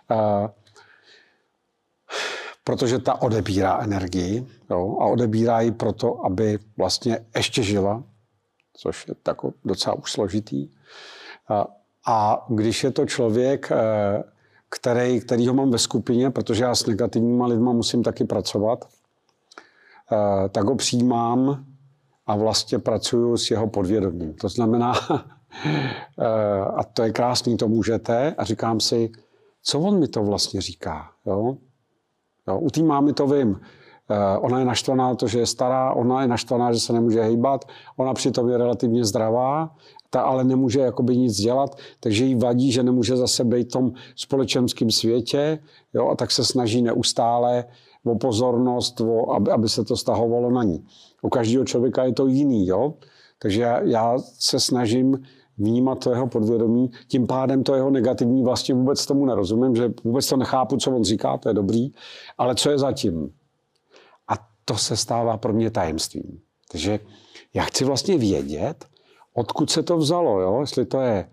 protože ta odebírá energii, jo, a odebírá ji proto, aby vlastně ještě žila, což je tako docela už složitý. A když je to člověk, který ho mám ve skupině, protože já s negativníma lidma musím taky pracovat, tak ho přijímám a vlastně pracuju s jeho podvědomím. To znamená, a to je krásný, to můžete, a říkám si, co on mi to vlastně říká. Jo? Jo, u té mámy to vím. Ona je naštvaná na to, že je stará, ona je naštvaná, že se nemůže hejbat, ona přitom je relativně zdravá, ta ale nemůže jakoby nic dělat, takže jí vadí, že nemůže zase být v tom společenském světě, jo, a tak se snaží neustále o pozornost, aby se to stahovalo na ní. U každého člověka je to jiný, jo? Takže já se snažím vnímat to jeho podvědomí, tím pádem to jeho negativní vlastně vůbec tomu nerozumím, že vůbec to nechápu, co on říká, to je dobrý, ale co je zatím? A to se stává pro mě tajemstvím. Takže já chci vlastně vědět, odkud se to vzalo, jo? Jestli to je,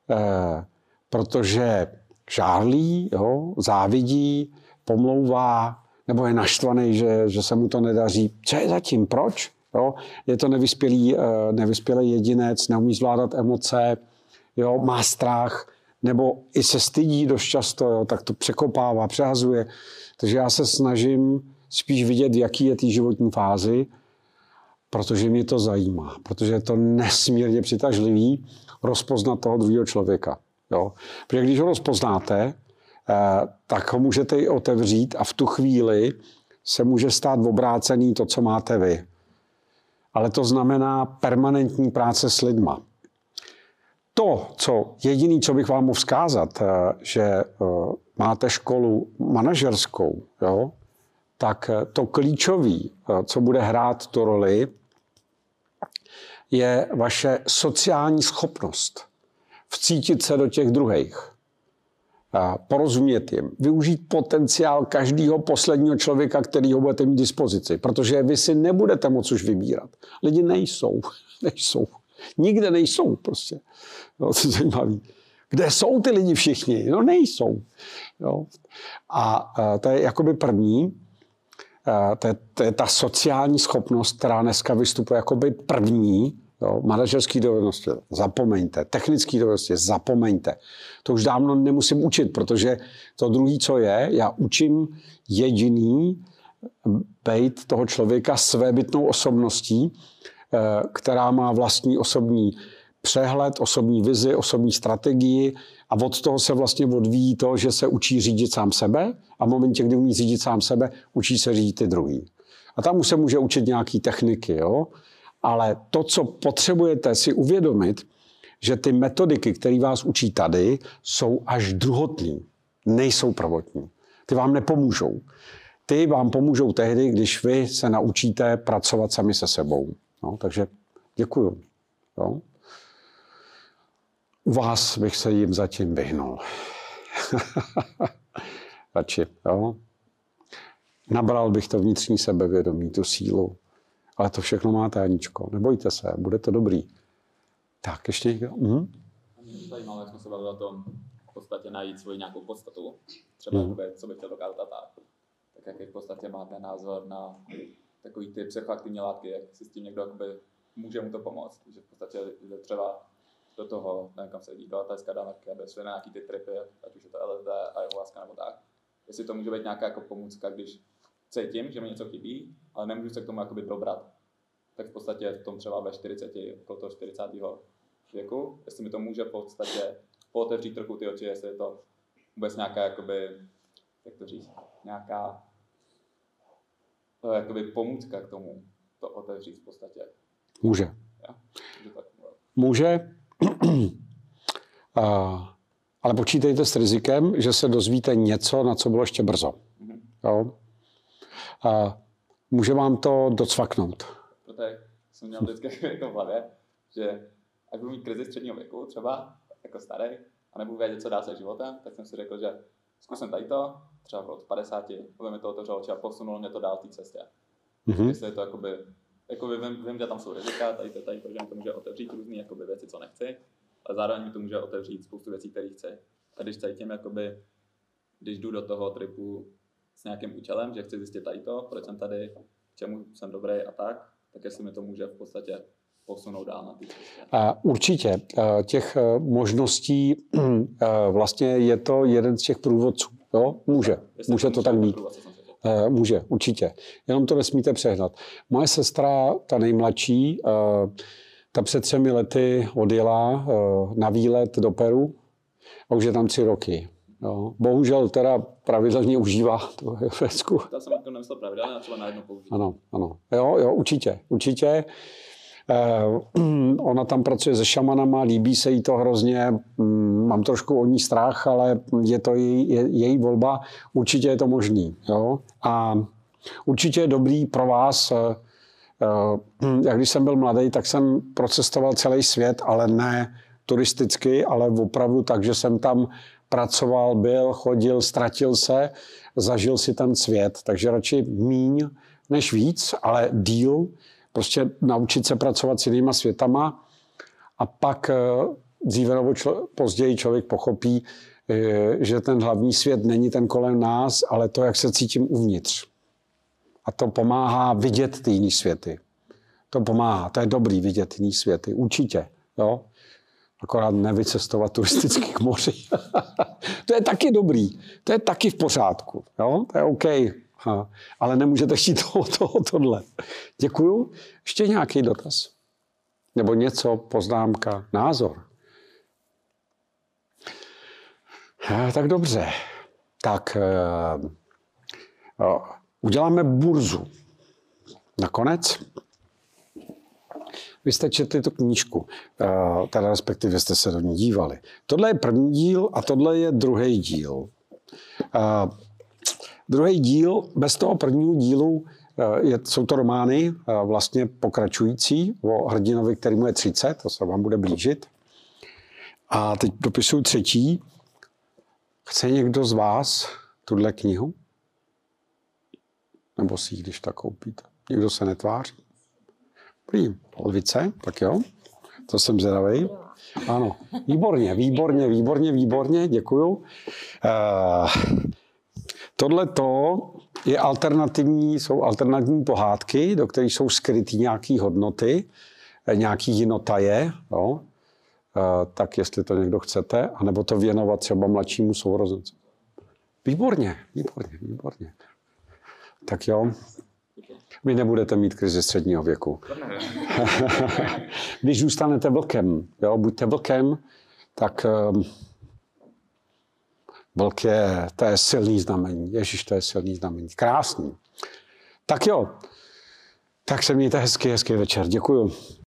protože žárlí, jo? Závidí, pomlouvá, nebo je naštvaný, že se mu to nedaří. Co je zatím? Proč? Jo? Je to nevyspělý jedinec, neumí zvládat emoce, jo? Má strach, nebo i se stydí dost často, jo? Tak to překopává, přehazuje. Takže já se snažím spíš vidět, jaký je té životní fázi, protože mě to zajímá, protože je to nesmírně přitažlivý rozpoznat toho druhého člověka. Jo? Protože když ho rozpoznáte, tak ho můžete i otevřít a v tu chvíli se může stát obrácený to, co máte vy. Ale to znamená permanentní práce s lidma. To, jediný, co bych vám mohl vzkázat, že máte školu manažerskou, jo, tak to klíčové, co bude hrát tu roli, je vaše sociální schopnost vcítit se do těch druhých. Porozumět jim, využít potenciál každého posledního člověka, který ho budete mít dispozici, protože vy si nebudete moc už vybírat. Lidi nejsou. Nikde nejsou prostě. Jo, to je zajímavé. Kde jsou ty lidi všichni? No nejsou. Jo. A to je jakoby první. To je ta sociální schopnost, která dneska vystupuje jakoby první. Jo, manažerský dovednosti zapomeňte, technický dovednosti zapomeňte. To už dávno nemusím učit, protože to druhý, co je, já učím jediný být toho člověka svébytnou osobností, která má vlastní osobní přehled, osobní vizi, osobní strategii a od toho se vlastně odvíjí to, že se učí řídit sám sebe a v momentě, kdy umí řídit sám sebe, učí se řídit ty druhý. A tam už se může učit nějaký techniky, jo? Ale to, co potřebujete si uvědomit, že ty metodiky, které vás učí tady, jsou až druhotný, nejsou prvotní. Ty vám nepomůžou. Ty vám pomůžou tehdy, když vy se naučíte pracovat sami se sebou. No, takže děkuju. Jo? U vás bych se jim zatím vyhnul. Radši, jo? Nabral bych to vnitřní sebevědomí, tu sílu. Ale to všechno máte, Aničko. Nebojte se, bude to dobrý. Tak, ještě někdo? Mě zajímalo, jak jsme se bavili o tom v podstatě najít svoji nějakou podstatu. Třeba co bych chtěl dokázat a tak. Tak jaký v podstatě máte názor na takový ty psychoaktivní látky, jak si s tím někdo jakoby může mu to pomoct. Že v podstatě jde třeba do toho, nevím, kam se jde, do Thajska, dá na nějaký ty tripy, ať už je to LSD, ayahuasca nebo tak. Jestli to může být nějaká jako pomůcka, když cítím, že mi něco chybí, ale nemůžu se k tomu jakoby dobrat. Tak v podstatě v tom třeba ve 40, okolo toho 40. věku, jestli mi to může v podstatě pootevřít trochu ty oči, jestli je to vůbec nějaká, jakoby, jak to říct, nějaká jakoby pomůcka k tomu to otevřít v podstatě. Může. Ja? Může, ale počítejte s rizikem, že se dozvíte něco, na co bylo ještě brzo. Jo? Může vám to docvaknout. Proto jsem měl vždycky jako v hlavě, že až budu mít krizi středního věku, třeba jako starý, a nebudu vědět, co dá se životem, tak jsem si řekl, že zkusím tady to, třeba od 50, aby mi to otevřelo oči a posunulo mě to dál v té cestě. Jestli je to jakoby vím, že tam jsou rizika, tady, protože mi to může otevřít různé jakoby věci, co nechci, ale zároveň mi to může otevřít spoustu věcí, které chci. A když cítím, jakoby, když jdu do toho tripu s nějakým účelem, že chci zjistit tady to, proč jsem tady, k čemu jsem dobrý a tak jestli mi to může v podstatě posunout dál na ty cestě. Určitě. Těch možností vlastně je to jeden z těch průvodců. Jo? Může to tak být. Může, určitě. Jenom to nesmíte přehnat. Moje sestra, ta nejmladší, ta před 3 lety odjela na výlet do Peru a už je tam 3 roky. Jo. Bohužel teda pravidelně užívá to v Řecku. Já jsem to nemyslel pravidelně, třeba na jedno použít. Ano. Jo, určitě. Ona tam pracuje se šamanama, líbí se jí to hrozně, mám trošku o ní strach, ale je to její volba, určitě je to možný. Jo? A určitě je dobrý pro vás, jak když jsem byl mladý, tak jsem procestoval celý svět, ale ne turisticky, ale opravdu tak, že jsem tam pracoval, byl, chodil, ztratil se, zažil si ten svět, takže radši míň než víc, ale díl, prostě naučit se pracovat s jinýma světama a pak dříve nebo později člověk pochopí, že ten hlavní svět není ten kolem nás, ale to, jak se cítím uvnitř. A to pomáhá vidět ty jiný světy. To pomáhá, to je dobrý vidět jiný světy, určitě. Jo? Akorát nevycestovat turisticky k moři. To je taky dobrý, to je taky v pořádku. Jo? To je OK. Ale nemůžete chtít tohle. Děkuju. Ještě nějaký dotaz? Nebo něco, poznámka, názor? Tak dobře. Tak uděláme burzu. Nakonec. Vy jste četli tu knížku, teda respektive jste se do ní dívali. Tohle je první díl a tohle je druhý díl. Druhý díl, bez toho prvního dílu, jsou to romány vlastně pokračující o hrdinovi, kterému je 30, to se vám bude blížit. A teď dopisuju třetí. Chce někdo z vás tuhle knihu? Nebo si ji když tak koupíte? Někdo se netváří? Prý, Olvice, tak jo. To jsem zvědavej. Ano, výborně, děkuju. Tohleto je jsou alternativní pohádky, do kterých jsou skrytý nějaký hodnoty, nějaký jinotaje, jo. Tak jestli to někdo chcete, anebo to věnovat třeba mladšímu sourozenci. Výborně. Tak jo. Vy nebudete mít krizi středního věku. To ne. Když zůstanete vlkem, jo, buďte vlkem, tak vlk to je silný znamení. Ježíš, to je silný znamení. Krásný. Tak jo, tak se mějte hezký večer. Děkuju.